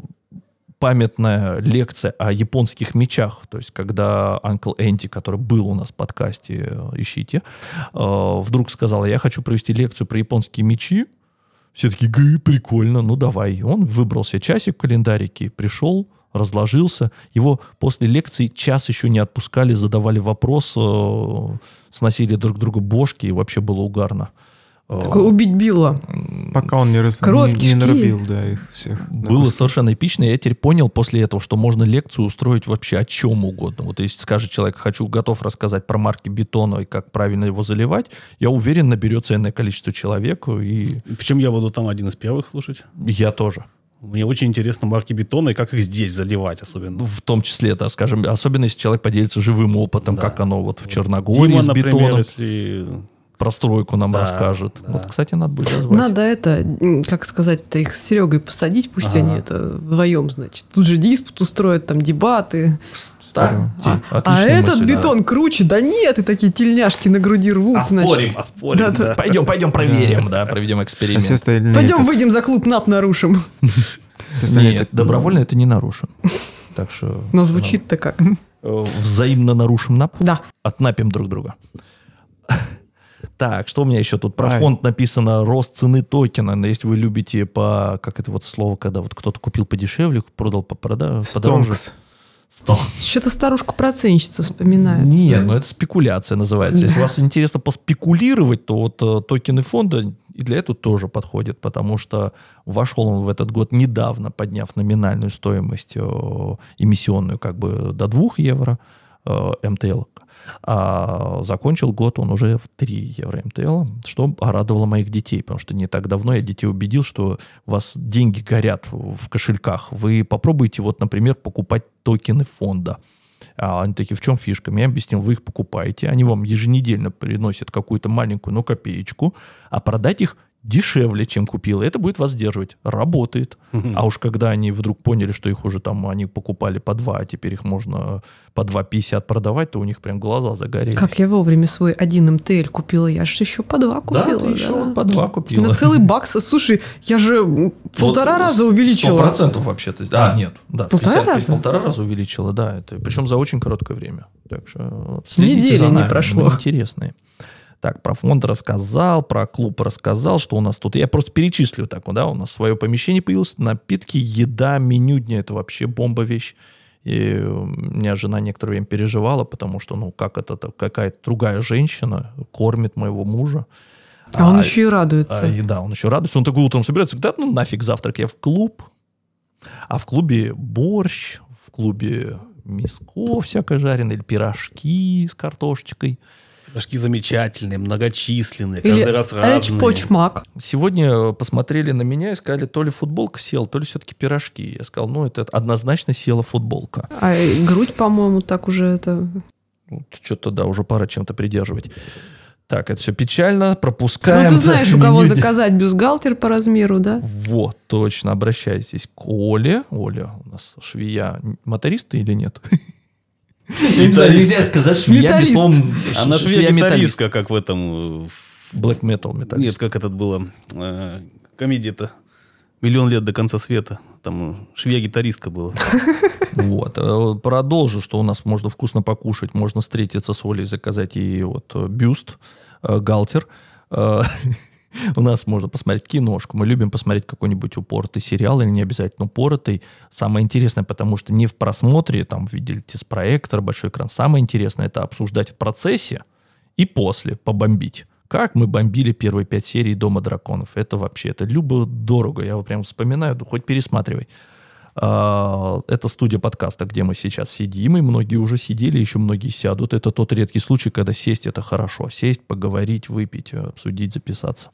памятная лекция о японских мечах. То есть, когда Uncle Энди, который был у нас в подкасте, ищите, вдруг сказал, я хочу провести лекцию про японские мечи. Все такие, г, прикольно, ну давай. Он выбрал себе часик в календарике, пришел, разложился. Его после лекции час еще не отпускали, задавали вопрос, сносили друг другу бошки, и вообще было угарно. Такой убить Билла. Пока он не, раз... Кровь, не, не нарубил, да, их всех. Было совершенно эпично. Я теперь понял после этого, что можно лекцию устроить вообще о чем угодно. Вот если скажет человек, хочу, готов рассказать про марки бетона и как правильно его заливать, я уверен, наберется ценное количество человек. И... Причем я буду там один из первых слушать. Я тоже. Мне очень интересно марки бетона и как их здесь заливать особенно. В том числе, да, скажем, особенно если человек поделится живым опытом, да. Как оно вот в Черногории Дима, с бетоном. Например, если... Про стройку нам да, расскажет. Да. Вот, кстати, надо будет дозвать. Надо это, как сказать-то, их с Серегой посадить, пусть ага. они это вдвоем, значит. Тут же диспут устроят, там дебаты. Да. А, а этот мысль, бетон да. круче, да нет, и такие тельняшки на груди рвут, оспорим, значит. Оспорим, да, да. да. Пойдем, пойдем проверим, да, проведем эксперимент. Пойдем это... выйдем за клуб НАП нарушим. Нет, это... добровольно это не нарушим. Так что... Но звучит-то как? Взаимно нарушим НАП? Да. Отнапим друг друга. Так, что у меня еще тут? Про Ай. фонд написано рост цены токена. Если вы любите по... Как это вот слово, когда вот кто-то купил подешевле, продал по продаже, подороже. Стонкс. Что-то старушка-процентщица вспоминается. Нет, ну это спекуляция называется. Да. Если вас интересно поспекулировать, то вот э, токены фонда и для этого тоже подходят, потому что вошел он в этот год недавно, подняв номинальную стоимость э, эмиссионную как бы до двух евро э, эм тэ эл. А закончил год он уже в три евро эм тэ эл, что порадовало моих детей, потому что не так давно я детей убедил, что у вас деньги горят в кошельках. Вы попробуйте, вот, например, покупать токены фонда. А они такие, в чем фишка? Я объяснил, вы их покупаете, они вам еженедельно приносят какую-то маленькую, ну, копеечку, а продать их дешевле, чем купила. Это будет вас сдерживать. Работает. А уж когда они вдруг поняли, что их уже там, они покупали по два, а теперь их можно по два пятьдесят продавать, то у них прям глаза загорелись. Как я вовремя свой один эм тэ эль купила, я же еще по два купила. Да, ты еще по два купила. На целый бакс. Слушай, я же полтора раза увеличила. Сто процентов вообще-то. А, нет. Да, полтора раза? Полтора раза увеличила, да. Это, причем за очень короткое время. Так что следите недели за нами, не прошло. Мы интересные. Так, про фонд рассказал, про клуб рассказал, что у нас тут... Я просто перечислю так, да, у нас свое помещение появилось, напитки, еда, меню дня, это вообще бомба вещь. И у меня жена некоторое время переживала, потому что, ну, как это, какая-то другая женщина кормит моего мужа. А, а он еще и радуется. А, да, он еще радуется. Он такой утром собирается, да, ну нафиг завтрак, я в клуб. А в клубе борщ, в клубе мяско всякое жареное, или пирожки с картошечкой. Пирожки замечательные, многочисленные, Или каждый раз разные. эчпочмак. Сегодня посмотрели на меня и сказали, то ли футболка села, то ли все-таки пирожки. Я сказал, ну, это однозначно села футболка. А грудь, по-моему, так уже это... Вот, что-то, да, уже пора чем-то придерживать. Так, это все печально, пропускаем. Ну, ты знаешь, у кого заказать бюстгальтер по размеру, да? Вот, точно, обращайтесь к Оле. Оля у нас швея моториста или нет? Я не знаю, нельзя сказать швея без слова. Она швея-гитаристка, как в этом... Black metal металлист. Нет, как этот было... Комедия-то «Миллион лет до конца света». Там швея-гитаристка была. Вот. Продолжу, что у нас можно вкусно покушать, можно встретиться с Олей, заказать ей вот бюст, галтер. У нас можно посмотреть киношку. Мы любим посмотреть какой-нибудь упоротый сериал, или не обязательно упоротый. Самое интересное, потому что не в просмотре, там, видите, с проектора, большой экран. Самое интересное — это обсуждать в процессе и после, побомбить. Как мы бомбили первые пять серий «Дома драконов». Это вообще, это любо-дорого. Я его прям вспоминаю, хоть пересматривай. Это студия подкаста, где мы сейчас сидим, и многие уже сидели, еще многие сядут. Это тот редкий случай, когда сесть — это хорошо. Сесть, поговорить, выпить, обсудить, записаться.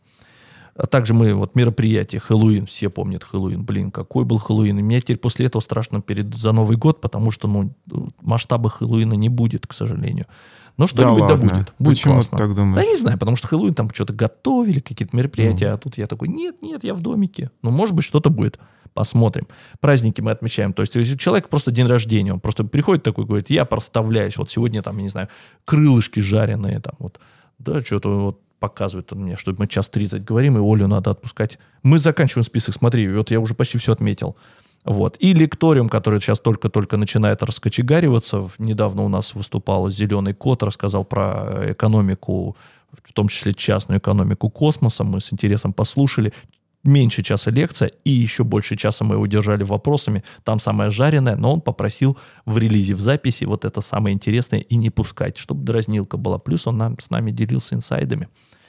А также мы, вот мероприятие, Хэллоуин, все помнят Хэллоуин. Блин, какой был Хэллоуин. И мне теперь после этого страшно перед, за Новый год, потому что, ну, масштаба Хэллоуина не будет, к сожалению. Но что-нибудь да, да будет. Будет Почему классно. ты так думаешь? Да не знаю, потому что Хэллоуин там что-то готовили, какие-то мероприятия, mm. а тут я такой, нет, нет, я в домике. Ну, может быть, что-то будет. Посмотрим. Праздники мы отмечаем. То есть, у человека просто день рождения. Он просто приходит такой, говорит, я проставляюсь. Вот сегодня там, я не знаю, крылышки жареные там вот. Да, что-то вот показывает он мне, что мы час тридцать говорим, и Олю надо отпускать. Мы заканчиваем список, смотри, вот я уже почти все отметил. Вот. И лекториум, который сейчас только-только начинает раскочегариваться. Недавно у нас выступал «Зеленый кот», рассказал про экономику, в том числе частную экономику космоса. Мы с интересом послушали. Меньше часа лекция, и еще больше часа мы его держали вопросами. Там самое жареное, но он попросил в релизе, в записи вот это самое интересное и не пускать, чтобы дразнилка была. Плюс он нам, с нами делился инсайдами.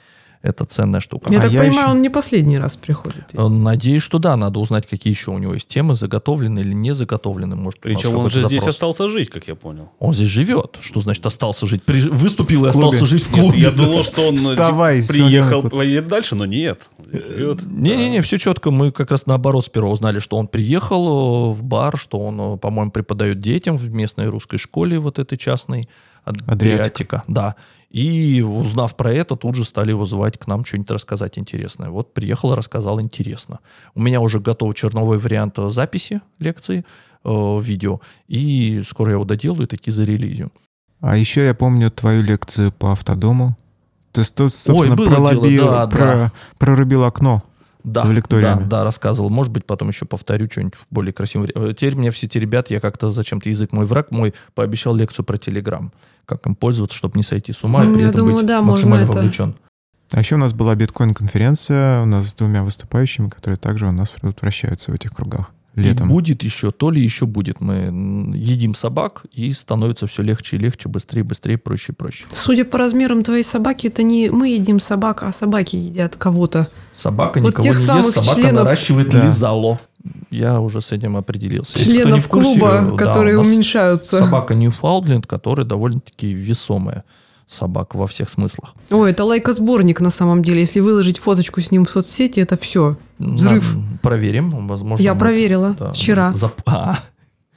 Это ценная штука. Я а так я понимаю, еще... он не последний раз приходит. Надеюсь, что да. Надо узнать, какие еще у него есть темы, заготовлены или не заготовлены. Может, причем он же запрос. Здесь остался жить, как я понял. Он здесь живет. Что значит остался жить? При... Выступил и остался жить в клубе. Нет, я думал, что он Вставай, типа, приехал, поедет дальше, но нет. Не-не-не, все четко. Мы как раз наоборот сперва узнали, что он приехал в бар, что он, по-моему, преподает детям в местной русской школе вот этой частной. Адриатика. Да. И узнав про это, тут же стали его звать к нам что-нибудь рассказать интересное. Вот приехал и рассказал интересно. У меня уже готов черновой вариант записи лекции, э, видео. И скоро я его доделаю и таки зарелизю. А еще я помню твою лекцию по автодому. Ты, собственно, Ой, было пролобил, дело, да, про, да. прорубил окно. Да, в лекториуме. да, да, рассказывал. Может быть, потом еще повторю что-нибудь в более красивом варианте. Теперь мне все эти ребята, я как-то зачем-то язык мой враг мой, пообещал лекцию про Телеграм. Как им пользоваться, чтобы не сойти с ума, ну, и при я этом думаю, быть да, максимально можно вовлечен. Это... А еще у нас была биткоин-конференция, у нас с двумя выступающими, которые также у нас вращаются в этих кругах. Летом. И будет еще, то ли еще будет. Мы едим собак, и становится все легче и легче, быстрее, быстрее, проще и проще. Судя по размерам твоей собаки, это не мы едим собак, а собаки едят кого-то. Собака вот никого не ест, собака членов... наращивает да. лизало. Я уже с этим определился. Членов в курсе, клуба, да, которые уменьшаются. Собака Ньюфаундленд, которая довольно-таки весомая собака во всех смыслах. Ой, это лайкосборник на самом деле. Если выложить фоточку с ним в соцсети, это все. Взрыв. Нам проверим. Возможно, Я мы... проверила да, вчера. Зап... А.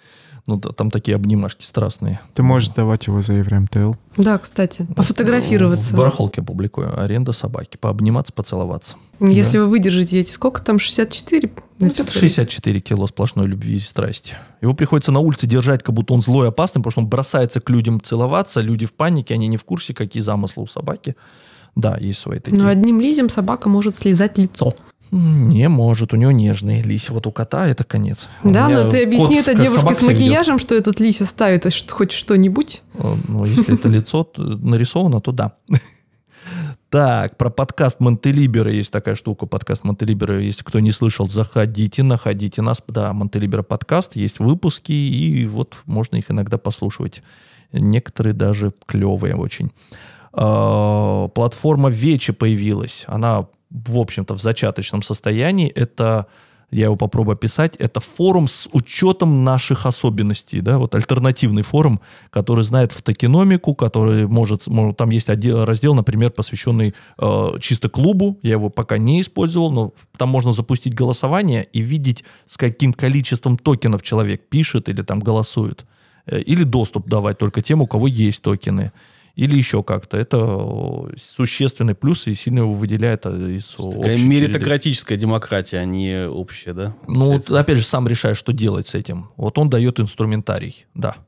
Ну, там такие обнимашки страстные. Ты можешь давать его за евро эм тэ эл. Да, кстати, пофотографироваться. В барахолке публикую. Аренда собаки. Пообниматься, поцеловаться. Если Да. вы выдержите эти, сколько там, шестьдесят четыре? Ну, это шестьдесят четыре кило сплошной любви и страсти. Его приходится на улице держать, как будто он злой и опасный, потому что он бросается к людям целоваться, люди в панике, они не в курсе, какие замыслы у собаки. Да, есть свои такие. Но одним лизем собака может слезать лицо. Не может, у него нежные лись. Вот у кота это конец. У Да, меня но ты объясни кот это как девушке собак с всех макияжем, что этот лися ставит а что- хоть что-нибудь. бьет. Ну, если это лицо то нарисовано, то да. Так, про подкаст Монтелибера есть такая штука. Подкаст Монтелибера, если кто не слышал, заходите, находите нас. Да, Монтелибера подкаст, есть выпуски, и вот можно их иногда послушивать. Некоторые даже клевые очень. А, платформа Вечи появилась. Она, в общем-то, в зачаточном состоянии. Это, я его попробую описать, это форум с учетом наших особенностей. Да? Вот альтернативный форум, который знает фотокиномику, который может... может там есть отдел, раздел, например, посвященный э, чисто клубу. Я его пока не использовал, но там можно запустить голосование и видеть, с каким количеством токенов человек пишет или там голосует. Э, или доступ давать только тем, у кого есть токены. Или еще как-то. Это существенный плюс и сильно его выделяет из Такая общей меритократическая демократия, а не общая, да? Ну, вот, опять же, сам решаешь, что делать с этим. Вот он дает инструментарий, да.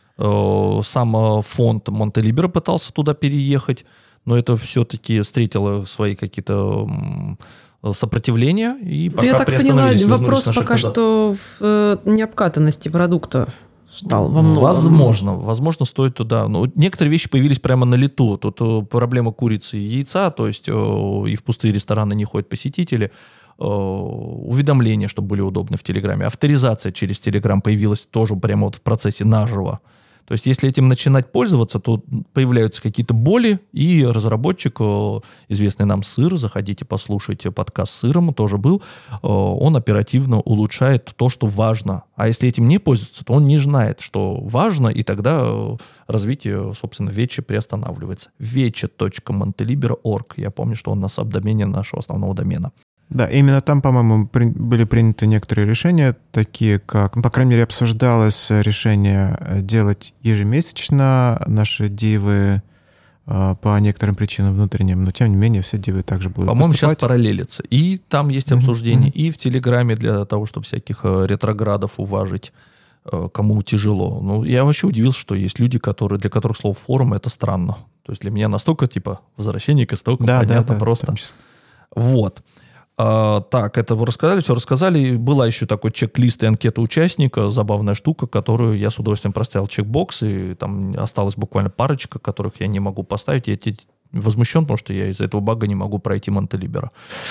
Э, Сам э, фонд Монтелибера пытался туда переехать, но это все-таки встретило свои какие-то м, сопротивления, и пока Я так поняла, приостановились. вопрос вернулись на шаг пока назад. что в э, необкатанности продукта стал во многом. Возможно, возможно, стоит туда. Но некоторые вещи появились прямо на лету. Тут э, проблема курицы и яйца, то есть э, и в пустые рестораны не ходят посетители. Э, уведомления, чтобы были удобны в Телеграме. Авторизация через Телеграм появилась тоже прямо вот в процессе наживо. То есть, если этим начинать пользоваться, то появляются какие-то боли, и разработчик, э, известный нам Сыр, заходите, послушайте подкаст с Сыром, тоже был, э, он оперативно улучшает то, что важно. А если этим не пользуется, то он не знает, что важно, и тогда э, развитие, собственно, Вечи приостанавливается. вечи точка монтелибера точка орг. Я помню, что он на сабдомене нашего основного домена. Да, именно там, по-моему, при- были приняты некоторые решения, такие как, ну, по крайней мере, обсуждалось решение делать ежемесячно наши дивы э, по некоторым причинам внутренним, но тем не менее все дивы также будут По-моему, сейчас поступать. параллелится. И там есть Мгм, обсуждение, мгм. и в Телеграме для того, чтобы всяких э, ретроградов уважить, э, кому тяжело. Ну, я вообще удивился, что есть люди, которые, для которых слово форум — это странно. То есть для меня настолько, типа, возвращение к истокам, Да, да, понятно, да, в просто. том числе. Вот. А, так, это вы рассказали, все рассказали. Была еще такой чек-лист и анкета участника, забавная штука, которую я с удовольствием проставил чекбокс, и там осталось буквально парочка, которых я не могу поставить. Я те- возмущен, потому что я из-за этого бага не могу пройти Монтелибера.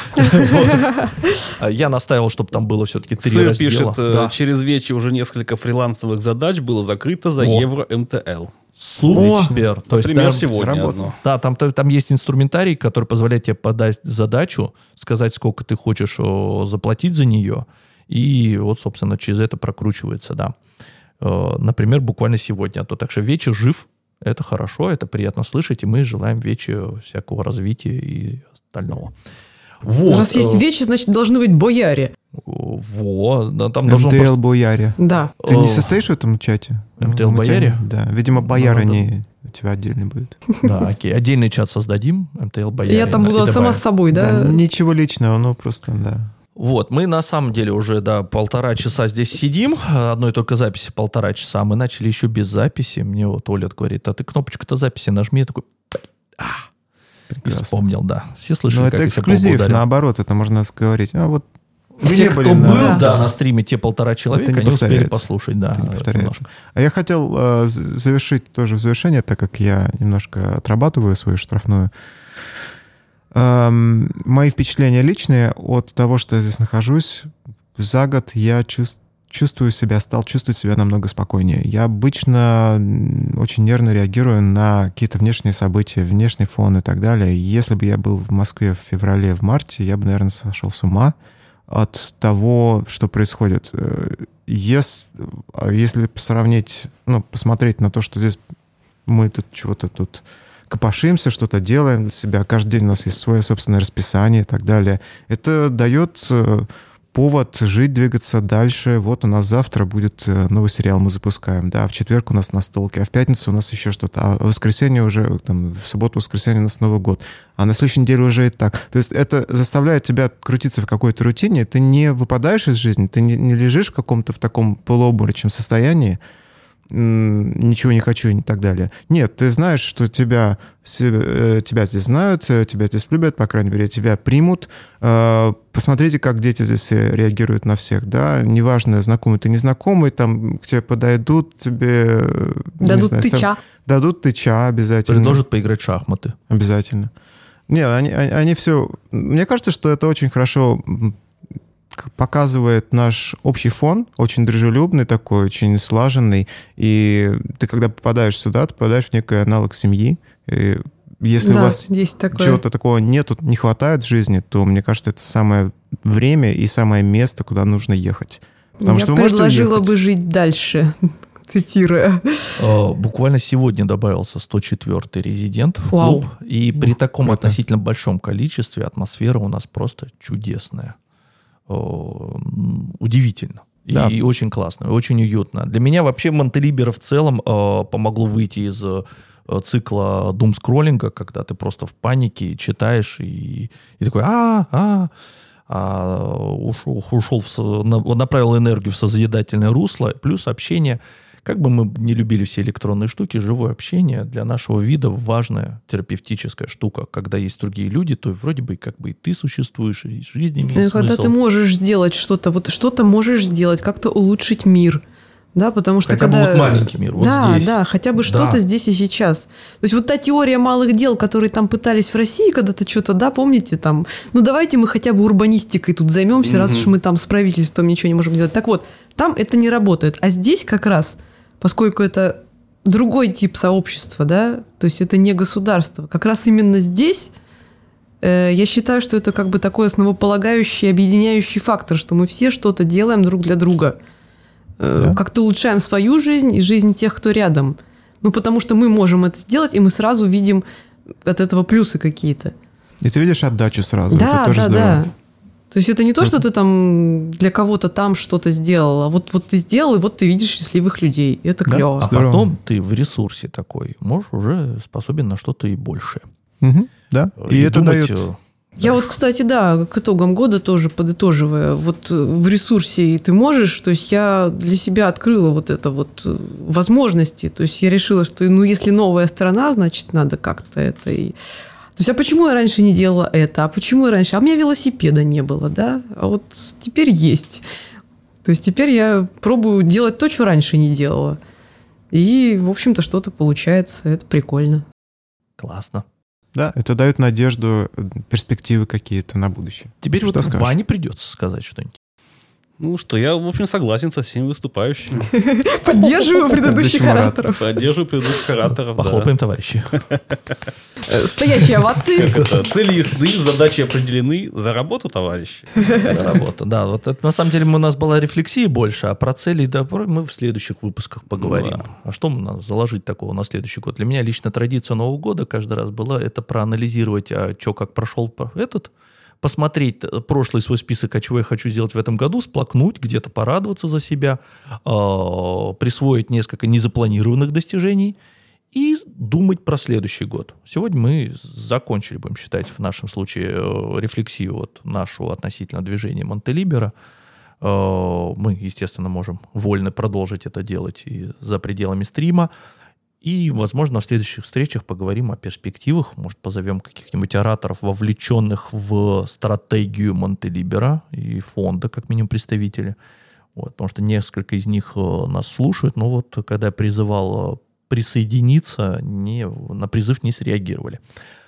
Я настаивал, чтобы там было все-таки три Сыр раздела. пишет, э, Да. через Вечи уже несколько фрилансовых задач было закрыто за О. евро эм тэ эл. Супер. То есть Например, там- сегодня сработало. одно. Да, там, там, там есть инструментарий, который позволяет тебе подать задачу, сказать, сколько ты хочешь о, заплатить за нее, и вот, собственно, через это прокручивается, да. Э, Например, буквально сегодня. А то так что Вечи жив, это хорошо, это приятно слышать, и мы желаем Вечи всякого развития и остального. Вот. Раз есть э, вечи, значит, должны быть бояре. Во, да, там должно эм тэ эл просто... Бояре. Да. Ты не О. состоишь в этом чате? эм тэ эл Мы тебя- Бояре? Да. Видимо, Бояра надо- не у тебя отдельно будет. Да, окей. Отдельный чат создадим, эм тэ эл Бояре. Я там и буду сама добавим. с собой, да? Да, ничего личного, ну просто, да. Вот, мы на самом деле уже, да, полтора часа здесь сидим, одной только записи полтора часа, мы начали еще без записи, мне вот Оля говорит, а ты кнопочку-то записи нажми, я такой, а, и Прекрасно. вспомнил, да, все слышали, Но как это я себя по лбу эксклюзив, ударил? наоборот, это можно говорить. А вот вы Те, не кто были на- был, Да. да, на стриме, те полтора человека, не они успели повторяется. послушать, да. Это не это повторяется. немножко. А я хотел э, з- завершить тоже в завершение, так как я немножко отрабатываю свою штрафную. Эм, мои впечатления личные от того, что я здесь нахожусь, за год я чувс- чувствую себя, стал чувствовать себя намного спокойнее. Я обычно м, очень нервно реагирую на какие-то внешние события, внешний фон и так далее. Если бы я был в Москве в феврале, в марте, я бы, наверное, сошел с ума от того, что происходит. Э, Если, если сравнить, ну, посмотреть на то, что здесь мы тут чего-то тут копошимся, что-то делаем для себя, каждый день у нас есть свое собственное расписание и так далее, это дает э, повод жить, двигаться дальше. Вот у нас завтра будет новый сериал, мы запускаем, да, в четверг у нас настолки, а в пятницу у нас еще что-то, а в воскресенье уже, там, в субботу, воскресенье у нас Новый год, а на следующей неделе уже и так. То есть это заставляет тебя крутиться в какой-то рутине, ты не выпадаешь из жизни, ты не, не лежишь в каком-то в таком полуобморочном состоянии, ничего не хочу и так далее. Нет, ты знаешь, что тебя, тебя здесь знают, тебя здесь любят, по крайней мере, тебя примут. Посмотрите, как дети здесь реагируют на всех, да, неважно, знакомый ты, незнакомый, там к тебе подойдут, тебе... Дадут знаю, тыча. Став... Дадут тыча обязательно. Предложат поиграть в шахматы. Обязательно. Нет, они, они все... Мне кажется, что это очень хорошо показывает наш общий фон, очень дружелюбный такой, очень слаженный, и ты, когда попадаешь сюда, ты попадаешь в некий аналог семьи. И если да, у вас чего-то такого нету, не хватает в жизни, то, мне кажется, это самое время и самое место, куда нужно ехать. Потому Я что вы предложила бы жить дальше, цитируя. Буквально сегодня добавился сто четвёртый резидент в Вау. клуб, и при таком Круто. относительно большом количестве атмосфера у нас просто чудесная. Удивительно. Да. И очень классно, и очень уютно. Для меня вообще Монтелиберо в целом э, помогло выйти из э, цикла думскроллинга, когда ты просто в панике читаешь и, и такой а а а ушел, ушел в, на, направил энергию в созидательное русло, плюс общение. Как бы мы не любили все электронные штуки, живое общение для нашего вида важная терапевтическая штука. Когда есть другие люди, то вроде бы как бы и ты существуешь, и жизнь имеет Ну, смысл. когда ты можешь сделать что-то, вот что-то можешь сделать, как-то улучшить мир. Да, потому что хотя когда... бы вот маленький мир, вот да, здесь. Да, хотя бы что-то Да. здесь и сейчас. То есть вот та теория малых дел, которые там пытались в России когда-то что-то, да, помните, там, ну давайте мы хотя бы урбанистикой тут займемся, mm-hmm. раз уж мы там с правительством ничего не можем сделать. Так вот, там это не работает. А здесь как раз, поскольку это другой тип сообщества, да, то есть это не государство, как раз именно здесь э, я считаю, что это как бы такой основополагающий, объединяющий фактор, что мы все что-то делаем друг для друга. Да? Как-то улучшаем свою жизнь и жизнь тех, кто рядом. Ну, потому что мы можем это сделать, и мы сразу видим от этого плюсы какие-то. И ты видишь отдачу сразу. Да, это тоже да, здорово. да. То есть это не то, что ты там для кого-то там что-то сделал, а вот, вот ты сделал, и вот ты видишь счастливых людей. Это Да? клево. А Здорово. потом ты в ресурсе такой, можешь уже способен на что-то и большее. Мгм, да. И, И это думать, дает... э, Я вот, кстати, да, к итогам года тоже подытоживая, вот в ресурсе ты можешь, то есть я для себя открыла вот это вот возможности, то есть я решила, что, ну, если новая страна, значит, надо как-то это и... То есть, а почему я раньше не делала это, а почему я раньше... А у меня велосипеда не было, да, а вот теперь есть. То есть теперь я пробую делать то, что раньше не делала. И, в общем-то, что-то получается, это прикольно. Классно. Да, это дает надежду, перспективы какие-то на будущее. Теперь Что вот скажешь? Ване придется сказать что-нибудь. Ну что, я, в общем, согласен со всеми выступающими. Поддерживаю предыдущих Предыдущий ораторов. Поддерживаю предыдущих ораторов. да. Похлопаем, товарищи. Стоящие овации. Это цели ясны, задачи определены. За работу, товарищи. За работу, да. Вот это, на самом деле у нас была рефлексия больше, а про цели да, про- мы в следующих выпусках поговорим. Да. А что нам заложить такого на следующий год? Для меня лично традиция Нового года каждый раз была это проанализировать, а что, как прошел этот, посмотреть прошлый свой список, а чего я хочу сделать в этом году, сплакнуть, где-то порадоваться за себя, э, присвоить несколько незапланированных достижений и думать про следующий год. Сегодня мы закончили, будем считать, в нашем случае э, рефлексию вот нашу относительно движения Монтелиберо. Э, мы, естественно, можем вольно продолжить это делать и за пределами стрима. И, возможно, в следующих встречах поговорим о перспективах. Может, позовем каких-нибудь ораторов, вовлеченных в стратегию Монтелиберо и фонда, как минимум, представители. Вот, потому что несколько из них э, нас слушают, но вот когда я призывал э, присоединиться, не, на призыв не среагировали.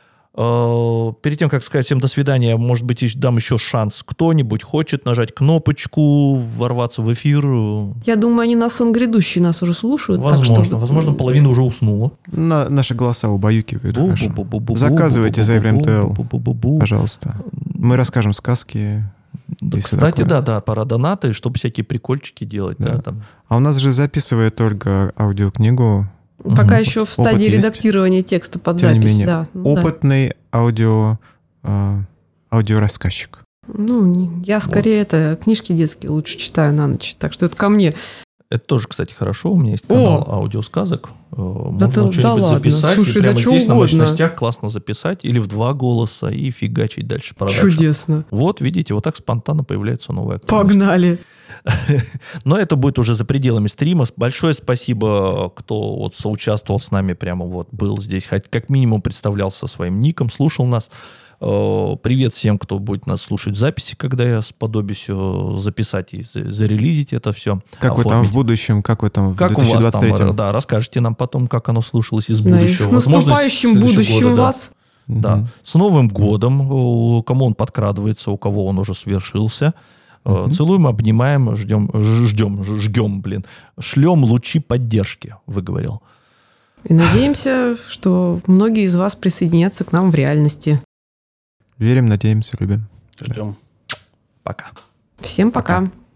Э, перед тем, как сказать всем до свидания, может быть, ещё- дам еще шанс. Кто-нибудь хочет нажать кнопочку, ворваться в эфир? Я думаю, они на сон грядущий нас уже слушают. так Возможно. что- Возможно, половина уже уснула. На- наши голоса убаюкивают хорошо. Бу-бу-бу-бу-бу-бу, Заказывайте за МТЛ, бу-бу-бу-бу-бу. пожалуйста. Мы расскажем сказки. Да, и всё кстати, такое. да, да, пора донаты, чтобы всякие прикольчики делать. Да. Да. там. А у нас же записывает Ольга аудиокнигу. Пока Мгм. еще в Опыт стадии есть. редактирования текста под Тем не запись, менее, да. Ну, да. опытный аудио, э, аудиорассказчик. Ну, я скорее вот. это книжки детские лучше читаю на ночь, так что это ко мне. Это тоже, кстати, хорошо. У меня есть канал О! аудиосказок. Можно да что-нибудь да записать. Слушай, и прямо да здесь угодно. на мощностях классно записать. Или в два голоса и фигачить дальше продакшн. Чудесно. Вот, видите, вот так спонтанно появляется новая активность. Погнали. Но это будет уже за пределами стрима. Большое спасибо, кто вот соучаствовал с нами, прямо вот был здесь, хоть как минимум представлялся своим ником, слушал нас. Привет всем, кто будет нас слушать в записи, когда я сподобюсь записать и зарелизить это все. Как оформить. Вы там в будущем, как вы там в как две тысячи двадцать третьем? У вас там, да, расскажите нам потом, как оно слушалось из да, будущего. И с наступающим будущим года, вас. Да. Да. С Новым годом, кому он подкрадывается, у кого он уже свершился. Mm-hmm. Целуем, обнимаем, ждем, ждем, ждем, блин. Шлем лучи поддержки, выговорил. И надеемся, что многие из вас присоединятся к нам в реальности. Верим, надеемся, любим. Ждем. Пока. Всем пока. пока.